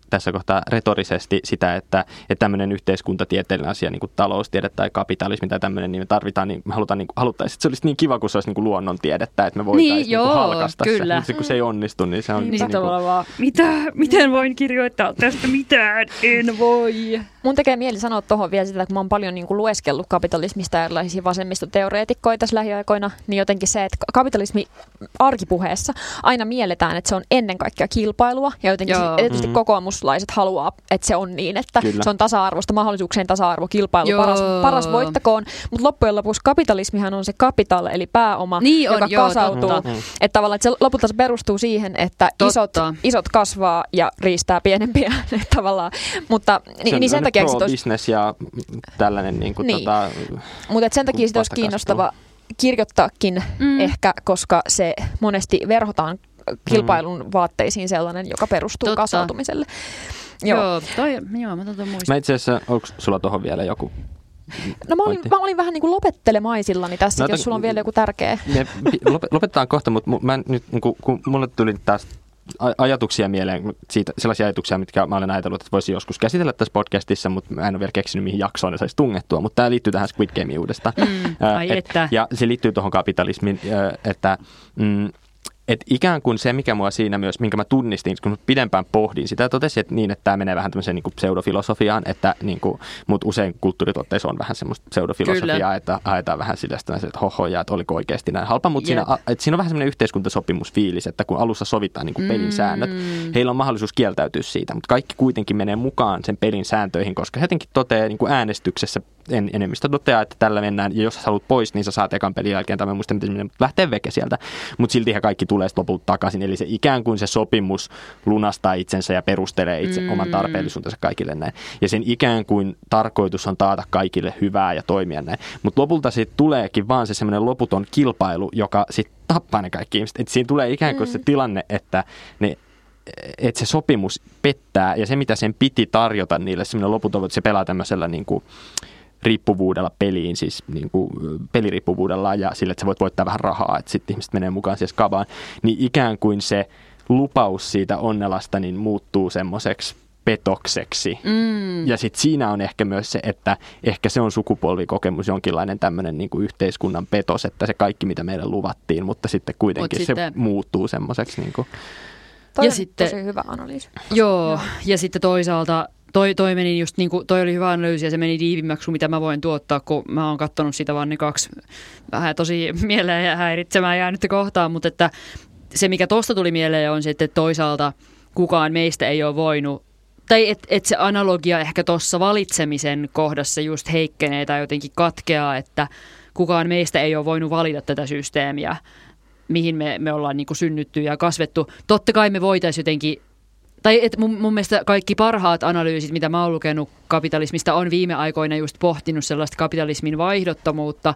tässä kohtaa retorisesti sitä, että, että tämmöinen yhteiskuntatieteellinen asia, niin kuin taloustiede tai kapitalismi tai tämmöinen, niin me tarvitaan, niin me halutaan, niin haluttaisiin, että se olisi niin kiva, kun se olisi niin kuin luonnontiedettä, että me voitaisiin niin, niin halkaista kyllä. se. Mutta kun se ei onnistu, niin se on... Niin, niin, niin niin kuin... vaan, mitä, miten voin kirjoittaa tästä mitään? En voi. Mun tekee mieli sanoa tuohon vielä sitä, että mä oon paljon niin kuin lueskellut kapitalismista ja erilaisia vasemmistoteoreetikkoja tässä lähiaikoina, niin jotenkin se, että kapitalismi arkipuheessa aina mielletään, että se on ennen kaikkea kilpailua ja jotenkin erityisesti mm-hmm. kokoomuslaiset haluaa, että se on niin, että Kyllä. se on tasa-arvosta, mahdollisuuksien tasa-arvo, kilpailu, paras, paras voittakoon, mutta loppujen lopuksi kapitalismihan on se capital, eli pääoma, niin on, joka joo, kasautuu. Totta. Että tavallaan että se lopulta se perustuu siihen, että isot, isot kasvaa ja riistää pienempiä tavallaan, mutta niin, niin sen takia pro-business ja tällainen niin kuin niin. tota, mutta sen takia sitä olisi kiinnostava kirjoittaakin mm. ehkä, koska se monesti verhotaan kilpailun mm. vaatteisiin sellainen, joka perustuu Totta. kasautumiselle. Joo, joo, toi, joo mä tuota muistan. Mä itse asiassa, onko sulla tuohon vielä joku? No mä olin, mä olin vähän niin kuin lopettelemaisillani tässä, no, jos sulla on vielä joku tärkeä. Me lopetetaan kohta, mutta mä nyt, kun mulle tuli taas ajatuksia mieleen, siitä, sellaisia ajatuksia, mitkä mä olen ajatellut, että voisi joskus käsitellä tässä podcastissa, mutta mä en ole vielä keksinyt, mihin jaksoon ne saisi tungettua, mutta tämä liittyy tähän Squid Gameen uudestaan. Mm, ai et, että. Ja se liittyy tuohon kapitalismiin, että mm, et ikään kuin se, mikä mua siinä myös, minkä mä tunnistin, kun pidempään pohdin sitä, totesin, että niin, että tämä menee vähän tämmöiseen niin kuin pseudofilosofiaan, että niin kuin, mutta usein kulttuurituotteissa on vähän semmoista pseudofilosofiaa, Kyllä. että haetaan vähän sillä sitä, että hohoja, että oliko oikeasti näin halpa, mutta siinä, että siinä on vähän semmoinen yhteiskuntasopimusfiilis, että kun alussa sovitaan niin kuin pelin säännöt, mm. heillä on mahdollisuus kieltäytyä siitä, mutta kaikki kuitenkin menee mukaan sen pelin sääntöihin, koska he jotenkin toteaa niin kuin äänestyksessä, en, enemmistö toteaa, että tällä mennään, ja jos sä haluat pois, niin sä saat ekan pelin jälkeen, tai mä muistan, miten lähtee veke sieltä, mutta silti he kaikki tulee lopulta takaisin, eli se ikään kuin se sopimus lunastaa itsensä ja perustelee itse mm. oman tarpeellisuutensa kaikille näin, ja sen ikään kuin tarkoitus on taata kaikille hyvää ja toimia näin, mutta lopulta siitä tuleekin vaan se semmoinen loputon kilpailu, joka sitten tappaa ne kaikki ihmiset, että siinä tulee ikään kuin mm. se tilanne, että ne että se sopimus pettää, ja se mitä sen piti tarjota niille, semmoinen loputon, että se pelaa tämmöisellä niin kuin riippuvuudella peliin, siis niin kuin peliriippuvuudella ja sille, että sä voit voittaa vähän rahaa, että sitten ihmiset menee mukaan siihen skavaan, niin ikään kuin se lupaus siitä onnelasta niin muuttuu semmoiseksi petokseksi. Mm. Ja sitten siinä on ehkä myös se, että ehkä se on sukupolvikokemus, jonkinlainen tämmöinen niin kuin yhteiskunnan petos, että se kaikki, mitä meille luvattiin, mutta sitten kuitenkin Mut se sitten muuttuu semmoiseksi. Niin kuin. Toi ja on sitten, tosi hyvä analyysi. Joo, joo. Ja sitten toisaalta Toi, toi, meni just niin kuin, toi oli hyvä analyysi ja se meni diivimmäksi, mitä mä voin tuottaa, kun mä oon katsonut sitä vaan ne kaksi vähän tosi mieleen ja häiritsemään jäänyttä kohtaan, mutta että se mikä tosta tuli mieleen on se, että toisaalta kukaan meistä ei ole voinut, tai että et se analogia ehkä tuossa valitsemisen kohdassa just heikkenee tai jotenkin katkeaa, että kukaan meistä ei ole voinut valita tätä systeemiä, mihin me, me ollaan niin kuin synnytty ja kasvettu. Totta kai me voitaisiin jotenkin Tai et mun, mun mielestä kaikki parhaat analyysit, mitä mä oon lukenut kapitalismista, on viime aikoina just pohtinut sellaista kapitalismin vaihdottomuutta.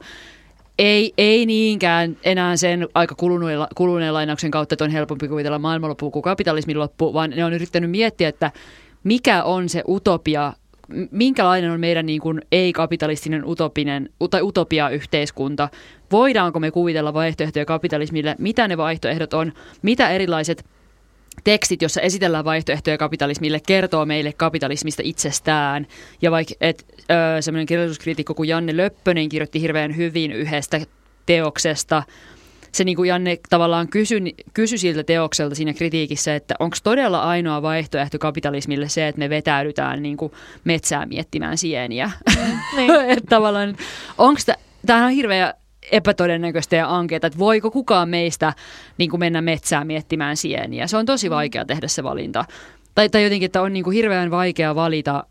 Ei, ei niinkään enää sen aika kuluneen, kuluneen lainauksen kautta, että on helpompi kuvitella maailmanloppu kuin kapitalismin loppu, vaan ne on yrittänyt miettiä, että mikä on se utopia, minkälainen on meidän niin kuin ei-kapitalistinen utopinen, tai utopia-yhteiskunta. Voidaanko me kuvitella vaihtoehtoja kapitalismille, mitä ne vaihtoehdot on, mitä erilaiset tekstit, jossa esitellään vaihtoehtoja kapitalismille, kertoo meille kapitalismista itsestään. Ja vaikka semmoinen kirjallisuuskriitikko kuin Janne Löppönen kirjoitti hirveän hyvin yhdestä teoksesta. Se niin kuin Janne tavallaan kysyi, kysyi siltä teokselta siinä kritiikissä, että onko todella ainoa vaihtoehto kapitalismille se, että me vetäydytään niin kuin metsään miettimään sieniä. Niin. Että tavallaan, onko tämä on hirveä epätodennäköistä ja ankeata, että voiko kukaan meistä niin kuin mennä metsään miettimään sieniä. Se on tosi vaikea tehdä se valinta. Tai, tai jotenkin, että on niin kuin hirveän vaikea valita.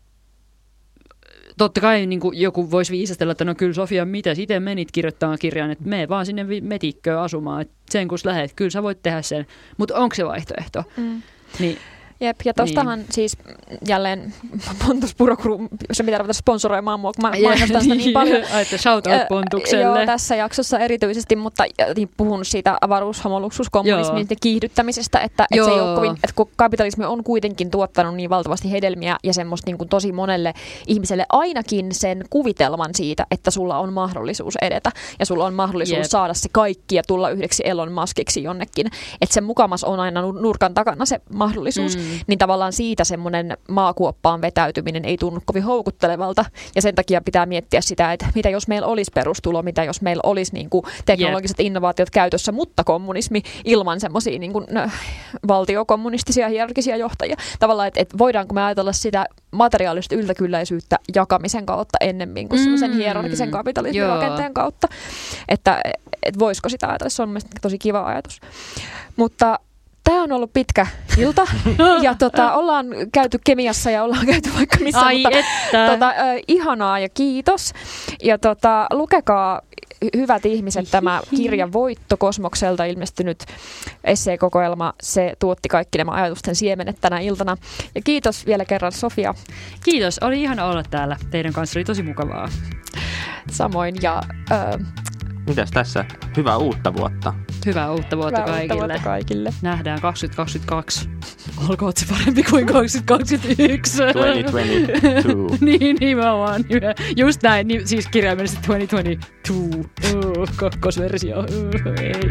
Totta kai niin kuin joku voisi viisastella, että no kyllä Sofia, mitä itse menit kirjoittamaan kirjan, että mene vaan sinne metikköön asumaan, että sen kun sä lähet, kyllä sä voit tehdä sen, mutta onko se vaihtoehto? Mm. Niin. Jep, ja tostahan niin. Siis jälleen Pontus Purokuru, se pitää ruveta sponsoroimaan mua, kun mä mainostan sitä niin paljon. Aitte shout out Pontukselle. Joo, tässä jaksossa erityisesti, mutta puhun siitä avaruus-, homoluksus-, kommunismin kiihdyttämisestä, että, että se ei ole kovin, että kun kapitalismi on kuitenkin tuottanut niin valtavasti hedelmiä ja semmoista niin kuin tosi monelle ihmiselle ainakin sen kuvitelman siitä, että sulla on mahdollisuus edetä ja sulla on mahdollisuus Jep. saada se kaikki ja tulla yhdeksi Elon Muskiksi jonnekin, että se mukamas on aina nurkan takana se mahdollisuus. Mm. niin tavallaan siitä semmoinen maakuoppaan vetäytyminen ei tunnu kovin houkuttelevalta. Ja sen takia pitää miettiä sitä, että mitä jos meillä olisi perustulo, mitä jos meillä olisi niin kuin teknologiset yep. innovaatiot käytössä, mutta kommunismi ilman semmoisia niin kuin valtiokommunistisia hierarkisia johtajia. Tavallaan, että, että voidaanko me ajatella sitä materiaalista yltäkylläisyyttä jakamisen kautta ennemmin kuin semmoisen mm. hierarkisen kapitalismin rakenteen kautta. Että et voisiko sitä ajatella, se on mielestäni tosi kiva ajatus. Mutta tämä on ollut pitkä ilta ja tota, ollaan käyty kemiassa ja ollaan käyty vaikka missä, Ai mutta että. Tota, äh, ihanaa ja kiitos. Ja tota, lukekaa hyvät ihmiset tämä kirja Voitto Kosmokselta ilmestynyt esseekokoelma. Se tuotti kaikki nämä ajatusten siemenet tänä iltana. Ja kiitos vielä kerran Sofia. Kiitos, oli ihana olla täällä. Teidän kanssa oli tosi mukavaa. Samoin ja... Äh, Mitäs tässä? Hyvää uutta vuotta. Hyvää uutta vuotta Hyvää kaikille. Uutta vuotta kaikille. Nähdään kaksituhattakaksikymmentäkaksi. Olkoon se parempi kuin kaksituhattakaksikymmentäyksi. kaksituhattakaksikymmentäkaksi. niin, nimenomaan. Just näin, niin, siis kirjaimellisesti kaksituhattakaksikymmentäkaksi. Uh, kakkosversio. Uh, ei.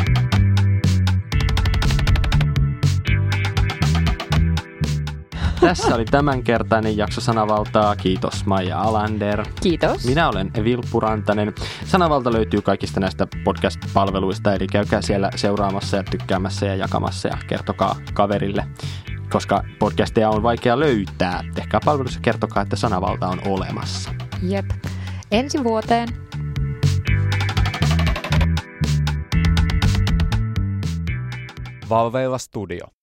Tässä oli tämänkertainen jakso Sanavaltaa. Kiitos Maija Alander. Kiitos. Minä olen Vilppu Rantanen. Sanavalta löytyy kaikista näistä podcast-palveluista, eli käykää siellä seuraamassa ja tykkäämässä ja jakamassa ja kertokaa kaverille, koska podcasteja on vaikea löytää. Tehkää palvelussa, kertokaa, että Sanavalta on olemassa. Jep. Ensi vuoteen. Valveilla Studio.